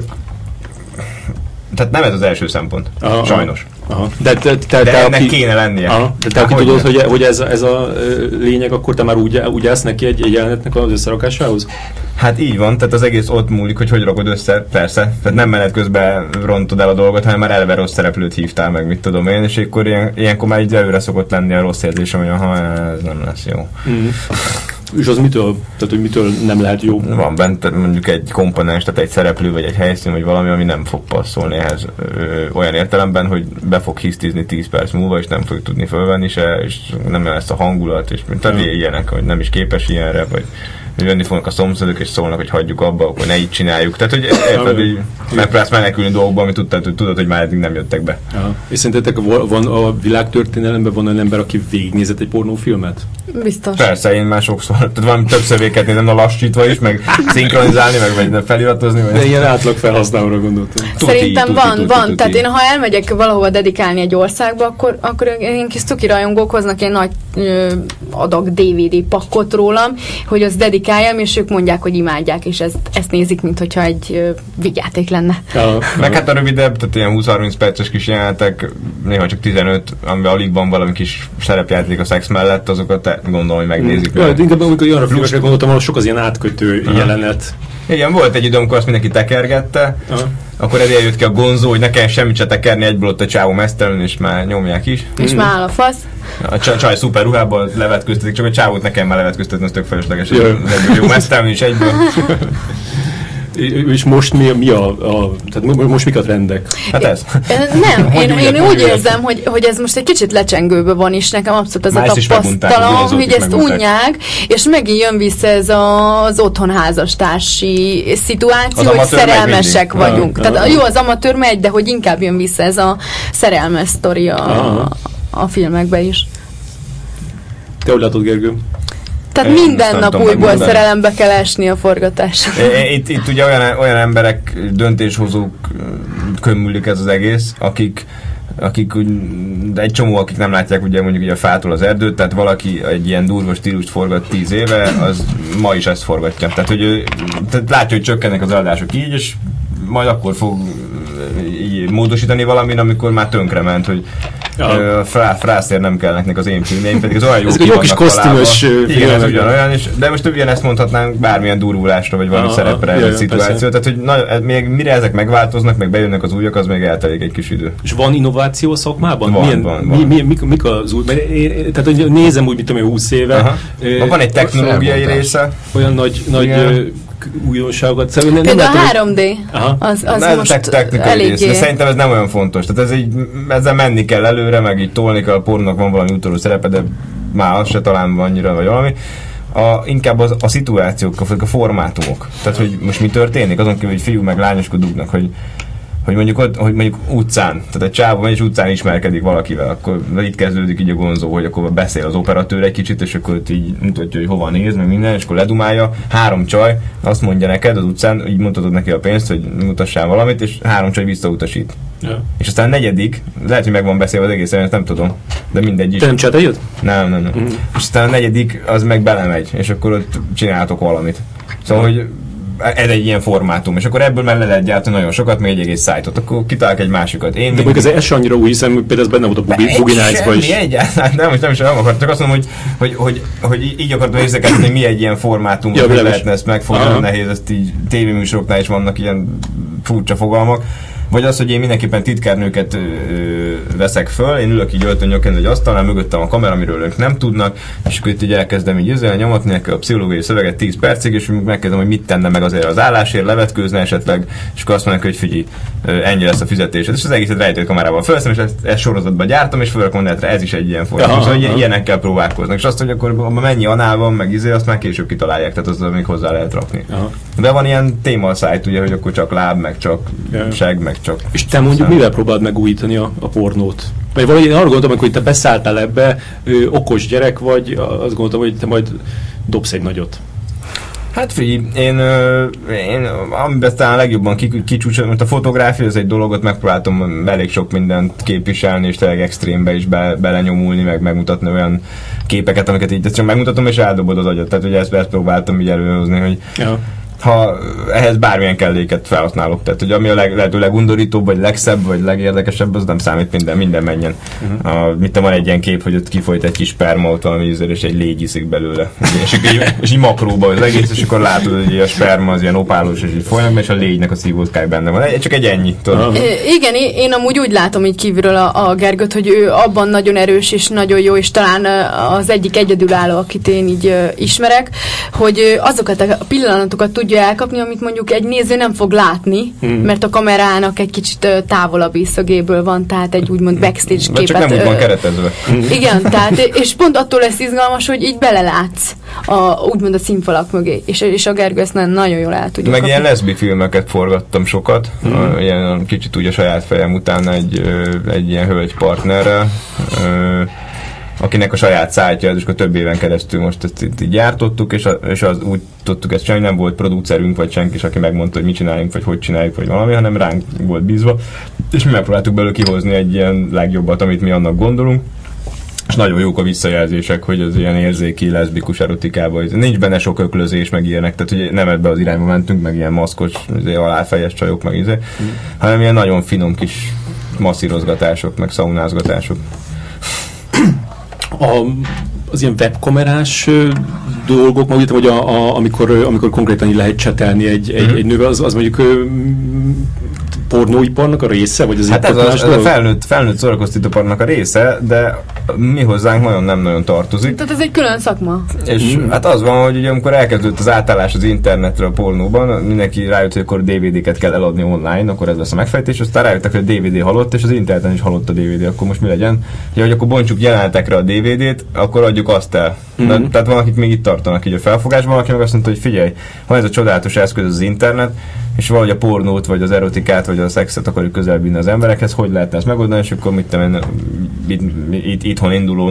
[SPEAKER 3] tehát nem ez az első szempont, sajnos.
[SPEAKER 1] Aha.
[SPEAKER 3] De ennek kéne lennie.
[SPEAKER 1] De te aki tudod, hogy ez a lényeg, akkor te már úgy állsz neki egy jelenetnek az összerakásához?
[SPEAKER 3] Hát így van, tehát az egész ott múlik, hogy rakod össze, persze. Tehát nem menet közben rontod el a dolgot, hanem már eleve rossz szereplőt hívtál meg, mit tudom én, és akkor ilyenkor már így előre szokott lenni a rossz érzésem, hogy ez nem lesz jó.
[SPEAKER 1] És az mitől? Tehát, hogy mitől nem lehet jó?
[SPEAKER 3] Van bent mondjuk egy komponens, tehát egy szereplő, vagy egy helyszín, vagy valami, ami nem fog passzolni ehhez olyan értelemben, hogy be fog hisztizni 10 perc múlva, és nem fog tudni fölvenni se, és nem lesz a hangulat, és tehát ilyenek, hogy nem is képes ilyenre, vagy jönni fognak a szomszédok, és szólnak, hogy hagyjuk abba, akkor ne így csináljuk. Tehát, hogy érted, hogy megpróbálsz menekülni dolgokba, amit tudod, hogy már eddig nem jöttek be.
[SPEAKER 1] És szerintetek van a világtörténelemben van olyan ember, aki végignézett egy pornófilmet?
[SPEAKER 2] Biztos.
[SPEAKER 3] Persze, én már sokszor. Tehát valami többször véget nézem lassítva is, meg szinkronizálni, vagy feliratozni.
[SPEAKER 1] De ilyen átlag felhasználóra gondoltam.
[SPEAKER 2] Szerintem van. Tehát én, ha elmegyek valahova dedikálni egy országba, akkor én kis cuki rajongók hoznak egy nagy adag DVD pakkot rólam, hogy az dedikáljam, és ők mondják, hogy imádják, és ezt nézik, mintha egy vígjáték lenne.
[SPEAKER 3] Meg hát a rövidebb, tehát ilyen 20-30 perces kis jelenetek, néha csak 15, amivel alig van valami kis szerepjáték a szex mellett, azokat gondolom, hogy megnézik.
[SPEAKER 1] Inkább amikor olyan filmekre gondoltam, ahol sok az ilyen átkötő jelenet.
[SPEAKER 3] Igen, volt egy idő, amikor azt mindenki tekergette, akkor ezért jött ki a Gonzo, hogy ne kell semmit se tekerni, egyből ott a csávó mesztelen, és már nyomják is.
[SPEAKER 2] És már áll a fasz.
[SPEAKER 3] A csaj szuper ruhában levetköztetik, csak a csávót nekem már levetköztetni, az tök felesleges. Jó mesztelen is egyből.
[SPEAKER 1] És most tehát most mik a trendek?
[SPEAKER 3] Hát ez.
[SPEAKER 2] Nem, én úgy érzem, hogy ez most egy kicsit lecsengőbe van is, nekem abszolút az a tapasztalom, hogy ezt unják, és megint jön vissza ez az otthonházastársi szituáció, hogy szerelmesek vagyunk. Tehát jó, az amatőr megy, de hogy inkább jön vissza ez a szerelmes sztori a filmekbe is.
[SPEAKER 1] Te hogy látod, Gergő?
[SPEAKER 2] Tehát minden nap újból szerelembe kell esni a forgatáson.
[SPEAKER 3] Itt ugye olyan emberek, döntéshozók kömmülik ez az egész, akik egy csomó, akik nem látják ugye mondjuk ugye a fától az erdőt, tehát valaki egy ilyen durva stílust forgat 10 éve, az ma is ezt forgatja. Tehát, hogy tehát látja, hogy csökkennek az eladások így, és majd akkor fog így módosítani valamin, amikor már tönkrement, hogy frászért nem kell neknek az én filmjeim, pedig az olyan jó
[SPEAKER 1] ki kis kosztümös
[SPEAKER 3] igen, ez ugyanolyan, de most ugyanezt mondhatnánk bármilyen durvulásra, vagy valami szerepre, egy szituáció, tehát hogy még mire ezek megváltoznak, meg bejönnek az újak, az még eltelik egy kis idő.
[SPEAKER 1] És van innováció a szakmában?
[SPEAKER 3] Van.
[SPEAKER 1] Mik az új? Tehát hogy nézem úgy, mit tudom, 20 éve.
[SPEAKER 3] Van egy technológiai része.
[SPEAKER 1] Olyan nagy újdonságokat.
[SPEAKER 2] Például a 3D, az most eléggé.
[SPEAKER 3] De szerintem ez nem olyan fontos. Tehát ezzel menni kell előre, meg így tolni kell, a pornónak van valami utolsó szerepe, de már az se talán annyira, vagy valami. Inkább a szituációk, a formátumok. Tehát, hogy most mi történik? Azon kívül, hogy fiú meg lányoskodó dugnak, hogy mondjuk utcán, tehát egy csávó és utcán ismerkedik valakivel, akkor itt kezdődik így a Gonzo, hogy akkor beszél az operatőr egy kicsit, és akkor így mutatja, hogy hova néz, meg minden, és akkor ledumálja. 3 csaj azt mondja neked az utcán, így mutatod neki a pénzt, hogy mutassál valamit, és 3 csaj visszautasít. Ja. És aztán a 4., lehet, hogy meg van beszélve az egész, ezt nem tudom, de mindegy is.
[SPEAKER 1] Te nem csináltad?
[SPEAKER 3] Nem. És aztán a 4. az meg belemegy, és akkor ott csináltok valamit. Szóval, hogy ez egy ilyen formátum, és akkor ebből már le lehet gyártani nagyon sokat, még egy egész szájtot, akkor kitálok egy másikat.
[SPEAKER 1] De mondjuk ez se annyira új, hiszen például ez benne volt a Boogie Nights-ban is.
[SPEAKER 3] Egyáltalán nem is akartam, csak azt mondom, hogy így akartam érzékelni, hogy mi egy ilyen formátum, hogy lehetne ezt megfogni, nehéz, ezt így tévéműsoroknál is vannak ilyen furcsa fogalmak. Vagy az, hogy én mindenképpen titkárnőket veszek föl, én ülök így öltönyöken egy asztalnál, mögöttem a kamera, amiről ők nem tudnak, és akkor itt így elkezdem így nyomatni neki a pszichológiai szöveget 10 percig, és megkezdem, hogy mit tenne meg azért az állásért, levetkőzne esetleg, és akkor azt mondják, hogy figyelj, ennyi lesz a fizetésed. És az egészet rejtő kamerával felszem, és ezt sorozatban gyártom, és fölrakom netre, ez is egy ilyen forrás. Szóval ilyenekkel próbálkoznak. És azt, hogy akkor mennyi anál van, meg azt már később kitalálják, tehát azzal még hozzá lehet rakni. De van ilyen témaszájt, ugye, hogy akkor csak láb, meg csak seg, meg csak.
[SPEAKER 1] És te mondjuk mivel próbáld megújítani a pornót? Vagy valahogy én arra gondoltam, hogy te beszálltál ebbe, okos gyerek vagy, azt gondoltam, hogy te majd dobsz egy nagyot.
[SPEAKER 3] Hát figyelj, én amiben talán legjobban kicsúcsolom, most a fotográfia, ez egy dologot megpróbáltam elég sok mindent képviselni, és tényleg extrémbe is belenyomulni, meg megmutatni olyan képeket, amiket így csak megmutatom, és eldobod az agyat. Tehát ugye ezt próbáltam így előhozni, hogy ha ehhez bármilyen kelléket felhasználok, tehát hogy ami a lehető legundorítóbb, vagy legszebb, vagy legérdekesebb, az nem számít, minden menjen. Mit van egy ilyen kép, hogy ott kifolyt egy kis sperma, valami ízzel, és egy légy iszik belőle. És így makróba az egész, és akkor látod, hogy a sperma az ilyen opálos, és így folynak, és a légynek a szívózkája benne van. Csak egy ennyi.
[SPEAKER 2] Igen, én amúgy úgy látom így kívülről a Gergőt, hogy ő abban nagyon erős, és nagyon jó, és talán az egyik egyedülálló, akit én így ismerek, hogy azokat a pillanatokat tudja elkapni, amit mondjuk egy néző nem fog látni, mert a kamerának egy kicsit távolabbi szögéből van, tehát egy úgymond backstage képet.
[SPEAKER 3] Csak nem úgy van keretezve.
[SPEAKER 2] Igen, tehát, és pont attól lesz izgalmas, hogy így belelátsz úgymond a színfalak mögé, és a Gergő ezt nagyon jól el tudja
[SPEAKER 3] meg
[SPEAKER 2] kapni.
[SPEAKER 3] Ilyen leszbi filmeket forgattam sokat, ilyen kicsit úgy a saját fejem után egy ilyen hölgy partnerrel, akinek a saját szájtja, és akkor több éven keresztül most ezt így gyártottuk, és az úgy tudtuk ezt csinálni, nem volt producerünk, vagy senki, aki megmondta, hogy mit csináljunk, vagy hogy csináljuk, vagy valami, hanem ránk volt bízva, és mi megpróbáltuk belőle kihozni egy ilyen legjobbat, amit mi annak gondolunk, és nagyon jók a visszajelzések, hogy az ilyen érzéki, leszbikus erotikában, nincs benne sok öklözés, meg ilyenek, tehát hogy nem ebbe az irányba mentünk, meg ilyen maszkos, aláfejes csajok, meg hanem ilyen nagyon finom kis masszírozgatások, meg szaunázgatások.
[SPEAKER 1] az ilyen webkamerás dolgok, vagy amikor konkrétan így lehet csetelni egy nővel, az mondjuk pornóiparnak a része, vagy az
[SPEAKER 3] hát ez a felnőtt szórakoztatóiparnak a része, de mi hozzánk nem nagyon tartozik.
[SPEAKER 2] Tehát ez egy külön szakma.
[SPEAKER 3] És hát az van, hogy ugye amikor elkezdődött az átállás az internetre a pornóban, mindenki rájött, hogy akkor DVD-ket kell eladni online, akkor ez lesz a megfejtés, aztán rájöttek, hogy a DVD halott, és az interneten is halott a DVD, akkor most mi legyen? Ja, hogy akkor bontsuk jelenetekre a DVD-t, akkor adjuk azt el. Tehát van, akik még itt tartanak így a felfogásban, aki meg azt mondta, hogy figyelj, van ez a csodálatos eszköz az internet, és valahogy a pornót, vagy az erotikát, vagy a szexet akarjuk közelebb vinni az emberekhez, hogy lehetne ezt megoldani, és akkor itthon induló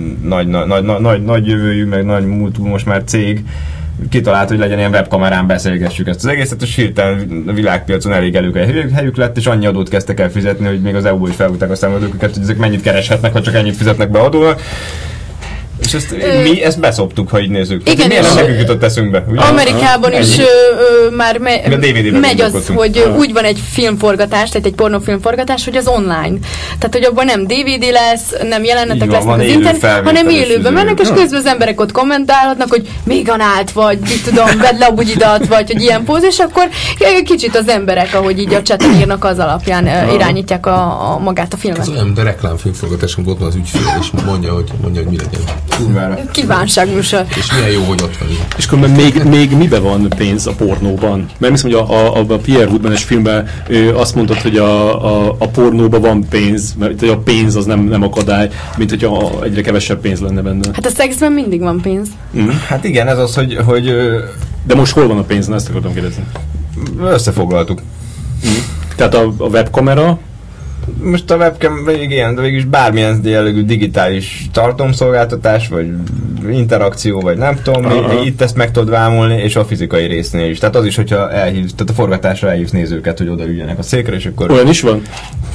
[SPEAKER 3] nagy jövőjű, meg nagy múltú most már cég kitalált, hogy legyen ilyen webkamerán beszélgessük ezt az egészet, és hirtelen a világpiacon elég helyük lett, és annyi adót kezdtek el fizetni, hogy még az EU-ból is felhúzták a számolókat, hogy ezek mennyit kereshetnek, ha csak ennyit fizetnek be adónak. És mi ezt beszoptuk, ha így nézzük.
[SPEAKER 2] Igen,
[SPEAKER 3] miért nekünk jutott eszünkbe? Ugye?
[SPEAKER 2] Amerikában is már megy az, hogy úgy van egy filmforgatás, tehát egy pornófilmforgatás, hogy az online. Tehát, hogy abban nem DVD lesz, nem jelenetek lesznek az internet, hanem élőben mennek, és közben az emberek ott kommentálhatnak, hogy még anált vagy, mit tudom, vedd le a bugyidat, vagy hogy ilyen póz, és akkor kicsit az emberek, ahogy így a chaten írnak, az alapján irányítják magát a filmet.
[SPEAKER 4] Ez olyan, de reklámfilmforgatáson volt az ügyfél, és mondja, hogy mi legyen.
[SPEAKER 2] Kívánságműsor.
[SPEAKER 4] És milyen jó, hogy ott van.
[SPEAKER 1] És akkor még miben van pénz a pornóban? Mert hiszem, hogy a Pierre Woodman-es filmben azt mondtad, hogy a pornóban van pénz, mert a pénz az nem akadály, mint hogyha egyre kevesebb pénz lenne benne.
[SPEAKER 2] Hát a szexben mindig van pénz.
[SPEAKER 3] Hát igen, ez az, hogy
[SPEAKER 1] de most hol van a pénz? Ezt akartam kérdezni.
[SPEAKER 3] Összefoglaltuk.
[SPEAKER 1] Tehát a webkamera,
[SPEAKER 3] most a webcam, igen, de végülis bármilyen jellegű digitális tartalomszolgáltatás, vagy interakció, vagy nem tudom, itt ezt meg tudod vámolni, és a fizikai résznél is. Tehát az is, hogyha elhívsz, tehát a forgatásra elhívsz nézőket, hogy odaüljenek a székre, és akkor...
[SPEAKER 1] Olyan is van?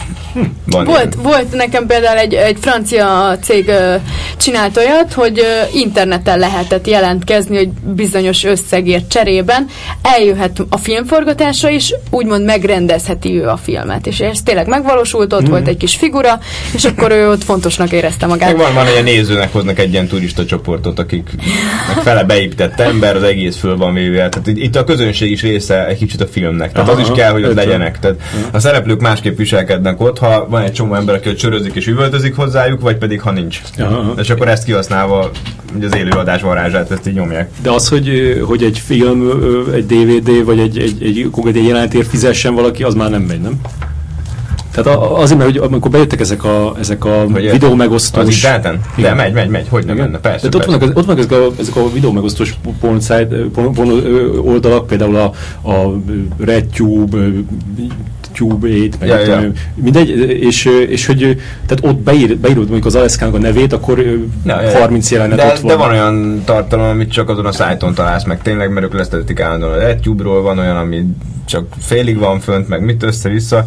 [SPEAKER 2] Volt nekem például egy francia cég csinált olyat, hogy interneten lehetett jelentkezni, hogy bizonyos összegért cserében eljöhet a filmforgatásra is, úgymond megrendezheti ő a filmet. És ez tényleg megvalósult, ott volt egy kis figura, és akkor ő ott fontosnak érezte magát.
[SPEAKER 3] Meg van, hogy a nézőnek hoznak egy ilyen turista csoportot, akik fele beépített ember, az egész föl van véve. Tehát itt a közönség is része egy kicsit a filmnek. Tehát az is kell, hogy ott legyenek. Tehát a szereplők másképp viselkednek ott, ha van egy csomó ember, aki csörözik és üvöltözik hozzájuk, vagy pedig ha nincs. És akkor ezt kihasználva ugye az élőadás varázsát, ezt így nyomják.
[SPEAKER 1] De az, hogy egy film, egy DVD, vagy egy konkrét jelenetért fizessen valaki, az már nem megy, nem? Tehát azért, mert hogy amikor bejöttek ezek a videó megosztós...
[SPEAKER 3] Az interneten? De megy, hogy nem menne, persze.
[SPEAKER 1] Ott vannak ezek a videó megosztós porn oldalak, például a RedTube, Tube 8, meg mindegy, és hogy tehát ott beírod mondjuk az Aleszkának a nevét, akkor 30 jelenet ott van.
[SPEAKER 3] De van olyan tartalom, amit csak azon a szájton találsz meg tényleg, mert ők lesztetik állandóan a RedTube-ról, van olyan, ami csak félig van fönt, meg mit össze-vissza.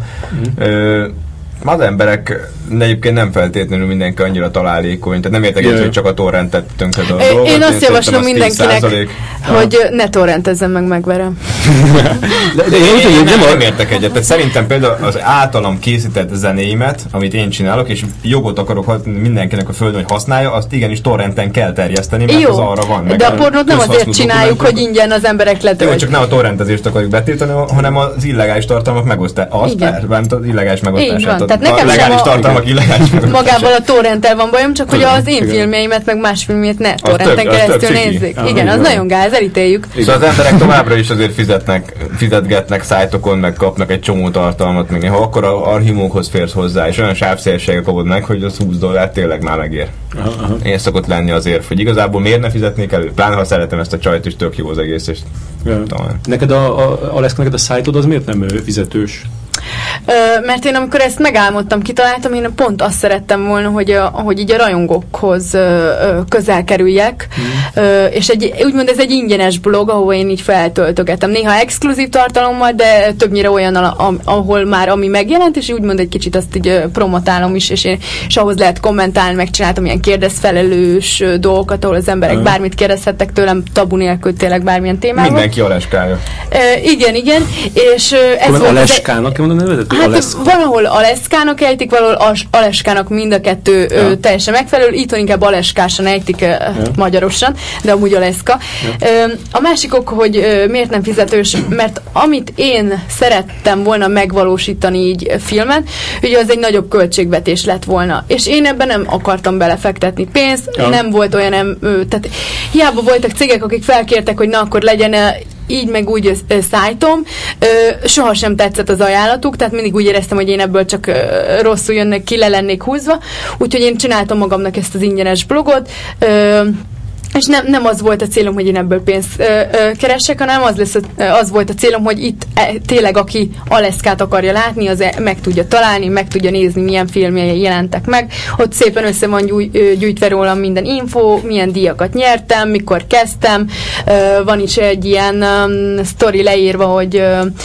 [SPEAKER 3] Az emberek egyébként nem feltétlenül mindenki annyira találékony, tehát nem értek egyet, hogy csak a torrentet tönkre a dolgot.
[SPEAKER 2] Én azt javaslom mindenkinek, hogy ne torrentezzen meg, megverem.
[SPEAKER 3] Én nem értek egyet. Tehát szerintem például az általam készített zenéimet, amit én csinálok, és jogot akarok mindenkinek a földön, hogy használja, azt igenis torrenten kell terjeszteni, mert az arra van.
[SPEAKER 2] De a pornót nem azért csináljuk, hogy ingyen az emberek letöltsék.
[SPEAKER 3] Jó, csak nem a torrentezést akarjuk betiltani, hanem az illegális tartalmak megosztását. Az illegális megosztását.
[SPEAKER 2] Tehát nekem
[SPEAKER 3] legális tartalmak illegális megosztását.
[SPEAKER 2] Magával a torrenttel van bajom, csak hogy az én filmjeimet, meg más filmjét ne torrenten keresztül nézzék. Igen, az nagyon gáz, elítéljük.
[SPEAKER 3] Szóval az emberek továbbra is azért fizetgetnek szájtokon, meg kapnak egy csomó tartalmat, még ha akkor a archívumokhoz férsz hozzá, és olyan sávszélességek kapod meg, hogy az $20 tényleg már megér. Én szokott lenni azért, hogy igazából miért ne fizetnék elő? Pláne ha szeretem ezt a csajt, és tök jó az egész, és
[SPEAKER 1] neked neked a szájtod az miért nem fizetős?
[SPEAKER 2] Mert én amikor ezt megálmodtam, kitaláltam, én pont azt szerettem volna, hogy így a rajongókhoz közel kerüljek, és úgymond ez egy ingyenes blog, ahol én így feltöltögetem. Néha exkluzív tartalommal, de többnyire olyan, ahol már ami megjelent, és úgymond egy kicsit azt így promotálom is, és ahhoz lehet kommentálni, megcsináltam ilyen kérdezfelelős dolgokat, ahol az emberek bármit kérdezhettek tőlem, tabu nélkül tényleg bármilyen témában.
[SPEAKER 3] Mindenki Aleskája.
[SPEAKER 2] Igen, és ez
[SPEAKER 1] volt... Aleskának kell mondani nevedet?
[SPEAKER 2] Hát valahol Aleszkának ejtik, valahol Aleskának mind a kettő teljesen megfelelő. Itthon inkább Aleskásan ejtik magyarosan, de amúgy Aleszka. A másik ok, hogy miért nem fizetős, mert amit én szerettem volna megvalósítani így filmen, ugye az egy nagyobb költségvetés lett volna. És én ebben nem akartam belefektetni pénzt, nem volt olyan, tehát hiába voltak cégek, akik felkértek, hogy na akkor legyen így meg úgy szájtom, sohasem tetszett az ajánlatuk, tehát mindig úgy éreztem, hogy én ebből csak rosszul jönnek, ki le lennék húzva, úgyhogy én csináltam magamnak ezt az ingyenes blogot, és nem az volt a célom, hogy én ebből pénzt keressek, hanem az volt a célom, hogy itt tényleg aki Aleszkát akarja látni, az meg tudja találni, meg tudja nézni, milyen filmjei jelentek meg. Ott szépen össze van gyűjtve rólam minden info, milyen díjakat nyertem, mikor kezdtem. Van is egy ilyen sztori leírva, hogy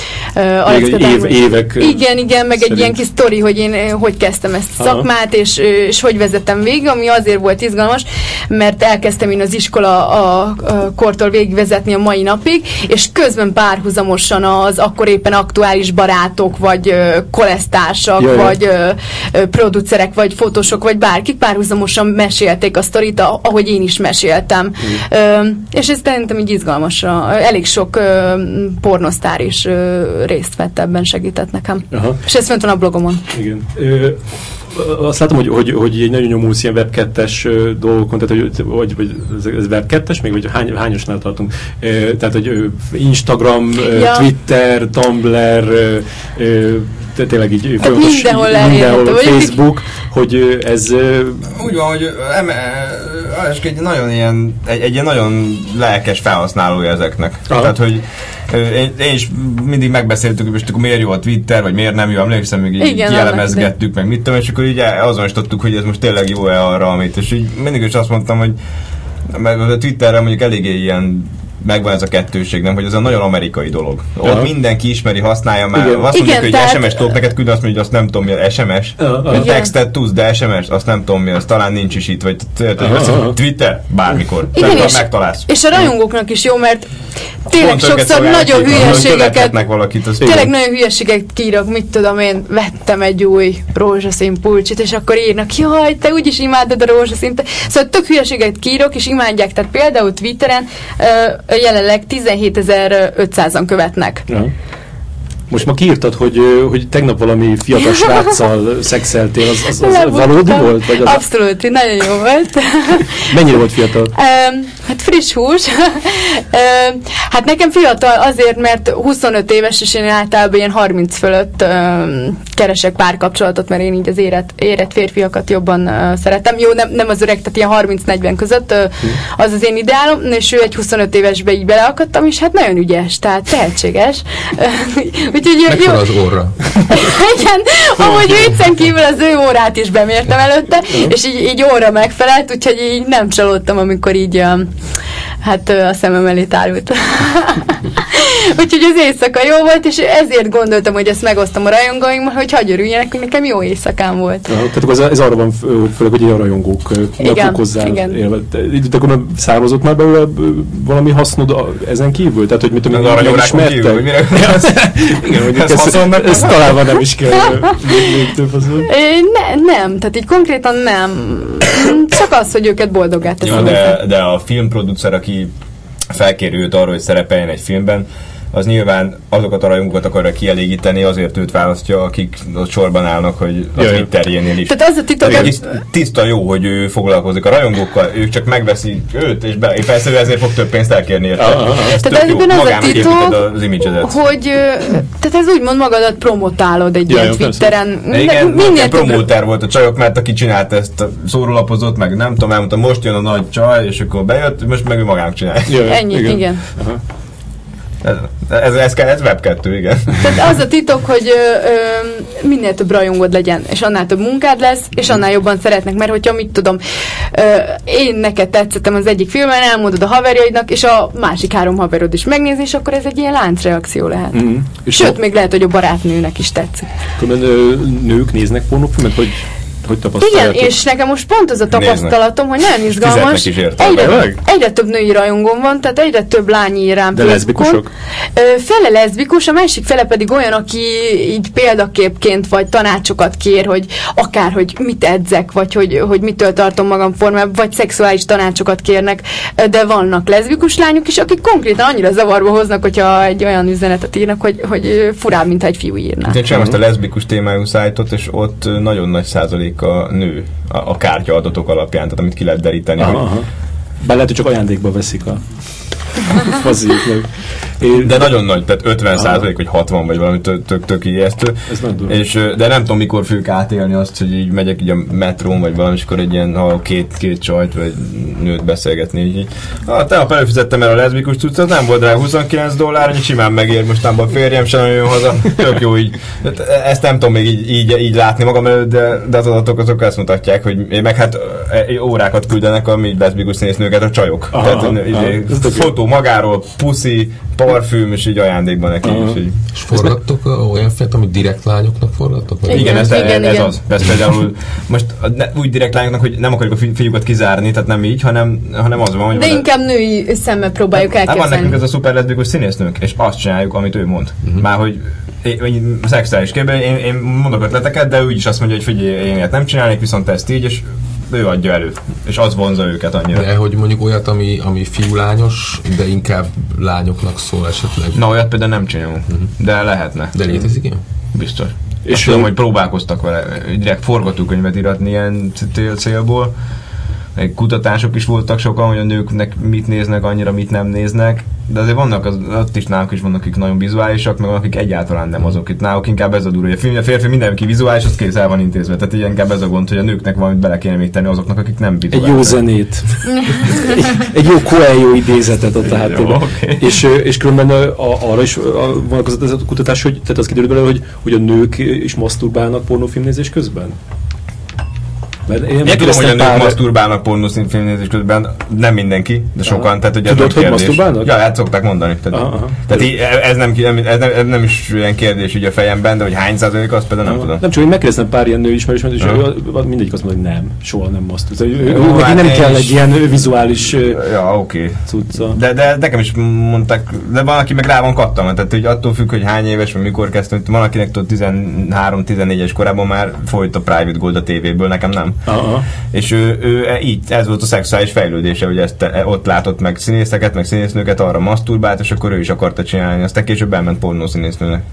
[SPEAKER 1] évek.
[SPEAKER 2] Igen, meg egy ilyen kis sztori, hogy én hogy kezdtem ezt a szakmát, és hogy vezettem végig, ami azért volt izgalmas, mert elkezdtem én az iskola a kortól végigvezetni a mai napig, és közben párhuzamosan az akkor éppen aktuális barátok, vagy kolesztársak, vagy producerek, vagy fotósok, vagy bárkik párhuzamosan mesélték a sztorit, ahogy én is meséltem. És ez szerintem így izgalmas. Elég sok pornosztár is részt vett ebben, segített nekem. Aha. És ez fent van a blogomon.
[SPEAKER 1] Igen. Azt látom, hogy egy nagyon nyomulsz ilyen Web2-es dolgokon, tehát vagy ez Web2-es még, vagy hányosnál tartunk? Tehát, hogy Instagram, Twitter, Tumblr, tényleg így mindenhol Facebook, hogy ez...
[SPEAKER 3] Úgy van, hogy egy nagyon egy nagyon lelkes felhasználója ezeknek. Aha. Tehát, hogy én is mindig megbeszéltük, hogy akkor miért jó a Twitter, vagy miért nem jó, emlékszem, még így kielemezgettük, meg mit tudom, és akkor így azonosítottuk, hogy ez most tényleg jó-e arra, amit, és így mindig is azt mondtam, hogy meg a Twitterre mondjuk eléggé ilyen megvan ez a kettőség, nem? Hogy ez a nagyon amerikai dolog. Ott mindenki ismeri, használja már. Azt mondjuk, hogy SMS-t tudok neked küldeni, azt mondja, hogy azt nem tudom mi az SMS. Textet tudsz, de SMS, azt nem tudom mi, az talán nincs is itt, vagy Twitter, bármikor. Megtalálsz.
[SPEAKER 2] És a rajongóknak is jó, mert tényleg sokszor nagyon hülyeségeket, tényleg nagyon hülyeségeket kírok, mit tudom én, vettem egy új rózsaszín pulcsit, és akkor írnak, jaj, te úgyis imádod a rózsaszínt. Szóval tök hülyeséget kírok, és imádják, tehát például Twitteren jelenleg 17.500-an követnek. Ja.
[SPEAKER 1] Most ma kiírtad, hogy tegnap valami fiatal sráccal szexeltél, az valódi volt? Vagy az
[SPEAKER 2] abszolút, nagyon jó volt.
[SPEAKER 1] Mennyire volt fiatal?
[SPEAKER 2] Hát friss hús. Hát nekem fiatal azért, mert 25 éves, és én általában ilyen 30 fölött keresek párkapcsolatot, mert én így az érett férfiakat jobban szeretem. Jó, nem az öreg, tehát ilyen 30-40 között az az én ideálom, és ő egy 25 évesbe így beleakadtam, és hát nagyon ügyes, tehát tehetséges.
[SPEAKER 4] Mekkora az óra?
[SPEAKER 2] Igen, amúgy viccen kívül az ő órát is bemértem előtte, és így óra megfelelt, úgyhogy így nem csalódtam, amikor így a szemem elé tárult. Úgyhogy az éjszaka jó volt, és ezért gondoltam, hogy ezt megosztom a rajongóimmal, hogy hagyj örüljenek, hogy nekem jó éjszakám volt.
[SPEAKER 1] Tehát ez arra van főleg, hogy a rajongóknak okozzál élve. De akkor származott már belőle valami hasznod ezen kívül? Tehát, hogy mit tudom, megismertek? Igen, hogy ezt találva nem is kell még több haszon.
[SPEAKER 2] Nem, tehát így konkrétan nem. Csak az, hogy őket boldoggá teszem.
[SPEAKER 3] De a filmproducer, aki felkéri őt arra, hogy szerepeljen egy filmben, az nyilván azokat a rajongókat akarja kielégíteni, azért őt választja, akik ott sorban állnak, hogy a Twitterjénél is.
[SPEAKER 2] Tehát az a titok...
[SPEAKER 3] Tiszta jó, hogy ő foglalkozik a rajongókkal, ők csak megveszik őt, és persze ő ezért fog több pénzt elkérni érte.
[SPEAKER 2] Ez tök jó, magának építed az image-edet. Hogy tehát ez úgymond magadat promotálod egy ilyen Twitteren.
[SPEAKER 3] Igen, nekem promóter volt a csajok, mert aki csinált ezt, szórólapozott, meg nem tudom, elmondtam, most jön a nagy csaj, és akkor bejött, most meg ő magának csinálja.
[SPEAKER 2] Ennyi, igen.
[SPEAKER 3] Ez Web2, igen.
[SPEAKER 2] Tehát az a titok, hogy minél több rajongód legyen, és annál több munkád lesz, és annál jobban szeretnek, mert hogyha mit tudom, én neked tetszettem az egyik filmen, elmondod a haverjaidnak, és a másik 3 haverod is megnézi, és akkor ez egy ilyen láncreakció lehet. Sőt, még lehet, hogy a barátnőnek is tetszik.
[SPEAKER 1] Nők néznek pornófilmet, hogy hogy tapasztaljátok?
[SPEAKER 2] Igen, és nekem most pont az a tapasztalatom, hogy nagyon izgalmas. Egyre több női rajongóm van, tehát egyre több lány ír rám.
[SPEAKER 1] De leszbikusok?
[SPEAKER 2] Fele leszbikus, a másik fele pedig olyan, aki így példaképként vagy tanácsokat kér, hogy akár, hogy mit edzek, vagy hogy mitől tartom magam formában, vagy szexuális tanácsokat kérnek, de vannak leszbikus lányok is, akik konkrétan annyira zavarba hoznak, hogyha egy olyan üzenetet írnak, hogy furább, mint egy fiú írná.
[SPEAKER 3] Én csinálom azt a leszbikus témájú szájtot, és ott nagyon nagy százaléka nő a kártyaadatok alapján, tehát amit ki lehet deríteni.
[SPEAKER 1] Bár lehet, hogy csak ajándékba veszik a fazíknak.
[SPEAKER 3] De nagyon nagy, tehát 50% vagy 60 vagy valami tök ijesztő. De nem tudom, mikor fogjuk átélni azt, hogy így megyek így a metrón, vagy valami, és akkor egy ilyen két csajt, vagy nőt beszélgetni. Így. Tegnap előfizettem el a leszbikus cuccot, nem volt rá $29, hogy simán megér, mostában a férjem sem jön haza, tök jó így. Ezt nem tudom még így látni magam előtt, de az adatok azok azt mutatják, hogy meg hát órákat küldenek a mi leszbikus színésznőket a csajok. Tehát fotó magáról, puszi, parfüm, és így ajándékban neki is.
[SPEAKER 4] És forgattok olyan felt, amit direkt lányoknak forgattok?
[SPEAKER 3] Igen, ez az. Ez például most úgy direkt lányoknak, hogy nem akarjuk a fiúkat kizárni, tehát nem így, hanem az van, hogy...
[SPEAKER 2] De inkább női szemmel próbáljuk elkezdeni.
[SPEAKER 3] Van nekünk ez a szuper leszbikus színésznők, és azt csináljuk, amit ő mond. Már hogy szexuális képben én mondok ötleteket, de ő is azt mondja, hogy figyelj, én ilyet nem csinálnék, viszont ezt így, és ő adja elő, és az vonza őket annyira.
[SPEAKER 4] De hogy mondjuk olyat, ami fiú-lányos, de inkább lányoknak szól esetleg?
[SPEAKER 3] Na, olyat például nem csinálunk, de lehetne.
[SPEAKER 4] De létezik ilyen?
[SPEAKER 3] Biztos. És tudom, hogy próbálkoztak vele, direkt forgatókönyvet íratni ilyen célból. Kutatások is voltak sokan, hogy a nőknek mit néznek, annyira mit nem néznek, de azért vannak, ott is náluk is vannak, akik nagyon vizuálisak, meg akik egyáltalán nem azok. Itt náluk inkább ez a durva, hogy a férfi mindenki vizuális, az kész el van intézve. Tehát így inkább ez a gond, hogy a nőknek valamit bele kéne még tenni azoknak, akik nem vizuálisak.
[SPEAKER 1] Egy jó zenét. egy jó Coelho idézetet ott a háttérben. Okay. És különben arra is vonatkozott ez a kutatás, hogy tehát az kiderült belőle, hogy a nők is maszturbálnak pornófilmnézés közben?
[SPEAKER 3] Én tudom, hogy a nők maszturbálnak pornófilmnézés közben, nem mindenki, de sokan. Tehát, ugye
[SPEAKER 1] tudod, hogy maszturbálnak?
[SPEAKER 3] Ja, hát szokták mondani. Tehát ez nem is ilyen kérdés így a fejemben, de hogy hány százalék, azt például nem tudom.
[SPEAKER 1] Nem csak, én megkérdeztem pár ilyen nő ismerősömet, és mindegyik azt mondja, hogy nem, soha nem maszturbálnak. Neki nem kell egy ilyen vizuális cucca.
[SPEAKER 3] De nekem is mondták, de van, aki meg rá van kattam, tehát hogy attól függ, hogy hány éves, vagy mikor kezdtem, van, akinek 13-14-es korában már folyt a Private Gold a tévéből, nekem nem. És ő így, ez volt a szexuális fejlődése, hogy ott látott meg színészeket, meg színésznőket, arra maszturbált, és akkor ő is akarta csinálni, aztán később elment pornószínésznőnek.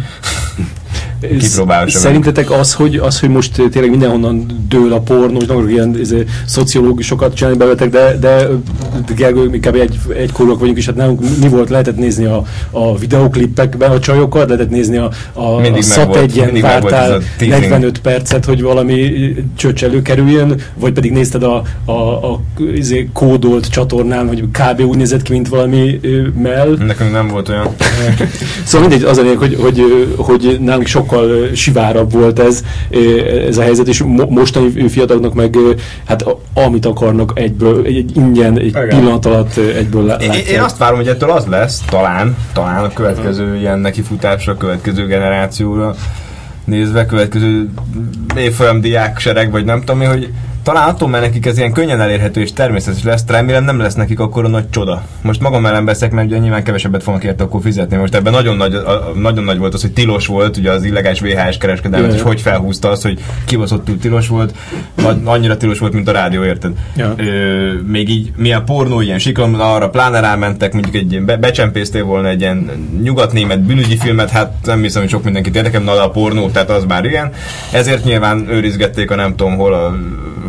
[SPEAKER 1] Szerintetek az, hogy most tényleg mindenhonnan dől a pornó, és nagyon ilyen szociológusokat csinálni belőletek, de Gergő, inkább egykorúak vagyunk, és hát nálunk mi volt, lehetett nézni a videóklippekben a csajokat, lehetett nézni a SZAP egyen vártál 45 percet, hogy valami csöcs előkerüljön, vagy pedig nézted a kódolt csatornán, hogy kb. Úgy nézett ki, mint valami mell.
[SPEAKER 3] Nekünk nem volt olyan.
[SPEAKER 1] Szóval mindegy, az a lényeg, hogy nálunk sokkal sivárabb volt ez a helyzet, és mostani fiataloknak meg hát amit akarnak egyből, ingyen, egy pillanat alatt egyből látják.
[SPEAKER 3] Én azt várom, hogy ettől az lesz, talán a következő ilyen nekifutásra, a következő generációra nézve, következő évfolyam diáksereg, vagy nem tudom, hogy talán attól, mert nekik ez ilyen könnyen elérhető és természetes lesz, remélem nem lesz nekik akkor a nagy csoda. Most magam ellen beszek, mert ugye nyilván kevesebbet fognak érte akkor fizetni. Most ebben nagyon nagy volt az, hogy tilos volt, ugye az illegális VHS kereskedelmet, és hogy felhúzta az, hogy kibaszottul tilos volt, annyira tilos volt, mint a rádió, érted? Ja. Még így milyen pornó, ilyen siklom, arra pláne rámentek, mondjuk egy ilyen becsempésztél volna egy ilyen nyugat-német bűnügyi filmet, hát nem hiszem, hogy sok mindenkit érdekel, na de a pornó, tehát az már ilyen. Ezért nyilván őrizgették a nem tudom hol a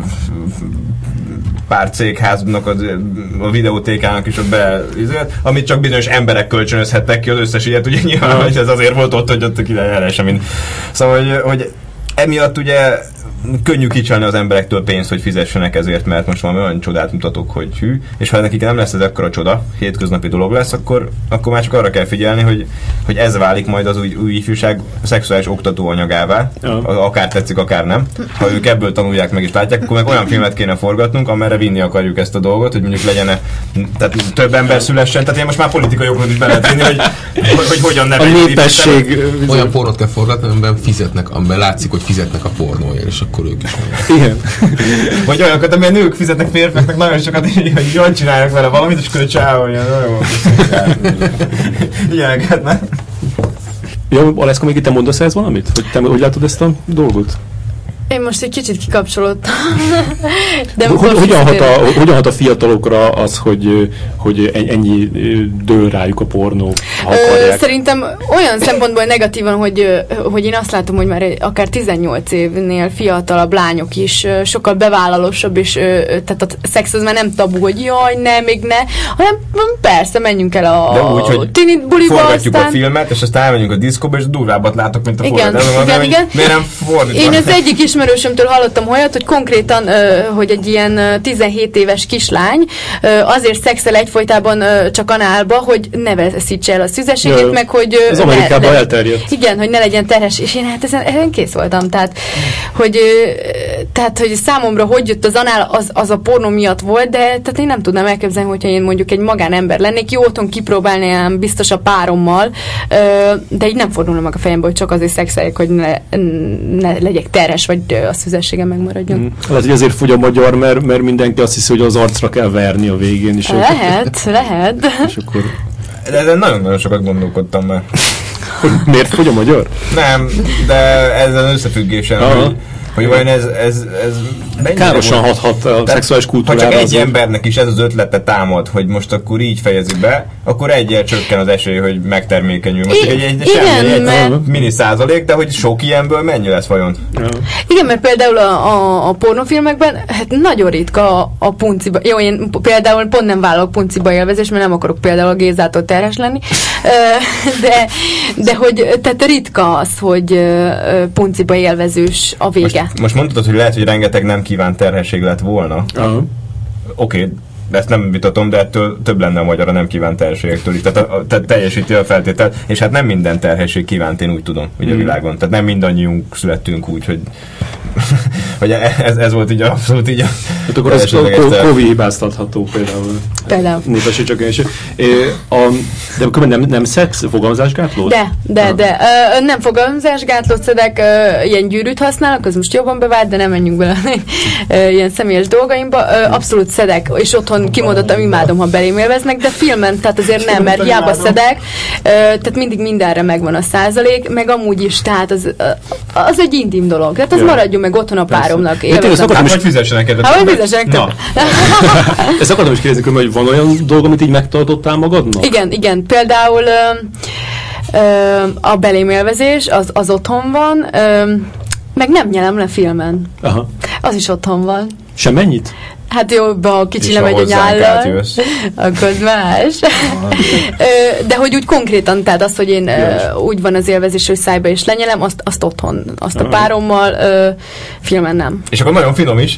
[SPEAKER 3] pár cégháznak a videótékának is amit csak bizonyos emberek kölcsönözhettek ki, az összes ilyet, ugye nyilván, hogy ez azért volt ott, hogy ott ki lehessen. Szóval, hogy emiatt ugye könnyű kicsalni az emberektől pénzt, hogy fizessenek ezért, mert most valami olyan csodát mutatok, hogy hű, és ha nekik nem lesz ez ekkora csoda, hétköznapi dolog lesz, akkor már csak arra kell figyelni, hogy ez válik majd az új ifjúság szexuális oktatóanyagává, akár tetszik, akár nem. Ha ők ebből tanulják meg és látják, akkor meg olyan filmet kéne forgatnunk, amerre vinni akarjuk ezt a dolgot, hogy mondjuk legyen tehát több ember szülessen, tehát én most már politikai jogokat is bele tenni, hogy hogyan
[SPEAKER 1] a népesség
[SPEAKER 4] olyan pornót kell forgatni, amiben fizetnek, amiben látszik, hogy fizetnek a pornóért, és akkor ők is
[SPEAKER 1] Igen.
[SPEAKER 3] Vagy olyanokat, amilyen nők fizetnek férfiaknak nagyon sokat, hogy jól csinálnak vele valamit, és akkor csáolja, nagyon ilyeneket, nem?
[SPEAKER 1] Jó, Aleszka, még itt te mondasz ehhez valamit? Hogy te hogy látod ezt a dolgot?
[SPEAKER 2] Én most egy kicsit kikapcsolódtam. De
[SPEAKER 1] Hogyan hat a fiatalokra az, hogy ennyi dől rájuk a pornó, ha akarják?
[SPEAKER 2] Szerintem olyan szempontból negatívan, hogy én azt látom, hogy már akár 18 évnél fiatalabb lányok is sokkal bevállalósabb, és tehát a szex az már nem tabu, hogy jaj, ne, még ne, hanem persze, menjünk el a tini buliba,
[SPEAKER 3] forgatjuk a filmet, és aztán elmenjünk a diszkóba, és durvábbat látok, mint a forgat.
[SPEAKER 2] Igen.
[SPEAKER 3] Miért nem fordítva?
[SPEAKER 2] Én az egyik ismerősömtől hallottam olyat, hogy konkrétan, hogy egy ilyen 17 éves kislány azért szexel egyfolytában csak análba, hogy ne veszítse el a szüzességét, meg hogy...
[SPEAKER 1] Az Amerikában elterjedt.
[SPEAKER 2] Igen, hogy ne legyen terhes, és én hát ezen kész voltam. Tehát, hogy számomra hogy jött az anál, az a pornó miatt volt, de tehát én nem tudnám elképzelni, hogyha én mondjuk egy magánember lennék, jó otthon kipróbálnám biztos a párommal, de így nem fordulna meg a fejembe, hogy csak azért szexeljek, hogy ne legyek terhes, vagy a szüzessége megmaradjon.
[SPEAKER 1] Lehet, hogy azért fogy a magyar, mert mindenki azt hiszi, hogy az arcra kell verni a végén is.
[SPEAKER 2] Lehet.
[SPEAKER 1] És akkor...
[SPEAKER 3] De ezen nagyon-nagyon sokat gondolkodtam már.
[SPEAKER 1] Hogy miért fogy a magyar?
[SPEAKER 3] Nem, de ezzel összefüggésen, hogy vajon ez
[SPEAKER 1] károsan hathat a szexuális kultúrára.
[SPEAKER 3] Ha csak egy embernek is ez az ötlete támad, hogy most akkor így fejezi be, akkor egyel csökken az esély, hogy megtermékenyül. Most egy mini százalék, de hogy sok ilyenből mennyi lesz vajon?
[SPEAKER 2] Igen, mert például a pornófilmekben hát nagyon ritka a punciba. Jó, én például pont nem vállalok punciba élvezést, mert nem akarok például a Gézától terhes lenni. De hogy tehát ritka az, hogy punciba élvezős a vége.
[SPEAKER 3] Most mondtad, hogy lehet, hogy rengeteg nem kívánt terhesség lett volna. Oké, de ezt nem vitatom, de ettől több lenne a magyar a nem kívánt terhességektől is. Tehát teljesíti a feltételt, és hát nem minden terhesség kívánt, én úgy tudom, ugye a világon. Tehát nem mindannyiunk születtünk úgy, hogy hogy ez volt így abszolút így a...
[SPEAKER 1] Hát akkor az Covid hibáztatható például. Népességcsökkenés. De nem szex, fogalmazásgátló?
[SPEAKER 2] De. Nem fogalmazásgátlót szedek, ilyen gyűrűt használok, az most jobban bevált, de nem menjünk bele ilyen személyes dolgaimba. Abszolút szedek, és otthon kimondottam, imádom, ha belém élveznek, de filmen, tehát azért nem, mert hiába szedek, tehát mindig mindenre megvan a százalék, meg amúgy is, tehát az egy intim dolog. Tehát az maradjon meg otthon a páromnak.
[SPEAKER 3] Hogy fizessenek el.
[SPEAKER 2] Hogy fizessenek több.
[SPEAKER 1] Ezt akartam is kérdezni, hogy van olyan dolog, amit így megtartottál magadnak?
[SPEAKER 2] Igen. Például a belém élvezés, az otthon van, meg nem nyelem le filmen.
[SPEAKER 1] Aha.
[SPEAKER 2] Az is otthon van.
[SPEAKER 1] Semmennyit?
[SPEAKER 2] Hát jó, ha kicsi lemegy a nyállal, akkor más. De hogy úgy konkrétan, tehát az, hogy én úgy van az élvezés, hogy szájba is lenyelem, azt otthon, azt a párommal, filmen nem.
[SPEAKER 3] És akkor nagyon finom is.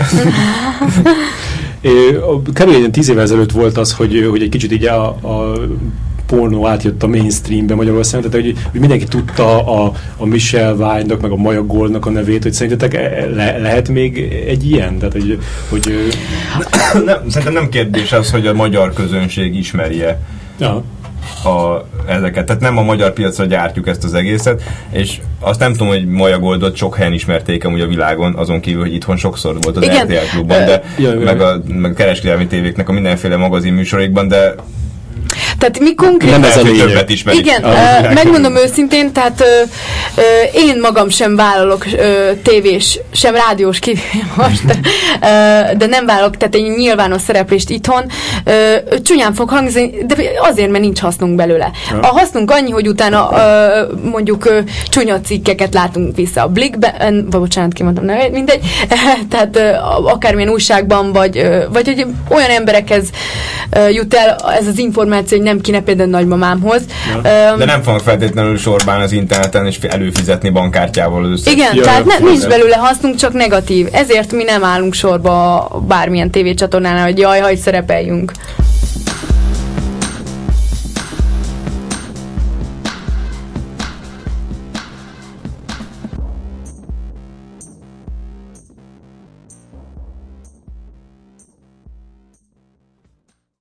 [SPEAKER 1] Körülbelül 10 évvel ezelőtt volt az, hogy egy kicsit így a pornó átjött a mainstreambe Magyarországon, tehát hogy mindenki tudta a Michelle Wine-nak, meg a Maya Goldnak a nevét, hogy szerintetek lehet még egy ilyen? Tehát, hogy
[SPEAKER 3] szerintem nem kérdés az, hogy a magyar közönség ismerje ezeket. Tehát nem a magyar piacra gyártjuk ezt az egészet, és azt nem tudom, hogy Maya Goldot sok helyen ismerték amúgy a világon, azon kívül, hogy itthon sokszor volt az RTL Klubban, de meg a kereskedelmi tévéknek a mindenféle magazinműsorékban, de
[SPEAKER 2] tehát mi konkrétan...
[SPEAKER 1] Nem ez a
[SPEAKER 3] többet ismerik.
[SPEAKER 2] Igen, megmondom őszintén, tehát én magam sem vállalok tévés, sem rádiós most, de nem vállalok, tehát egy nyilvános szereplést itthon. Csúnyán fog hangzni, de azért, mert nincs hasznunk belőle. A hasznunk annyi, hogy utána mondjuk csúnya cikkeket látunk vissza a Blickben, bocsánat, kimondtam, nem, mindegy, tehát akármilyen újságban, vagy hogy olyan emberekhez jut el ez az információ, hogy nem kéne például nagymamámhoz.
[SPEAKER 3] De nem fognak feltétlenül sorbán az interneten és előfizetni bankkártyával össze.
[SPEAKER 2] Igen, tehát nincs belőle hasznunk, csak negatív. Ezért mi nem állunk sorba bármilyen tévécsatornánál, hogy jaj, hagy szerepeljünk.